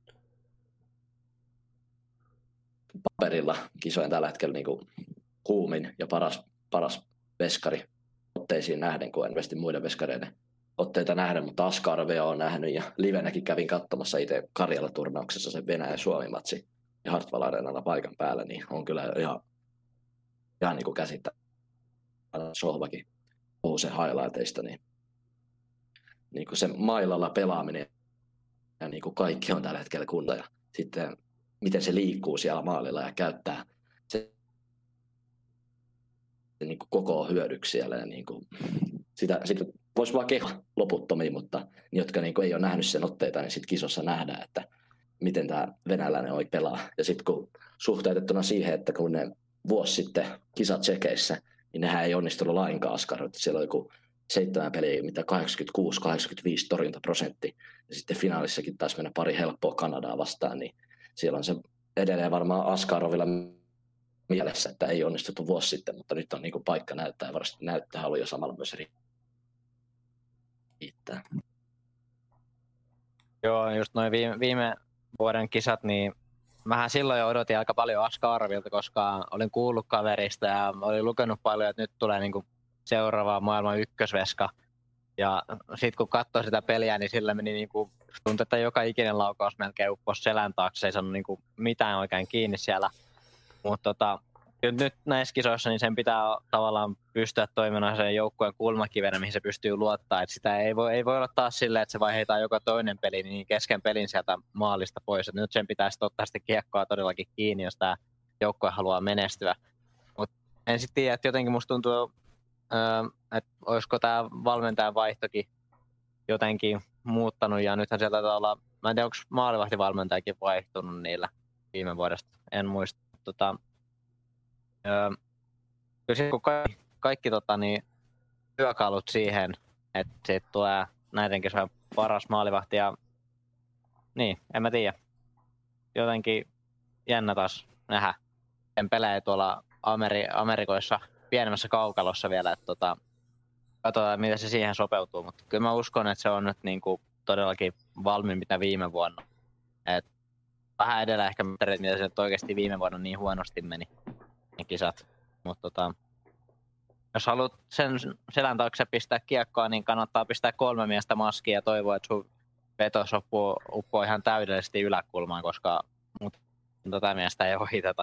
[SPEAKER 7] paperilla kisojen tällä hetkellä niin kuin kuumin ja paras, paras veskari otteisiin nähden, kun en vesti muiden veskareiden otteita nähdä, mutta Askarvea on nähnyt ja livenäkin kävin katsomassa itse Karjala-turnauksessa sen Venäjä-Suomi-matsi ja Hartwall Areenalla paikan päällä, niin on kyllä ihan, ihan niin kuin käsittämättä. Sohvakin puhuu sen highlighteista, niin, niin kuin se mailalla pelaaminen ja niin kuin kaikki on tällä hetkellä kunta ja sitten miten se liikkuu siellä maalilla ja käyttää se, se niin kuin koko hyödyksi siellä ja niin kuin sitä, sitä voisi vaan kehua loputtomiin, mutta ne, jotka niin kuin ei ole nähnyt sen otteita, niin sitten kisossa nähdään, että miten tämä venäläinen oikein pelaa. Ja sitten kun suhteutettuna siihen, että kun ne vuosi sitten kisat Tsekeissä, niin nehän ei onnistunut lainkaan Askarot. Siellä oli joku seitsemän peliä, mitä kahdeksankymmentäkuusi kahdeksankymmentäviisi torjuntaprosentti. Ja sitten finaalissakin taisi mennä pari helppoa Kanadaa vastaan, niin siellä on se edelleen varmaan Askarovilla mielessä, että ei onnistuttu vuosi sitten, mutta nyt on niin kuin paikka näyttää ja varmasti näyttää haluaa jo samalla myös riittää.
[SPEAKER 6] Joo, just noin viime, viime vuoden kisat, niin mähän silloin jo odotin aika paljon Askarovilta, koska olin kuullut kaverista ja olin lukenut paljon, että nyt tulee niinku seuraava maailman ykkösveska. Ja sitten kun katsoi sitä peliä, niin sillä meni niinku, tuntui, että joka ikinen laukaus melkein upposi selän taakse, ei saanut niinku mitään oikein kiinni siellä. Mutta tota, nyt näissä kisoissa niin sen pitää tavallaan pystyä toimimaan sen joukkueen kulmakivenä, mihin se pystyy luottaa. Et sitä ei voi, ei voi olla taas silleen, että se vaihdetaan joka toinen peli niin kesken pelin sieltä maalista pois. Et nyt sen pitäisi ottaa sitä kiekkoa todellakin kiinni, jos tämä joukkue haluaa menestyä. Mutta en sitten tiedä, että jotenkin musta tuntuu, että olisiko tämä valmentajan vaihtokin jotenkin muuttanut. Ja nythän sieltä taitaa olla, mä en tiedä, onko maalivahtivalmentajakin vaihtunut niillä viime vuodesta. En muista. Tota, Öö, kyllä kun kaikki, kaikki tota, niin, työkalut siihen, että siitä tulee näidenkin se paras maalivahti ja niin, en mä tiedä. Jotenkin jännä taas nähdä sen pelejä tuolla Ameri- Amerikoissa pienemmässä kaukalossa vielä, että tota, katsotaan miten se siihen sopeutuu, mutta kyllä mä uskon, että se on nyt niin kuin todellakin valmiin mitä viime vuonna. Et vähän edellä ehkä mitä se nyt oikeasti viime vuonna niin huonosti meni. Kisat. Mutta tota, jos haluat sen selän taakse pistää kiekkoa, niin kannattaa pistää kolme miestä maskiin ja toivoa, että sun vetos uppoo, uppoo ihan täydellisesti yläkulmaan, koska tätä miestä ei ohiteta.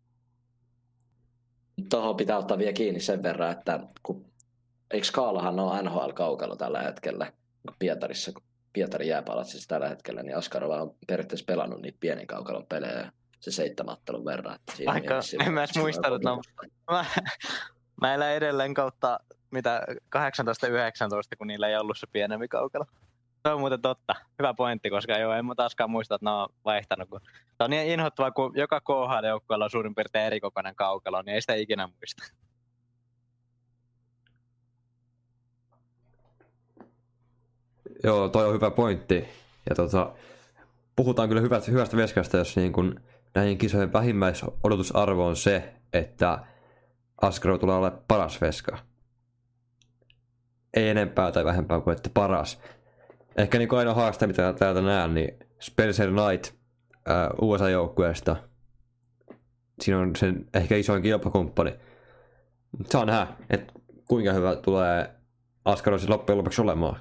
[SPEAKER 7] Tuohon pitää ottaa vielä kiinni sen verran, että kun, eikö Kaalahan ole N H L-kaukalo tällä hetkellä Pietarissa, Pietarin jääpalatsissa tällä hetkellä, niin Askarova on periaatteessa pelannut niitä pienen kaukalon pelejä. Se seitsemän verran.
[SPEAKER 6] Aika, en mä edes muistanut. No, mä, mä elän edelleen kautta mitä kahdeksantoista yhdeksäntoista, kun niillä ei ollut se pienempi kaukalo. Se on muuten totta. Hyvä pointti, koska joo, en mä taaskaan muista, että ne on vaihtanut. Kun... Tämä on niin inhottavaa, kun joka K H L-joukkueella on suurin piirtein erikokoinen kaukalo, niin ei sitä ikinä muista.
[SPEAKER 1] Joo, toi on hyvä pointti. Ja tota, puhutaan kyllä hyvästä, hyvästä veskasta, jos niin kun näihin kisojen vähimmäisodotusarvo on se, että Askarov tulee olla paras veska. Ei enempää tai vähempää kuin että paras. Ehkä niin ainoa haaste, mitä täältä näen, niin Spencer Knight ää, U S A-joukkueesta. siinä on sen ehkä isoin kilpakumppani. Saa nähdä, että kuinka hyvä tulee Askarosin loppujen lopuksi olemaan.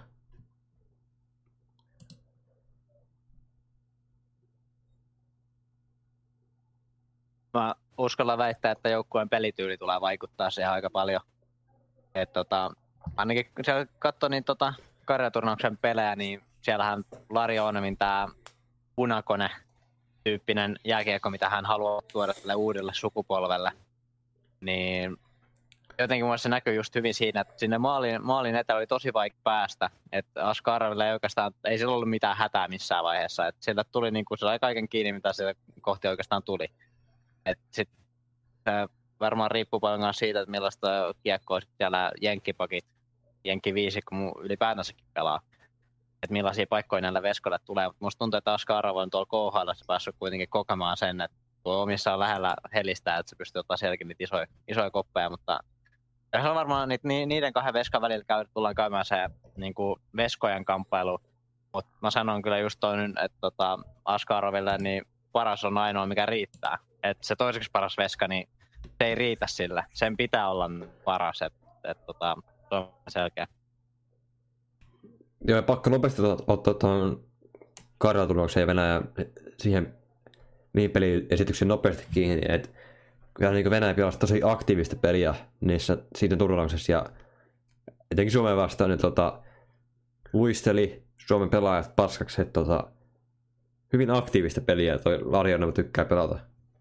[SPEAKER 6] Mä uskallan väittää, että joukkueen pelityyli tulee vaikuttaa siihen aika paljon. Et tota, ainakin kun siellä katsoo niin tota karjaturnauksen pelejä, niin siellähän Lari Oonemin tää punakone-tyyppinen jääkiekko, mitä hän haluaa tuoda tälle uudelle sukupolvelle, niin jotenkin mun se näkyy just hyvin siinä, että sinne maalin, maalin eteen oli tosi vaikea päästä. Että Askaroville ei oikeastaan, ei sillä ollut mitään hätää missään vaiheessa. Että sieltä tuli niin kuin, se sai kaiken kiinni, mitä sieltä kohti oikeastaan tuli. Että sit se varmaan riippuu paljon myös siitä, että millaista kiekkoa siellä jenkkipakit, jenkkiviisikko ylipäätänsäkin pelaa. Että millaisia paikkoja näille veskoille tulee. Mutta musta tuntuu, että Askarov on tuolla K H L:ssä päässyt kuitenkin kokemaan sen, että tuo omissa on lähellä helistää, että se pystyy ottaa sielläkin niitä isoja, isoja koppeja, mutta ja se on varmaan niitä, niiden kahden veskan välillä käy, tullaan käymään se niin kuin veskojen kamppailu. Mutta mä sanon kyllä just toinen, että tota, Askaroville niin paras on ainoa, mikä riittää. Että se toiseksi paras veska, niin se ei riitä sille. Sen pitää olla paras, että et, tota, se on selkeä.
[SPEAKER 1] Joo, pakko nopeasti ottaa tuohon karjatulokseen Venäjä siihen niin peliesityksen nopeasti kiinni, että kyllä niin Venäjä pelasi tosi aktiivista peliä niissä siitä turnauksessa ja etenkin Suomen vastaan niin, tota, luisteli Suomen pelaajat paskaksi, että tota, hyvin aktiivista peliä toi Lari Oonema tykkää pelata.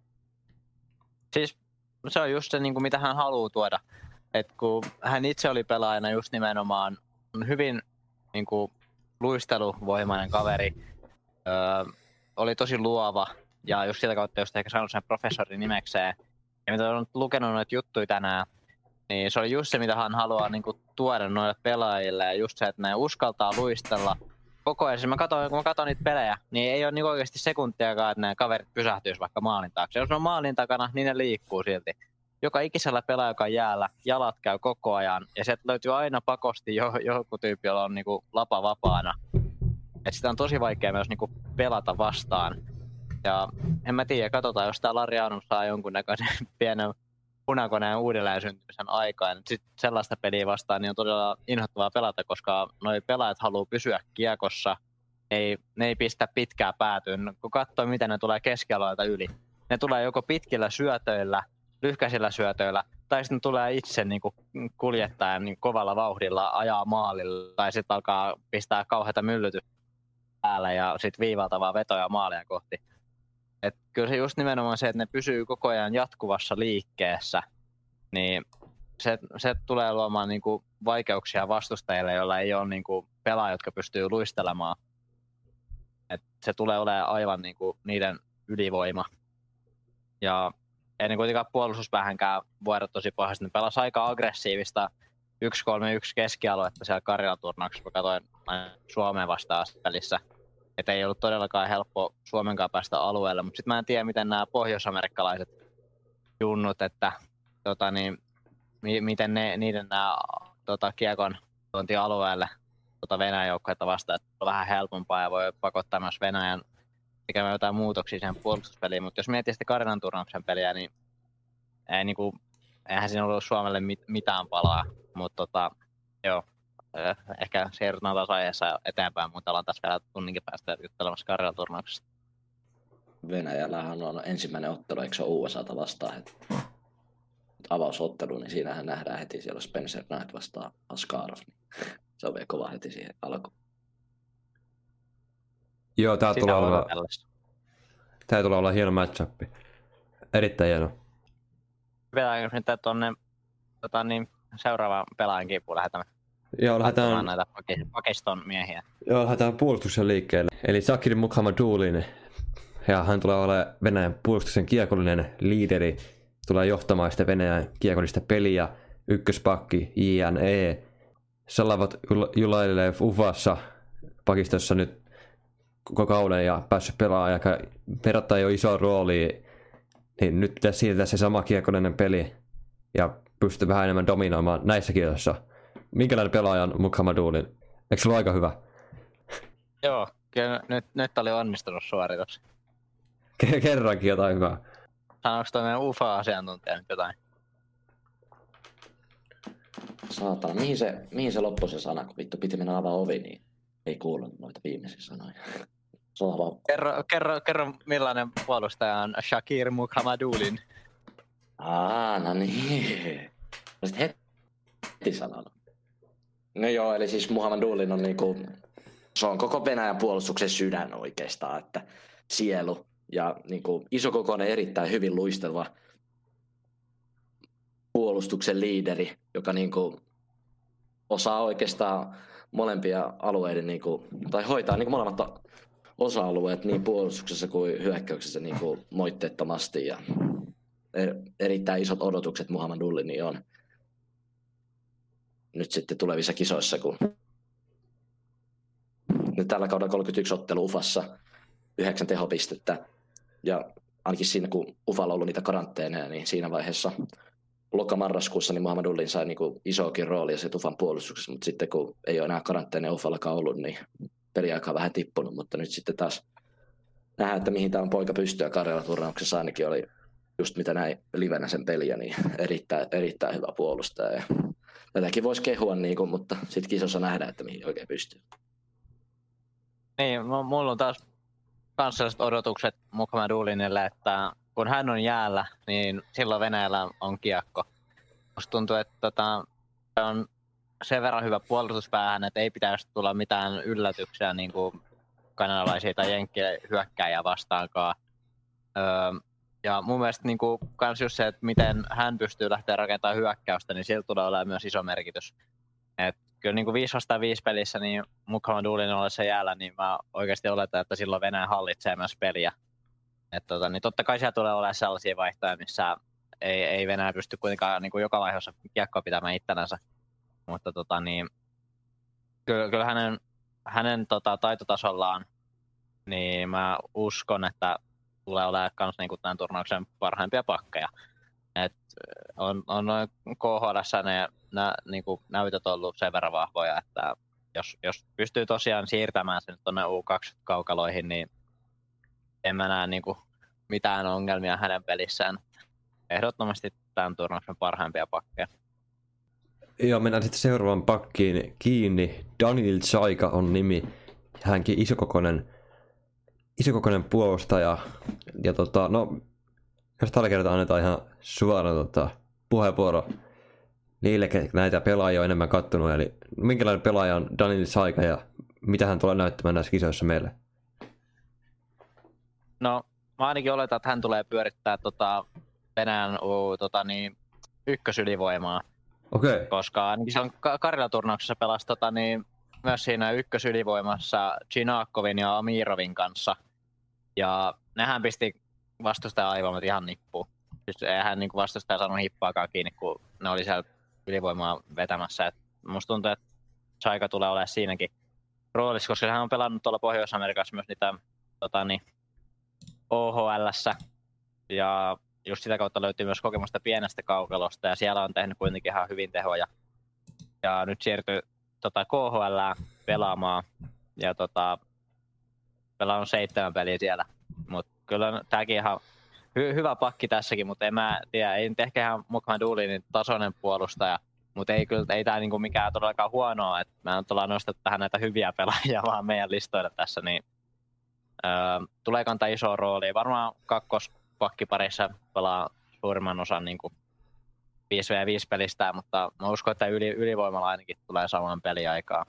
[SPEAKER 6] Siis se on just se, niin kuin mitä hän haluaa tuoda. Et kun hän itse oli pelaajana just nimenomaan hyvin niin kuin, luisteluvoimainen kaveri, öö, oli tosi luova ja just sitä kautta just ehkä saanut sen professorin nimekseen. Ja mitä olen lukenut noita juttuja tänään, niin se oli just se, mitä hän haluaa niin kuin, tuoda noille pelaajille. Ja just se, että ne uskaltaa luistella koko ajan. Siis mä katson, kun mä katson niitä pelejä, niin ei ole niin oikeasti sekuntiakaan, että ne kaverit pysähtyisi vaikka maalin taakse. Jos ne on maalin takana, niin ne liikkuu silti. Joka ikisellä pelaaja, joka on jäällä, jalat käy koko ajan. Ja sieltä löytyy aina pakosti jo, joku tyyppi, jolla on niin kuin, lapa vapaana. Et sitä on tosi vaikea myös niin kuin, pelata vastaan. Ja en mä tiedä, katsotaan, jos tää Lari Aanum saa jonkunnäköisen pienen punakoneen uudelleen syntymisen aikaan. Sitten sellaista peliä vastaan niin on todella inhottavaa pelata, koska noi pelaajat haluaa pysyä kiekossa. Ei, ne ei pistä pitkää päätyyn. Kun katsoo, miten ne tulee keskialoilta yli. Ne tulee joko pitkillä syötöillä, lyhkäisillä syötöillä, tai sitten ne tulee itse niin kuin kuljettaen niin kovalla vauhdilla ajaa maalilla, tai sitten alkaa pistää kauheata myllytystä päällä ja sitten viivalta vaan vetoja maalia kohti. Et kyllä se just nimenomaan se, että ne pysyy koko ajan jatkuvassa liikkeessä, niin se, se tulee luomaan niinku vaikeuksia vastustajille, joilla ei ole niinku pelaajia, jotka pystyy luistelemaan. Et se tulee olemaan aivan niinku niiden ylivoima. Ja ei ne kuitenkaan puolustuspäähänkään voida tosi pahasti. Ne pelasi aika aggressiivista yksi kolme yksi keskialuetta siellä Karjala-turnauksessa, kun katsoin Suomeen vastaan välissä. Että ei ollut todellakaan helppo Suomenkaan päästä alueelle, mutta sitten mä en tiedä, miten nämä pohjoisamerikkalaiset junnut, että tota, niin, mi- miten ne, niiden nämä tota, kiekon tuonti alueelle tota Venäjän joukkuetta vastaan, että on vähän helpompaa ja voi pakottaa myös Venäjän tekemään jotain muutoksia siihen puolustuspeliin, mutta jos miettii sitten Karinan turnauksen peliä, niin ei, niin kuin, eihän siinä ollut Suomelle mit- mitään palaa, mutta tota, joo. Ehkä siirrytään taas aiheessa eteenpäin, mutta ollaan tässä vielä tunninkin päästä juttelemassa Karjala-turnauksesta.
[SPEAKER 7] Venäjällähän on ensimmäinen ottelu, eikö se ole U S A:ta vastaan heti? Avausottelu, niin siinähän nähdään heti siellä Spencer Knight vastaan Askarov. Se on vielä kova heti siihen alkuun.
[SPEAKER 1] Joo, tää tulee olla, tää tulee olla hieno match-up. Erittäin hieno.
[SPEAKER 6] Vedäänkö nyt tuonne tota, niin, seuraavaan pelaajan kiippuun lähdetään?
[SPEAKER 1] Joo, lähdetään
[SPEAKER 6] näitä pakiston miehiä.
[SPEAKER 1] Joo, lähdetään puolustuksen liikkeelle. Eli Zakir Muhammadulin, ja hän tulee olemaan Venäjän puolustuksen kiekollinen liideri, tulee johtamaan sitä Venäjän kiekollista peliä, ykköspakki, J N E. Salavat Julailev Ufassa Pakistossa nyt koko kauden ja päässyt pelaamaan aika verrattain jo iso rooli, niin nyt pitäisi siirtää se sama kiekollinen peli ja pystyy vähän enemmän dominoimaan näissä kielossa. Minkälainen pelaaja on Muhammadulin? Eikö se ole aika hyvä?
[SPEAKER 6] Joo, kyllä nyt, nyt oli onnistunut suoritus.
[SPEAKER 1] Kerrankin jotain hyvää.
[SPEAKER 6] sanoiko toi meidän U F A-asiantuntija nyt jotain?
[SPEAKER 7] Saatana, mihin se, mihin se loppui se sana, kun vittu piti mennä avaa ovi, niin ei kuulunut noita viimeisiä sanoja. Sohva.
[SPEAKER 6] Kerro, kerro, kerro millainen puolustaja on Shakir Muhammadulin.
[SPEAKER 7] Aa, no niin. Olisit heti sanonut. No joo, eli siis Muhammadulin on niinku, se on koko Venäjän puolustuksen sydän oikeastaan, että sielu ja niinku isokokoinen, erittäin hyvin luisteleva puolustuksen liideri, joka niinku osaa oikeastaan molempia alueiden, niinku, tai hoitaa niinku molemmat osa-alueet niin puolustuksessa kuin hyökkäyksessä niinku moitteettomasti. Ja erittäin isot odotukset Muhammadulliin on nyt sitten tulevissa kisoissa, kun nyt tällä kaudella kolmekymmentäyksi ottelu Ufassa, yhdeksän tehopistettä, ja ainakin siinä, kun Ufalla on ollut niitä karanteeneja, niin siinä vaiheessa loka-marraskuussa niin Muhammadullin sai niinku isoakin roolia se Ufan puolustuksessa, mutta sitten kun ei ole enää karanteeneja Ufallakaan ollut, niin peliaika on vähän tippunut, mutta nyt sitten taas nähdään, että mihin tämä poika pystyy, ja Karjala-turnauksessa ainakin oli just mitä näin livenä sen peliä, niin erittäin, erittäin hyvä puolustaja. Ja tätäkin voisi kehua, niin kuin, mutta sitten kisossa nähdään, että mihin oikein pystyy.
[SPEAKER 6] Niin, mulla on taas kans sellaiset odotukset Muhammadulinille, että kun hän on jäällä, niin silloin Venäjällä on kiekko. Musta tuntuu, että tota, se on sen verran hyvä puolustuspäähän, että ei pitäisi tulla mitään yllätyksiä niin kuin kanadalaisia tai jenkkejä hyökkääjää vastaankaan. Öö, ja mun mielestä niin kuin, kans just se, että miten hän pystyy lähteä rakentamaan hyökkäystä, niin sillä tulee olemaan myös iso merkitys. Et kyllä niin kuin viisi vastaan viisi pelissä, niin Muhammadulin ollessa jäällä, niin mä oikeasti oletan, että silloin Venäjä hallitsee myös peliä. Et tota, niin totta kai siellä tulee olemaan sellaisia vaihtoja, missä ei, ei Venäjä pysty kuitenkaan niin kuin joka vaiheessa kiekkoa pitämään itsellänsä. Mutta tota, niin, kyllä, kyllä hänen, hänen tota, taitotasollaan, niin mä uskon, että tulee olemaan myös niin tämän turnauksen parhaimpia pakkeja. Et on, on noin K H L:ssä ne nä, niin kuin näytöt ollut sen verran vahvoja, että jos, jos pystyy tosiaan siirtämään sen tuonne U kaksikymmentä-kaukaloihin, niin en mä näe niin kuin mitään ongelmia hänen pelissään. Ehdottomasti tämän turnauksen parhaimpia pakkeja.
[SPEAKER 1] Joo, mennään sitten seuraavan pakkiin kiinni. Daniil Saika on nimi. Hänkin isokokoinen, isokokoinen puolustaja. Ja tota, no, jos tällä kertaa annetaan ihan suora tota, puheenvuoro niille, ketkä näitä pelaajia on enemmän kattonut. Eli minkälainen pelaaja on Daniil Saika ja mitä hän tulee näyttämään näissä kisoissa meille?
[SPEAKER 6] No, mä ainakin oletan, että hän tulee pyörittää tota Venäjän uh, tota, niin, ykkösylivoimaa.
[SPEAKER 1] Okei.
[SPEAKER 6] Koska ainakin se on Karjala-turnauksessa pelasi tota, niin, myös siinä ykkösylivoimassa Chinakovin ja Amirovin kanssa. Ja nehän pisti vastustajan aivoimet ihan nippuun. Siis eihän niin vastustaja saanut hippaakaan kiinni, kun ne oli siellä ylivoimaa vetämässä. Et musta tuntuu, että Saika tulee olemaan siinäkin roolissa, koska hän on pelannut tuolla Pohjois-Amerikassa myös niitä tota, niin, O H L:ssä. Ja just sitä kautta löytyy myös kokemusta pienestä kaukalosta ja siellä on tehnyt kuitenkin ihan hyvin tehoja. Ja nyt siirtyy tota, K H L:ään pelaamaan ja tota, pelannut seitsemän peliä siellä. Mut kyllä tääkin ihan hy- hyvä pakki tässäkin, mutta en mä tiedä, ei nyt ehkä ihan Muhammadulin tasoinen puolustaja, mutta ei kyllä ei tää niinku mikään todellakaan huonoa, että mä en tuolla nostettu tähän näitä hyviä pelaajia vaan meidän listoille tässä, niin öö, tulee kantaa isoa roolia. Varmaan kakkos pakkiparissa pelaa suurimman osan niin kuin viisi vastaan viisi pelistä, mutta mä uskon, että yli, ylivoimalla ainakin tulee saman peliaikaa.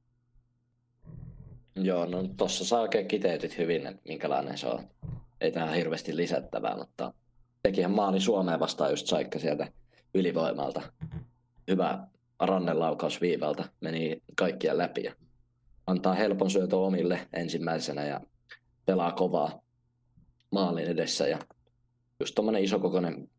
[SPEAKER 7] Joo, no tossa saa oikein kiteytit hyvin, että minkälainen se on. Ei tähän hirveästi lisättävää, mutta tekihän maali Suomeen vastaan just Saikka sieltä ylivoimalta. Hyvä rannelaukaus viivalta, meni kaikkia läpi ja antaa helpon syötön omille ensimmäisenä ja pelaa kovaa maalin edessä ja just tommonen isokokoinen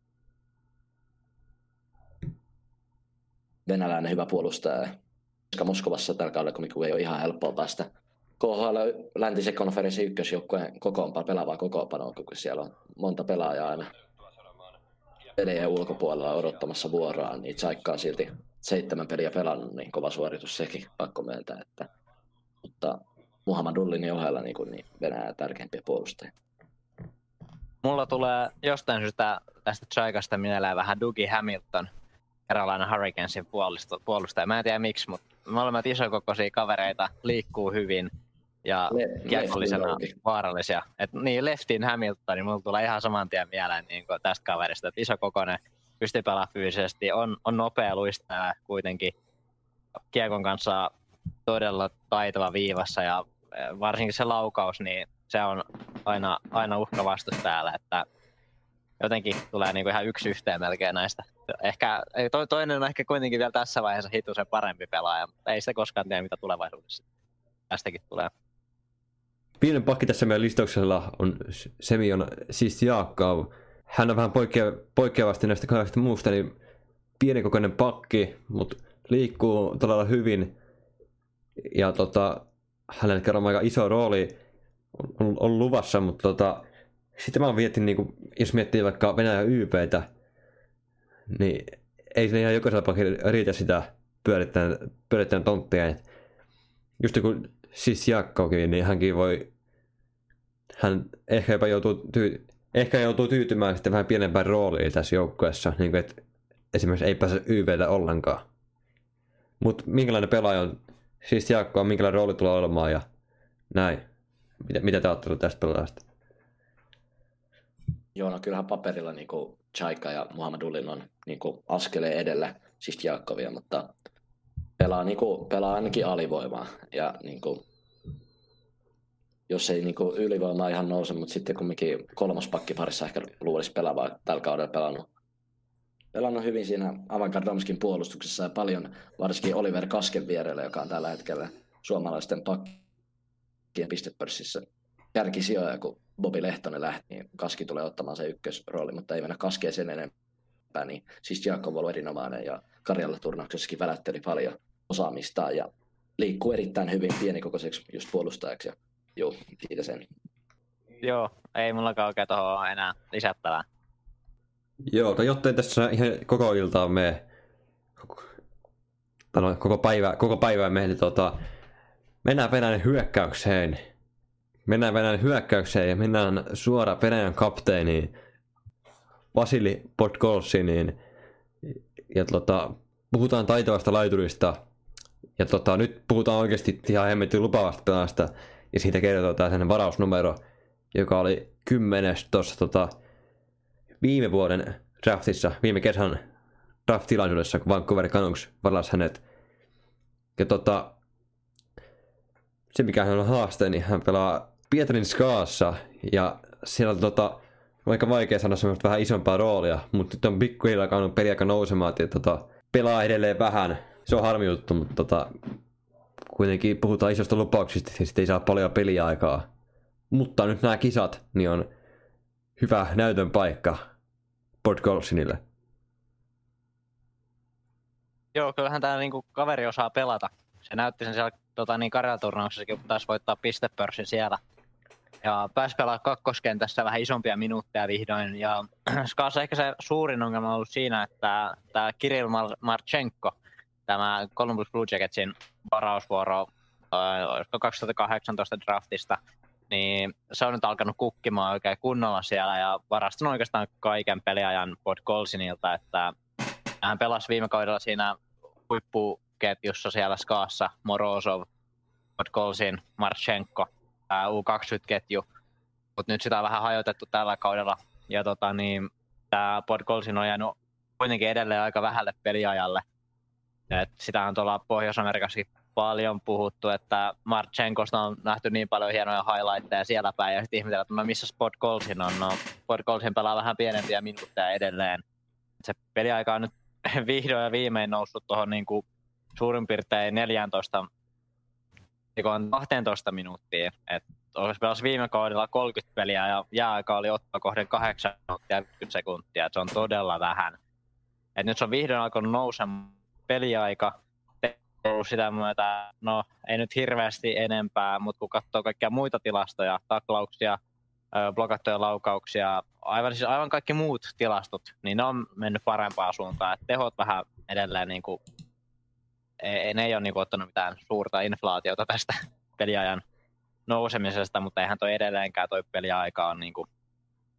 [SPEAKER 7] venäläinen hyvä puolustaja. Koska Moskovassa tällä kaudella kun ei ole ihan helppoa päästä K H L läntisen konferenssin ykkösjoukkueen kokoonpanoa, pelaavaa kokoonpanoa, kun siellä on monta pelaajaa aina pelejä ulkopuolella odottamassa vuoroaan, niin Saikka on silti seitsemän peliä pelannut, niin kova suoritus sekin, pakko myöntää. Että, mutta Muhammadullin ohella niin, niin Venäjän tärkeimpiä puolustajia.
[SPEAKER 6] mulla tulee jostain syystä tästä Chaikasta mieleen vähän Dougie Hamilton, Carolina Hurricanesin puolustaja. Mä en tiedä miksi, mutta molemmat isokokoisia kavereita, liikkuu hyvin ja
[SPEAKER 7] Le-
[SPEAKER 6] kiekollisena
[SPEAKER 7] leftin
[SPEAKER 6] vaarallisia. Et niin, Leftin Hamilton, niin mulla tulee ihan saman tien mieleen niin tästä kaverista, että isokokoinen, pystyy pelaamaan fyysisesti, on, on nopea luistaja kuitenkin kiekon kanssa todella taitava viivassa ja varsinkin se laukaus, niin se on aina, aina uhka vastustajalle, että jotenkin tulee niinku ihan yksi yhteen melkein näistä. Ehkä, to, toinen on ehkä kuitenkin vielä tässä vaiheessa hitusen parempi pelaaja, mutta ei se koskaan tiedä, mitä tulevaisuudessa tästäkin tulee.
[SPEAKER 1] Viimeinen pakki tässä meidän listauksella on Semyon Sistjakov. Hän on vähän poikkea, poikkeavasti näistä kahdesta muusta, niin pienikokoinen pakki, mutta liikkuu todella hyvin. Ja tota, hänelle kerran aika iso rooli on, on, on luvassa, mutta tota, sitten mä mietin, niin kuin, jos miettii vaikka Venäjän Y P:tä, niin ei se ihan jokaisella pakilla riitä sitä pyörittämään, pyörittämään tonttia. Just kun siis Jakkokin, niin hänkin voi, hän ehkä jopa joutuu, tyy, ehkä joutuu tyytymään sitten vähän pienempään rooliin tässä joukkueessa, niin kuin, että esimerkiksi ei pääse Y P:tä ollenkaan. Mutta minkälainen pelaaja on siis Jakko, minkälainen rooli tulee olemaan ja näin. Mitä, mitä te ajattelette tästä pelaajasta?
[SPEAKER 7] Joo, no kyllähän paperilla niin kuin Chaika ja Muhammadulin on niin kuin askeleen edellä siis Jaakkovia, mutta pelaa, niin kuin, pelaa ainakin alivoimaa. Ja niin kuin, jos ei niin kuin ylivoimaa ihan nouse, mutta sitten kumminkin kolmas pakkiparissa ehkä luulisi pelaavaa tällä kaudella pelannut. Pelannut hyvin siinä Avangard-Domskin puolustuksessa ja paljon, varsinkin Oliver Kasken vierellä, joka on tällä hetkellä suomalaisten pakkien pistepörssissä kärkisijoja, kun Bobi Lehtonen lähti, niin Kaski tulee ottamaan se ykkösrooli, mutta ei mennä Kaskeen sen enempää, niin siis Jaakko on ollut erinomainen ja Karjalla turnauksessakin välätteli paljon osaamistaan ja liikkuu erittäin hyvin pienikokoiseksi just puolustajaksi ja joo, siitä sen.
[SPEAKER 6] Joo, ei mullakaan oikein tuohon enää lisättävää.
[SPEAKER 1] Joo, no jottei tässä ihan koko iltaa mene, koko, no, koko päivä, koko päivää mene, niin tota, mennään Venäjän hyökkäykseen. Mennään Venäjän hyökkäykseen ja mennään suoraan Venäjän kapteeniin Vasili Podkolziniin. Ja tota, puhutaan taitavasta laiturista. Ja tota, nyt puhutaan oikeasti ihan hemmetin lupaavasta pelasta. Ja siitä kerrotaan sen varausnumero, joka oli kymmenes tuossa tota, viime vuoden draftissa, viime kesän draft-tilaisuudessa, kun Vancouver Canucks varasi hänet. Ja tota, se mikä hän on haaste, niin hän pelaa Pietarin Skaassa ja siellä on tota, aika vaikea sanoa semmoista vähän isompaa roolia, mutta nyt on pikkuhiljaa alkanut peli aika nousemaan, että tota, pelaa edelleen vähän. Se on harmi juttu, mutta tota, kuitenkin puhutaan isosta lupauksista ja sitten ei saa paljon peliaikaa. Mutta nyt nämä kisat niin on hyvä näytön paikka Podkolzinille.
[SPEAKER 6] Joo, kyllähän tää niinku kaveri osaa pelata. Se näytti sen siellä tota, niin Karjala-turnauksessakin, kun taisi voittaa pistepörssin siellä. Ja pääsi pelaa kakkoskentässä vähän isompia minuutteja vihdoin. Ja Skaassa ehkä se suurin ongelma on ollut siinä, että tämä Kirill Marchenko, tämä Columbus Blue Jacketsin varausvuoro äh, kaksituhattakahdeksantoista draftista, niin se on nyt alkanut kukkimaan oikein kunnolla siellä ja varastanut oikeastaan kaiken peliajan Podkolzinilta, että hän pelasi viime kaudella siinä huippuketjussa siellä Skaassa, Morozov, Podkolzin, Marchenko, U kaksikymmentä-ketju, mutta nyt sitä on vähän hajotettu tällä kaudella ja tota, niin, tämä Podkolzin on jäänyt kuitenkin edelleen aika vähälle peliajalle. Et sitä on tuolla Pohjois-Amerikassakin paljon puhuttu, että Marchenkosta on nähty niin paljon hienoja highlightteja siellä päin ja sitten ihmetellä, että no, missä Podkolzin on. No, Podkolzin pelaa vähän pienempiä minuutteja edelleen. Se peliaika on nyt vihdoin ja viimein noussut tuohon niin kuin suurin piirtein neljätoista, kaksitoista minuuttia. Et pelasi viime kaudella kolmekymmentä peliä ja jääaika oli ottaa kohden kahdeksan minuuttia ja viisikymmentä sekuntia. Et se on todella vähän. Et nyt se on vihdoin alkanut nousemaan peliaika. Ollut sitä myötä, no ei nyt hirveästi enempää, mutta kun katsoo kaikkia muita tilastoja, taklauksia, blokattuja laukauksia, aivan, siis aivan kaikki muut tilastot, niin ne on mennyt parempaan suuntaan. Et tehot vähän edelleen, niin kuin, ei, ne ei ole niin kuin, ottanut mitään suurta inflaatiota tästä peliajan nousemisesta, mutta eihän toi edelleenkään toi peliaika on niin kuin,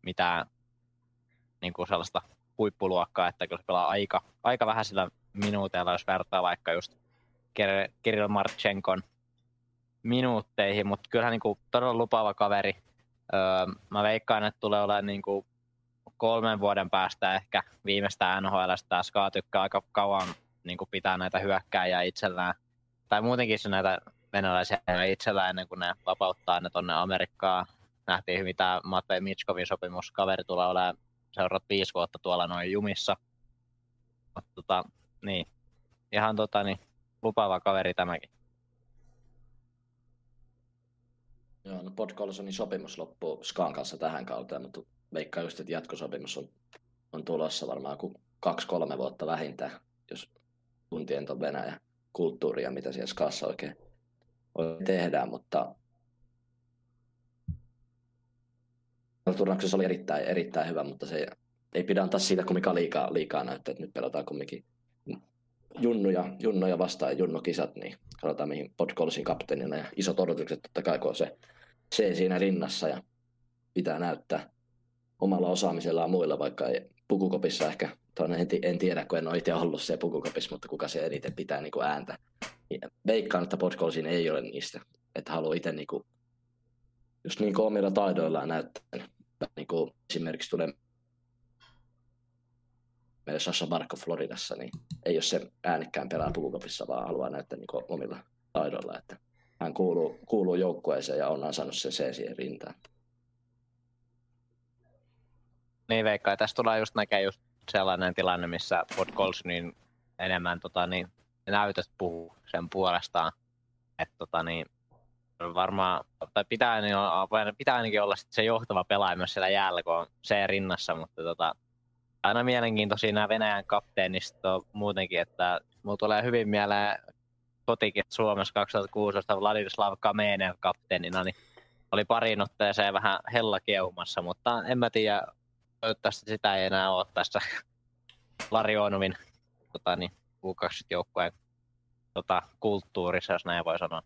[SPEAKER 6] mitään niin kuin sellaista huippuluokkaa, että kyllä se pelaa aika, aika vähän sillä minuuteilla, jos vertaa vaikka just Kirill Marchenkon minuutteihin, mutta kyllähän niin kuin todella lupaava kaveri. Öö, mä veikkaan, että tulee olemaan niin kuin kolmen vuoden päästä ehkä viimeistä N H L:stä. Tää Ska tykkää aika kauan niin kuin pitää näitä hyökkääjiä itsellään. Tai muutenkin se näitä venäläisiä itsellään ennen kuin ne vapauttaa ne tonne Amerikkaan. Nähtiin hyvin tää Matvei Michkovin sopimus. Kaveri tulee olemaan seuraavat viisi vuotta tuolla noin jumissa. Mutta tota, niin. Ihan tota, niin, lupaava kaveri tämäkin.
[SPEAKER 7] Joo, no Podkolsonin sopimus loppuu Skan kanssa tähän kauteen, mutta veikkaan just, että jatkosopimus on, on tulossa varmaan kuin kaksi-kolme vuotta vähintään, jos tuntien ton Venäjän kulttuuria, mitä siellä Skassa oikein, oikein tehdään, mutta turnauksessa oli erittäin, erittäin hyvä, mutta se ei pidä antaa siitä kumminkaan liikaa, liikaa näyttää, että nyt pelataan kumminkin junnuja, junnuja vastaan ja junnukisat, niin katsotaan mihin Podkolsin kapteenina ja isot odotukset totta kai, kun on se, se siinä rinnassa ja pitää näyttää omalla osaamisellaan muilla, vaikka ei pukukopissa ehkä, en, en tiedä, kun en ole itse ollut se pukukopissa, mutta kuka se eniten pitää niin kuin ääntä. Veikkaan, että Podkolsin ei ole niistä, että haluaa itse niin kuin, just niin kuin omilla taidoillaan näyttää. Niin kuin esimerkiksi tulee meillä Sasha Barkov Floridassa, niin ei ole se äänekkään pelaa pukukopissa, vaan haluaa näyttää niin kuin omilla taidoilla, että hän kuuluu, kuuluu joukkueeseen ja on ansainnut sen C siihen rintaan.
[SPEAKER 6] Niin veikkaa, tässä tulee just näkee just sellainen tilanne, missä Podkolsonin enemmän tota, niin, näytöt puhuu sen puolestaan. Että tota, niin, varmaan, tai pitää, niin, pitää ainakin olla se johtava pelaaja myös siellä jäällä, kun on C rinnassa, mutta tota, aina mielenkiintoisia nämä Venäjän kapteenista muutenkin, että mulla tulee hyvin mieleen kotikin Suomessa kaksituhattakuusitoista Vladislav Kamenev kapteenina, niin oli pariin otteeseen vähän hella kiehumassa, mutta en mä tiedä, toivottavasti sitä ei enää ole tässä Larionovin tota, niin, U kaksikymmentä-joukkueen tota, kulttuurissa, jos näin voi sanoa.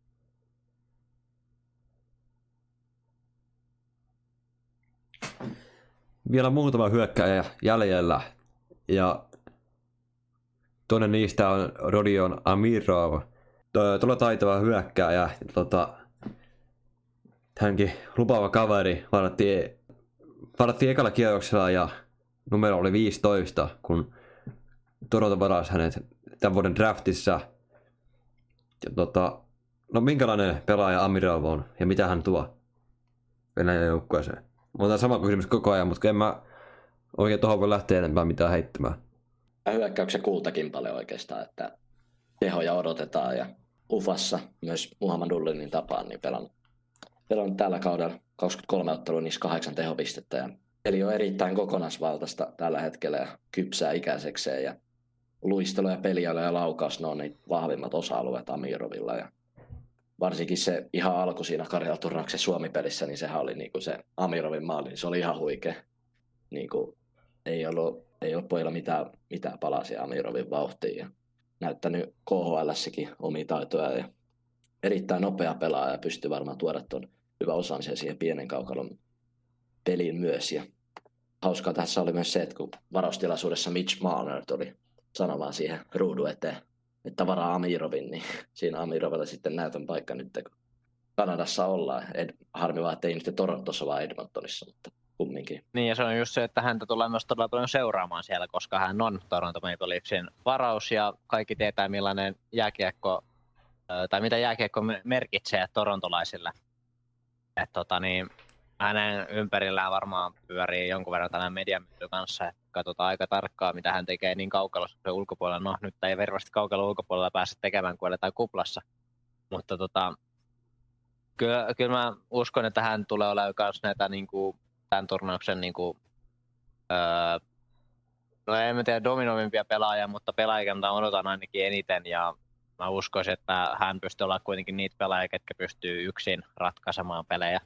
[SPEAKER 1] Vielä muutama hyökkääjä jäljellä ja toinen niistä on Rodion Amirov. Tuolla taitava hyökkääjä. Tota, hänkin lupaava kaveri varattiin, varattiin ekalla kierroksella ja numero oli viisitoista, kun Toronto varasi hänet tämän vuoden draftissa. Ja tota, no minkälainen pelaaja Amirov on ja mitä hän tuo Venäjän joukkueeseen? Mulla on sama kysymys koko ajan, mutta en mä oikein tuohon voi lähteä enempää mitään heittämään.
[SPEAKER 7] Hyökkäyksen kultakin paljon oikeastaan, että tehoja odotetaan ja Ufassa myös Muhammadullinin tapaan niin pelannut, pelannut tällä kaudella kaksikymmentäkolme ottelua, niissä kahdeksan tehopistettä. Ja eli on erittäin kokonaisvaltaista tällä hetkellä ja kypsää ikäisekseen ja luistelu ja pelialu ja laukaus, ne on niitä vahvimmat osa-alueet Amirovilla ja varsinkin se ihan alku siinä Karjala-turnauksen Suomi-pelissä, niin sehän oli niinku se Amirovin maali, niin se oli ihan huikea. Niinku, ei ollut, ei ollut pojilla mitään, mitään palasia Amirovin vauhtiin ja näyttänyt K H L:ssäkin omia taitoja ja erittäin nopea pelaaja ja pystyy varmaan tuoda tuon hyvän osaamisen siihen pienen kaukalon peliin myös. Ja hauskaa tässä oli myös se, että kun varaustilaisuudessa Mitch Marner tuli sanomaan siihen ruudun eteen, että varaa Amirovin, niin siinä Amirovilla sitten näytön paikka nyt, kun Kanadassa ollaan. Ed, harmi vaan, että ei nyt Torontossa, vaan Edmontonissa, mutta kumminkin.
[SPEAKER 6] Niin, ja se on just se, että häntä tulee myös todella paljon seuraamaan siellä, koska hän on Toronto Maple Leafsin varaus, ja kaikki tietää, millainen jääkiekko, tai mitä jääkiekko merkitsee torontolaisille. Että tota niin, hänen ympärillään varmaan pyörii jonkun verran tällainen mediamyynty kanssa, että katsotaan aika tarkkaan, mitä hän tekee niin kaukalossa ulkopuolella. No, nyt ei verrasti kaukalla ulkopuolella pääse tekemään, kun eletään kuplassa. Mutta tota, kyllä, kyllä mä uskon, että hän tulee olemaan myös näitä niin kuin, tämän turnauksen, niin kuin, öö, no en tiedä dominoivimpia pelaajia, mutta pelaajia odotan ainakin eniten. Ja mä uskoisin, että hän pystyy olemaan kuitenkin niitä pelaajia, ketkä pystyy yksin ratkaisemaan pelejä.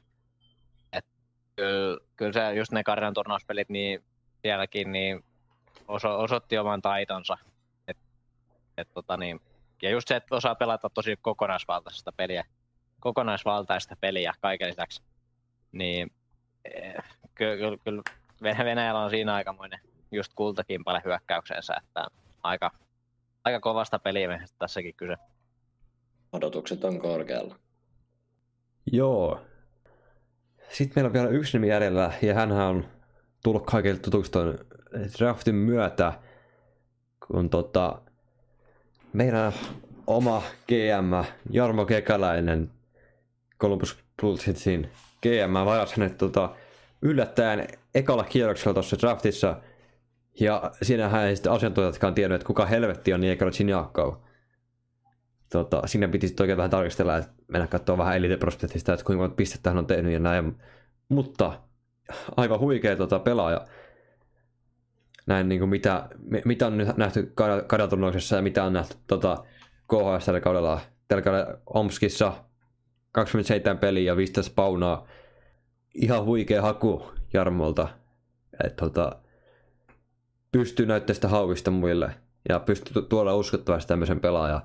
[SPEAKER 6] Kyllä, kyllä se just ne Karjalan turnauspelit, niin sielläkin niin oso, osoitti oman taitonsa. Et, et, tota niin, ja just se, että osaa pelata tosi kokonaisvaltaista peliä, kokonaisvaltaista peliä kaiken lisäksi, niin kyllä, kyllä, kyllä Venäjällä on siinä aikamoinen just kultakimpale hyökkäyksensä, että aika, aika kovasta pelimiehestä tässäkin kyse.
[SPEAKER 7] Odotukset on korkealla.
[SPEAKER 1] Joo. Sitten meillä on vielä yksi nimi jäljellä, ja hänhän on tullut kaikille tutuksi tuon draftin myötä, kun tota, meidän oma G M Jarmo Kekäläinen, Columbus Blue Jacketsin G M, varasi hänet tota, yllättäen ekalla kierroksella tuossa draftissa, ja siinähän ei sitten asiantuntijatkaan tiennyt, että kuka helvetti on Niekaro Chiniakov. Tota, siinä piti sitten oikein vähän tarkistella, että mennä katsoa vähän Elite Prospectista, että kuinka monta pistettä hän on tehnyt ja näin. Mutta aivan huikea tota, pelaaja. Näin niin kuin mitä, mitä on nyt nähty kadoturnauksessa ja mitä on nähty tota, K H S tällä kaudella. Tällä kaudella Omskissa kaksikymmentäseitsemän peliä ja viisitoista paunaa. Ihan huikea haku Jarmolta. Että tota, pystyy näyttämään sitä hauvista muille ja pystyy tuolla uskottavasti tämmöisen pelaajan.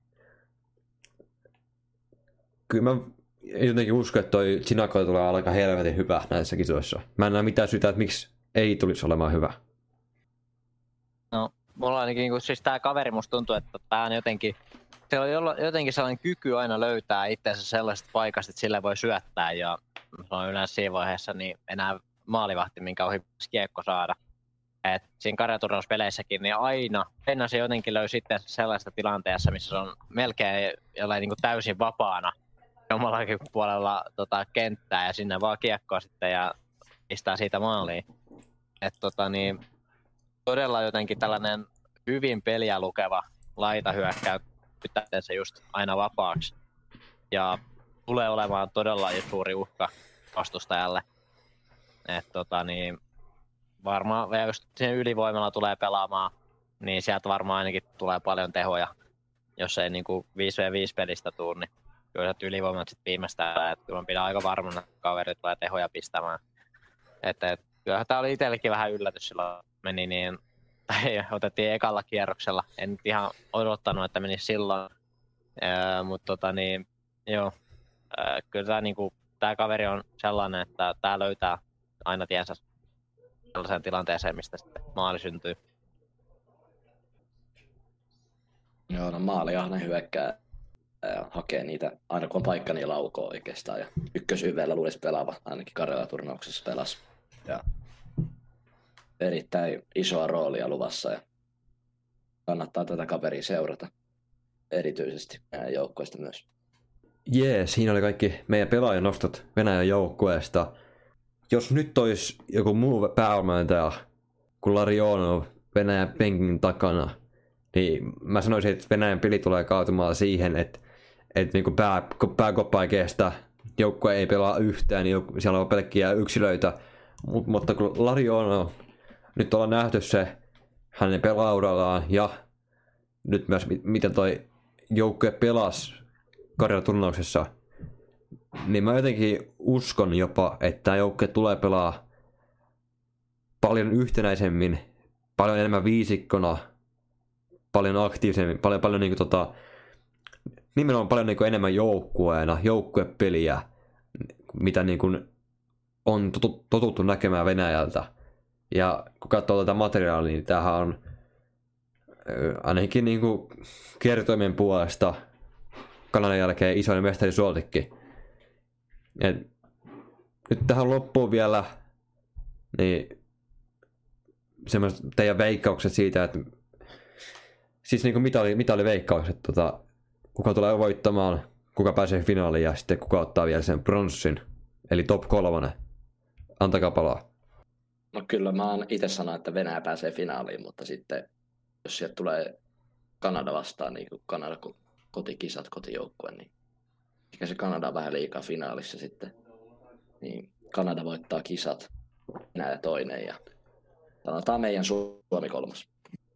[SPEAKER 1] Kyllä mä jotenkin uskon, että toi Chinako tulee aika helvetin hyvä näissä kisoissa. Mä en näe mitään syytä, että miksi ei tulisi olemaan hyvä.
[SPEAKER 6] No, mulla ainakin, kun siis tää kaveri musta tuntuu, että tää on jotenkin, se on jotenkin sellainen kyky aina löytää itseensä sellaisesta paikasta, että sille voi syöttää, ja se on yleensä siinä vaiheessa niin enää maalivahti, minkä ohi kiekko saada. Et siinä karjaturnauspeleissäkin niin aina, aina se jotenkin löysi sitten sellaista tilanteessa, missä se on melkein jollain niin kuin täysin vapaana omallakin puolella tota, kenttää ja sinne vaan kiekkoa sitten ja pistää siitä maaliin. Et, tota, niin, todella jotenkin tällainen hyvin peliä lukeva laitahyökkäy se just aina vapaaksi. Ja tulee olemaan todella suuri uhka vastustajalle. Et, tota, niin, varmaan, ja jos sen ylivoimalla tulee pelaamaan, niin sieltä varmaan ainakin tulee paljon tehoja. Jos ei niinku viisi vastaan viisi pelistä tule, niin kyllä sieltä ylivoimat sitten viimeistään. Että kyllä mä pidän aika varmana, että kaveri tulee tehoja pistämään. Että et, kyllähän tää oli itsellekin vähän yllätys silloin. Meni niin, tai otettiin ekalla kierroksella. En nyt ihan odottanut, että menisi silloin. Öö, mutta tota niin, joo. Öö, kyllä tää, niinku, tää kaveri on sellainen, että tää löytää aina tiensä sellaiseen tilanteeseen, mistä sitten maali syntyy.
[SPEAKER 7] Joo, no maaliahne hyökkää ja hakee niitä aina kun on paikka, niin laukoo oikeastaan. Ja ykkösyveellä luulisi pelaava, ainakin Karjala-turnauksessa pelasi. Ja erittäin isoa roolia luvassa ja kannattaa tätä kaveria seurata erityisesti meidän joukkueesta myös.
[SPEAKER 1] Jee, siinä oli kaikki meidän pelaajan nostot Venäjän joukkueesta. Jos nyt olisi joku muu päävalmentaja kuin Larionov Venäjän penkin takana, niin mä sanoisin, että Venäjän peli tulee kaatumaan siihen, että, että niin pää, pääkoppa ei kestä, joukkue ei pelaa yhtään, niin siellä on pelkkiä yksilöitä. Mut, mutta kun Larionov, nyt ollaan nähty se hänen pelaurallaan ja nyt myös miten toi joukkue pelasi Karjala-turnauksessa, niin mä jotenkin uskon jopa, että tämä joukkue tulee pelaa paljon yhtenäisemmin, paljon enemmän viisikkona, paljon aktiivisemmin, paljon, paljon niin kuin tota, nimenomaan paljon niin kuin enemmän joukkueena, joukkuepeliä, mitä niin kuin on totuttu näkemään Venäjältä. Ja kun katsoo tätä materiaalia, niin tämähän on ainakin niin kuin kertoimen puolesta Kanadan jälkeen isoinen mestarisuosikki. Et nyt tähän loppuun vielä niin semmoiset teidän veikkaukset siitä, että siis niin kuin mitä oli, mitä oli veikkaukset, tota, kuka tulee voittamaan, kuka pääsee finaaliin ja sitten kuka ottaa vielä sen bronssin, eli top kolmonen. Antakaa palaa.
[SPEAKER 7] No kyllä mä oon itse sanonut, että Venäjä pääsee finaaliin, mutta sitten jos sieltä tulee Kanada vastaan, niin kuin Kanada kotikisat, kotijoukkue, niin ehkä se Kanada on vähän liikaa finaalissa sitten. Niin Kanada voittaa kisat, Venäjä toinen ja sanotaan meidän Suomi kolmas.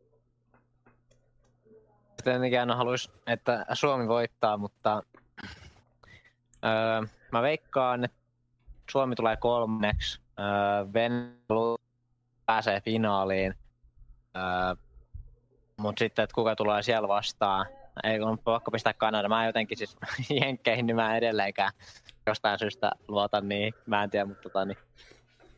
[SPEAKER 6] Tietenkin aina haluaisi, että Suomi voittaa, mutta öö, mä veikkaan, että Suomi tulee kolmanneksi, öö, Venäjä pääsee finaaliin, öö, mutta sitten, että kuka tulee siellä vastaan, ei on pakko pistää Kanada. Mä jotenkin siis jenkkeihin, niin mä edelleenkään jostain syystä luotan niin, mä en tiedä, mutta tota, niin,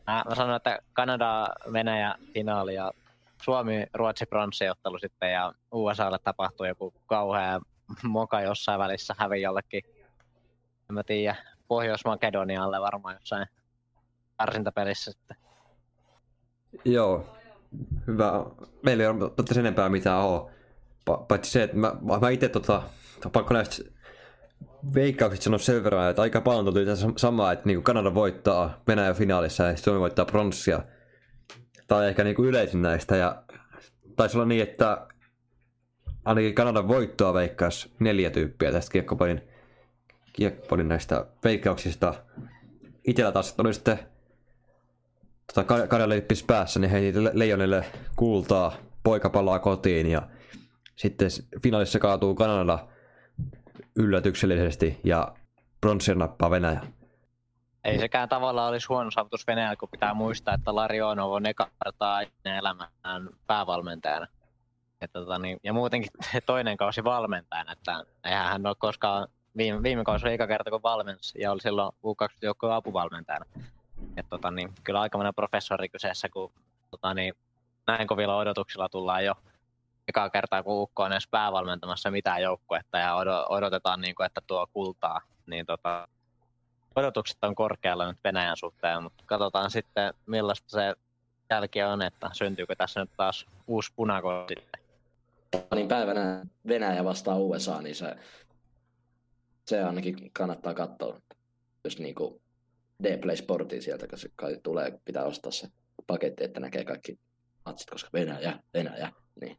[SPEAKER 6] Mä, mä sanon, että Kanada, Venäjä finaali ja Suomi, Ruotsi pronssiottelu sitten ja U S A:lle tapahtuu joku kauhea moka jossain välissä, hävi jollekin, en mä tiedä, Pohjois-Makedonialle varmaan jossain karsintapelissä sitten.
[SPEAKER 1] Joo, hyvä. Meillä ei ole totta sen enempää mitään ole. Pa- paitsi se, että mä, mä itse tota, pakko näistä veikkauksista sanoa sen verran, että aika paljon tuli samaa, että niinku Kanada voittaa Venäjä finaalissa ja Suomi voittaa pronssia. Tai ehkä niinku yleisin näistä. Ja taisi olla niin, että ainakin Kanadan voittoa veikkaisi neljä tyyppiä tästä kiekkopodin, kiekkopodin näistä veikkauksista. Itellä taas oli sitten tota, Karjala-lippis päässä, niin heitti Leijonille kultaa, poika palaa kotiin ja sitten finaalissa kaatuu Kanada yllätyksellisesti ja pronssia nappaa Venäjä.
[SPEAKER 6] Ei sekään tavallaan olisi huono saavutus Venäjällä, kun pitää muistaa, että Larionov on eka kertaa elämään päävalmentajana. Että, tota, niin, ja muutenkin toinen kausi valmentajana, että eihän hän ole koskaan, viime, viime kausi oli eka kerta kun valmensi ja oli silloin U kaksikymmentä-joukkojen apuvalmentajana. Että, tota, niin, kyllä aikamoinen professori kyseessä, kun tota, niin, näin kovilla odotuksilla tullaan jo eka kertaa, kun U K on edes päävalmentamassa mitään joukkuetta ja odotetaan, niin kuin, että tuo kultaa, niin tota, odotukset on korkealla nyt Venäjän suhteen, mutta katsotaan sitten millaista se jälki on, että syntyykö tässä nyt taas uusi punakoodi.
[SPEAKER 7] Niin päivänä Venäjä vastaa U S A, niin se, se ainakin kannattaa katsoa, jos niinku D-Play Sportiin sieltä, kun se kai tulee, pitää ostaa se paketti, että näkee kaikki matsit, koska Venäjä, Venäjä, niin.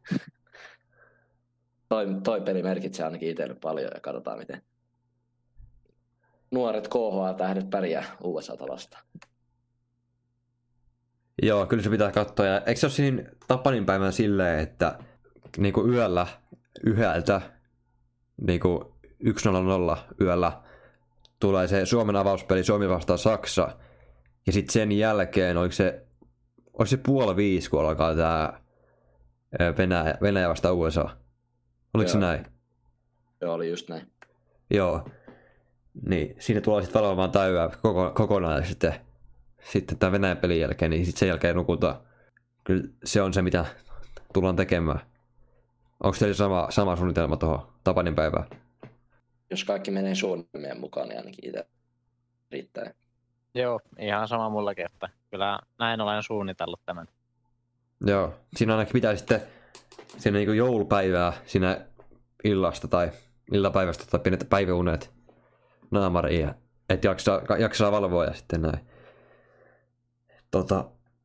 [SPEAKER 7] toi, toi peli merkitsee ainakin itselle paljon ja katsotaan miten nuoret K H L-tähdet pärjää U S A:ta vastaan.
[SPEAKER 1] Joo, kyllä se pitää katsoa. Ja eikö se ole siinä Tapanin päivänä silleen, että niinku yöllä yhdeltä niinku yksi nolla nolla yöllä tulee se Suomen avauspeli Suomi vastaan Saksa. Ja sitten sen jälkeen oliko se, oliko se puoli viisi, kun alkaa tää Venäjä, Venäjä vastaan U S A. Oliko
[SPEAKER 7] Joo.
[SPEAKER 1] se näin?
[SPEAKER 7] Joo, oli just näin.
[SPEAKER 1] Joo. Niin, siinä tulee sitten valvomaan täyää koko, kokonaan ja sitten, sitten tämän Venäjän pelin jälkeen, niin sitten sen jälkeen nukutaan. Kyllä se on se, mitä tullaan tekemään. Onko teillä sama, sama suunnitelma tuohon Tapanin päivään?
[SPEAKER 7] Jos kaikki menee suunnitelmien mukaan, niin ainakin itse riittää.
[SPEAKER 6] Joo, ihan sama mullakin, että kyllä näin olen suunnitellut tämän.
[SPEAKER 1] Joo, siinä ainakin pitää sitten siinä niin kuin joulupäivää siinä illasta tai illapäivästä tai pienet päiväunet naamariin, että jaksaa, jaksaa valvoa ja sitten näin. Tota.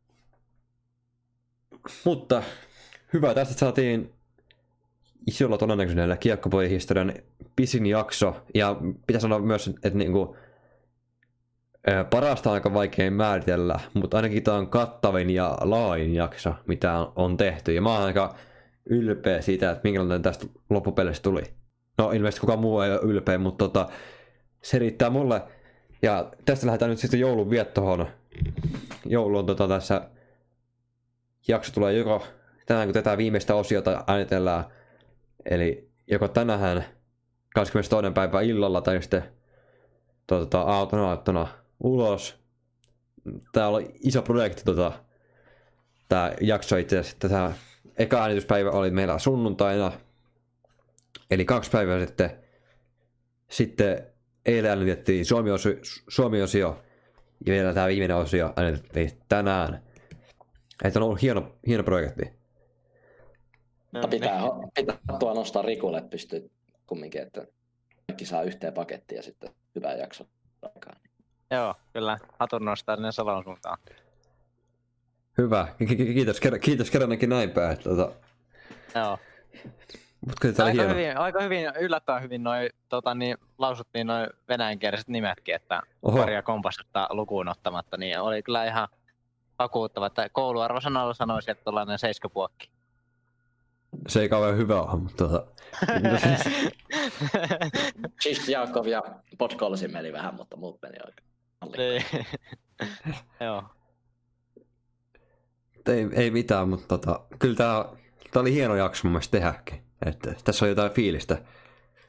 [SPEAKER 1] Mutta hyvä, tästä saatiin isolla todennäköisyydellä Kiekkopodin historian pisin jakso. Ja pitää sanoa myös, että niinku, parasta on aika vaikea määritellä, mutta ainakin tämä on kattavin ja laajin jakso, mitä on tehty. Ja mä oon aika ylpeä siitä, että minkälainen tästä loppupeleistä tuli. No ilmeisesti kukaan muu ei ole ylpeä, mutta tota, se riittää mulle. Ja tästä lähdetään nyt sitten joulun viettoon. Joulu on tota tässä, jakso tulee joko tänään kun tätä viimeistä osiota äänitellään, eli joko tänään kahdeskymmenestoinen päivä illalla tai sitten tota, aatona aattona ulos. Tää oli iso projekti tota, tää jakso itse asiassa. Tätä eka äänityspäivä oli meillä sunnuntaina, eli kaksi päivää sitten. Sitten eilen äänitettiin Suomi-osio, Suomi-osio ja vielä tämä viimeinen osio äänitettiin tänään. Että on ollut hieno, hieno projekti.
[SPEAKER 6] No,
[SPEAKER 7] Pitää, pitää tuo nostaa Rikulle pystyy kumminkin, että kaikki saa yhteen pakettiin ja sitten hyvä jakso aikaan.
[SPEAKER 6] Joo, kyllä. Hatun nostaa sinne Salon suuntaan.
[SPEAKER 1] Hyvä. Kiitos, kiitos kerrankin näin päin. Tota.
[SPEAKER 6] Joo.
[SPEAKER 1] Mut kyllä tää oli
[SPEAKER 6] Aika
[SPEAKER 1] hieno.
[SPEAKER 6] hyvin, aika hyvin, yllättävän hyvin noi, tota, niin, lausuttiin noin venäjänkieliset nimetkin, että
[SPEAKER 1] Oho.
[SPEAKER 6] paria kompastetta lukuun ottamatta, niin oli kyllä ihan vakuuttava, että kouluarvosanalla sanoisin, että tuollainen seiskapuokki.
[SPEAKER 1] Se ei kauhean hyvä ole, mutta tota.
[SPEAKER 7] Chist Jaakov ja Podkolsin meni vähän, mutta muut meni oikein.
[SPEAKER 6] Niin. Joo.
[SPEAKER 1] ei, ei mitään, mutta tota, kyllä tää, tää oli hieno jakso mun mielestä tehdäkin. Että tässä on jotain fiilistä.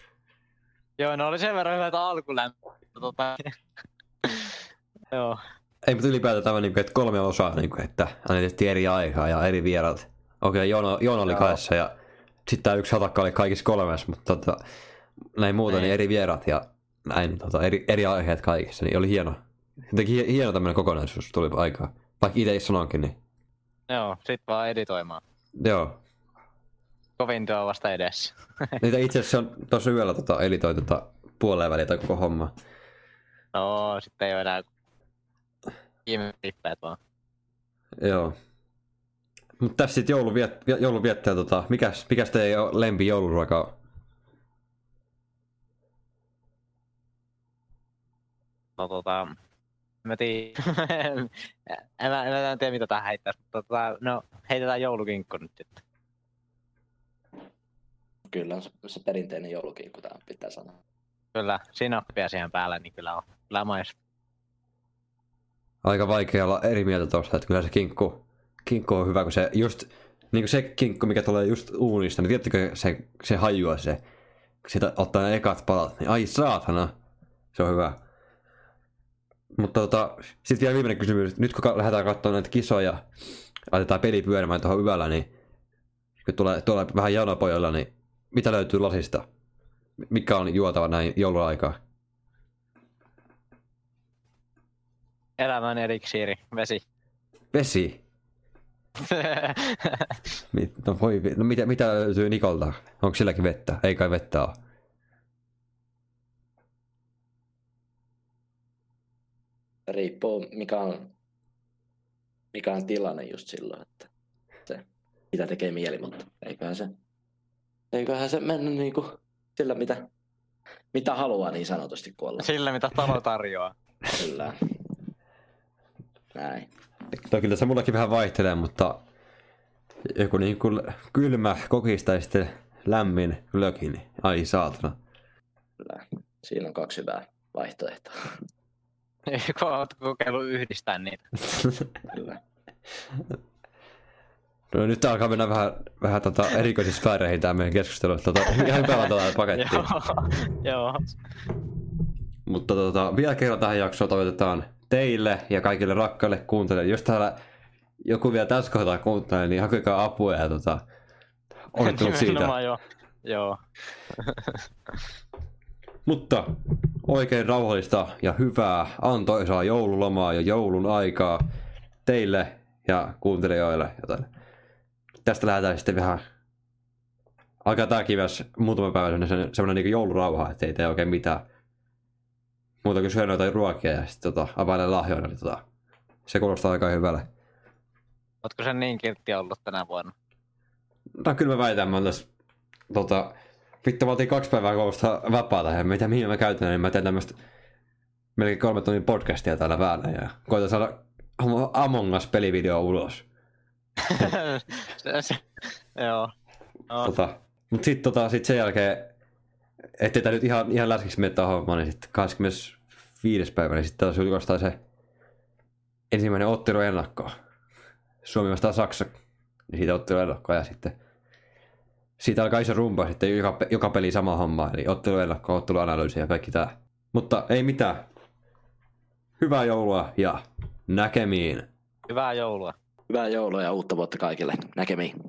[SPEAKER 6] Joo, no oli sen verran hyvä, että alkulämpö. Tota, joo.
[SPEAKER 1] Ei, mutta ylipäätään tämä, niin kuin, että kolme osaa, niin kuin, että annettiin eri aikaa ja eri vieraat. Okei, okay, Joona, Joona oli kahdessa ja sitten tämä yksi hatakka oli kaikissa kolmessa, mutta tota, näin muuta, niin eri vieraat ja näin tota, eri, eri aiheet kaikissa, niin oli hieno. Jotenkin hieno tämmöinen kokonaisuus tuli aikaa, vaikka itse sanonkin, niin.
[SPEAKER 6] Joo, sit vaan editoimaan.
[SPEAKER 1] Joo.
[SPEAKER 6] Kovin työ on vasta edessä.
[SPEAKER 1] Niitä itse asiassa on tuossa yöllä tota, editoi tota, puoleen väliä tai koko homma.
[SPEAKER 6] No, sitten ei ole enää viime rippeet vaan.
[SPEAKER 1] Joo. Mutta tässä sitten joulun, viet, joulun viettää, tota, mikäs, mikäs teidän lempi jouluruoka on?
[SPEAKER 6] No tota, mä tiedän, en, mä, en mä tiedä mitä tää heittäis, mutta tota, no heitetään joulukinkku nyt sitten.
[SPEAKER 7] Kyllä on se, se perinteinen joulukinkku tää pitää sanoa.
[SPEAKER 6] Kyllä, sinappia siihen päälle, niin kyllä on, kyllä mais.
[SPEAKER 1] Aika vaikea olla eri mieltä tuosta, että kyllä se kinkku, kinkku on hyvä, kun se just, niin kuin se kinkku, mikä tulee just uunista, niin tiedättekö se, se hajua se, kun siitä ottaa ne ekat palat, niin ai saatana, se on hyvä. Mutta tota, sitten vielä viimeinen kysymys, nyt kun lähdetään katsomaan näitä kisoja, laitetaan peli pyörimään tuohon yöllä, niin kun tulee, tulee vähän janopojalla, niin mitä löytyy lasista? Mikä on juotava näin jouluaikaa?
[SPEAKER 6] Elämän eliksiiri, vesi.
[SPEAKER 1] Vesi? No, voi, no mitä, mitä löytyy Nikolta? Onko silläkin vettä? Ei kai vettä ole.
[SPEAKER 7] Riippuu mikä on, mikä on tilanne just silloin, että se, mitä tekee mieli, mutta eiköhän se, eiköhän se mennä niinku sillä mitä, mitä haluaa niin sanotusti kuolla.
[SPEAKER 6] Sillä mitä talo tarjoaa.
[SPEAKER 7] Kyllä. Näin.
[SPEAKER 1] No, kyllä se mullakin vähän vaihtelee, mutta joku niin kuin kylmä kokista ja sitten lämmin löki, niin ai saatana.
[SPEAKER 7] Kyllä. Siinä on kaksi hyvää vaihtoehtoa.
[SPEAKER 6] Kun oot kokeillut yhdistää niitä.
[SPEAKER 7] Kyllä.
[SPEAKER 1] No, nyt alkaa mennä vähän, vähän tota erikoisissa sfääreihin tämä meidän keskustelu. Tota, ihan hyvä laittaa pakettiin.
[SPEAKER 6] Joo, joo.
[SPEAKER 1] Mutta tota, vielä kerran tähän jaksoon toivotetaan teille ja kaikille rakkaille kuuntelijoille. Jos täällä joku vielä tässä kohtaa kuuntelee, niin hakekaa apua ja tota, onnittelut siitä.
[SPEAKER 6] Jo. Joo.
[SPEAKER 1] Mutta oikein rauhallista ja hyvää antoisaa joululomaa ja joulun aikaa teille ja kuuntelijoille. Joten tästä lähdetään sitten vähän, alkaa tääkin myös muutama päivä semmoinen, semmoinen niin joulurauha, ettei tee oikein mitään muuta kuin syödä jotain ruokia ja sitten tota, availla lahjoina. Niin, tota, se kuulostaa aika hyvälle.
[SPEAKER 6] Ootko sen niin kiltti ollut tänä vuonna?
[SPEAKER 1] No kyllä mä väitän, mä oon tässä tota, vittu mä otin kaksi päivää koulusta vapaata ja mitä mihin mä käytän, niin mä teen tämmöstä melkein kolme tunnin podcastia täällä päällä ja koitan saada Among Us-pelivideo ulos.
[SPEAKER 6] se, se, joo. No.
[SPEAKER 1] Tota, mut sit, tota, sit sen jälkeen, ettei tää nyt ihan, ihan läskiksi mene tää homma, niin sit kahdeskymmenesviides päivä, niin sit taas julkaistaan se ensimmäinen ottelu ennakkoa. Suomi vastaan Saksa, niin siitä ottelu ennakkoa ja sitten siitä alkaa iso rumpa sitten joka, joka peli sama homma, eli ottelu ennakkoa, ottelu analyysi ja kaikki tää. Mutta ei mitään. Hyvää joulua ja näkemiin.
[SPEAKER 6] Hyvää joulua.
[SPEAKER 7] Hyvää joulua ja uutta vuotta kaikille. Näkemiin.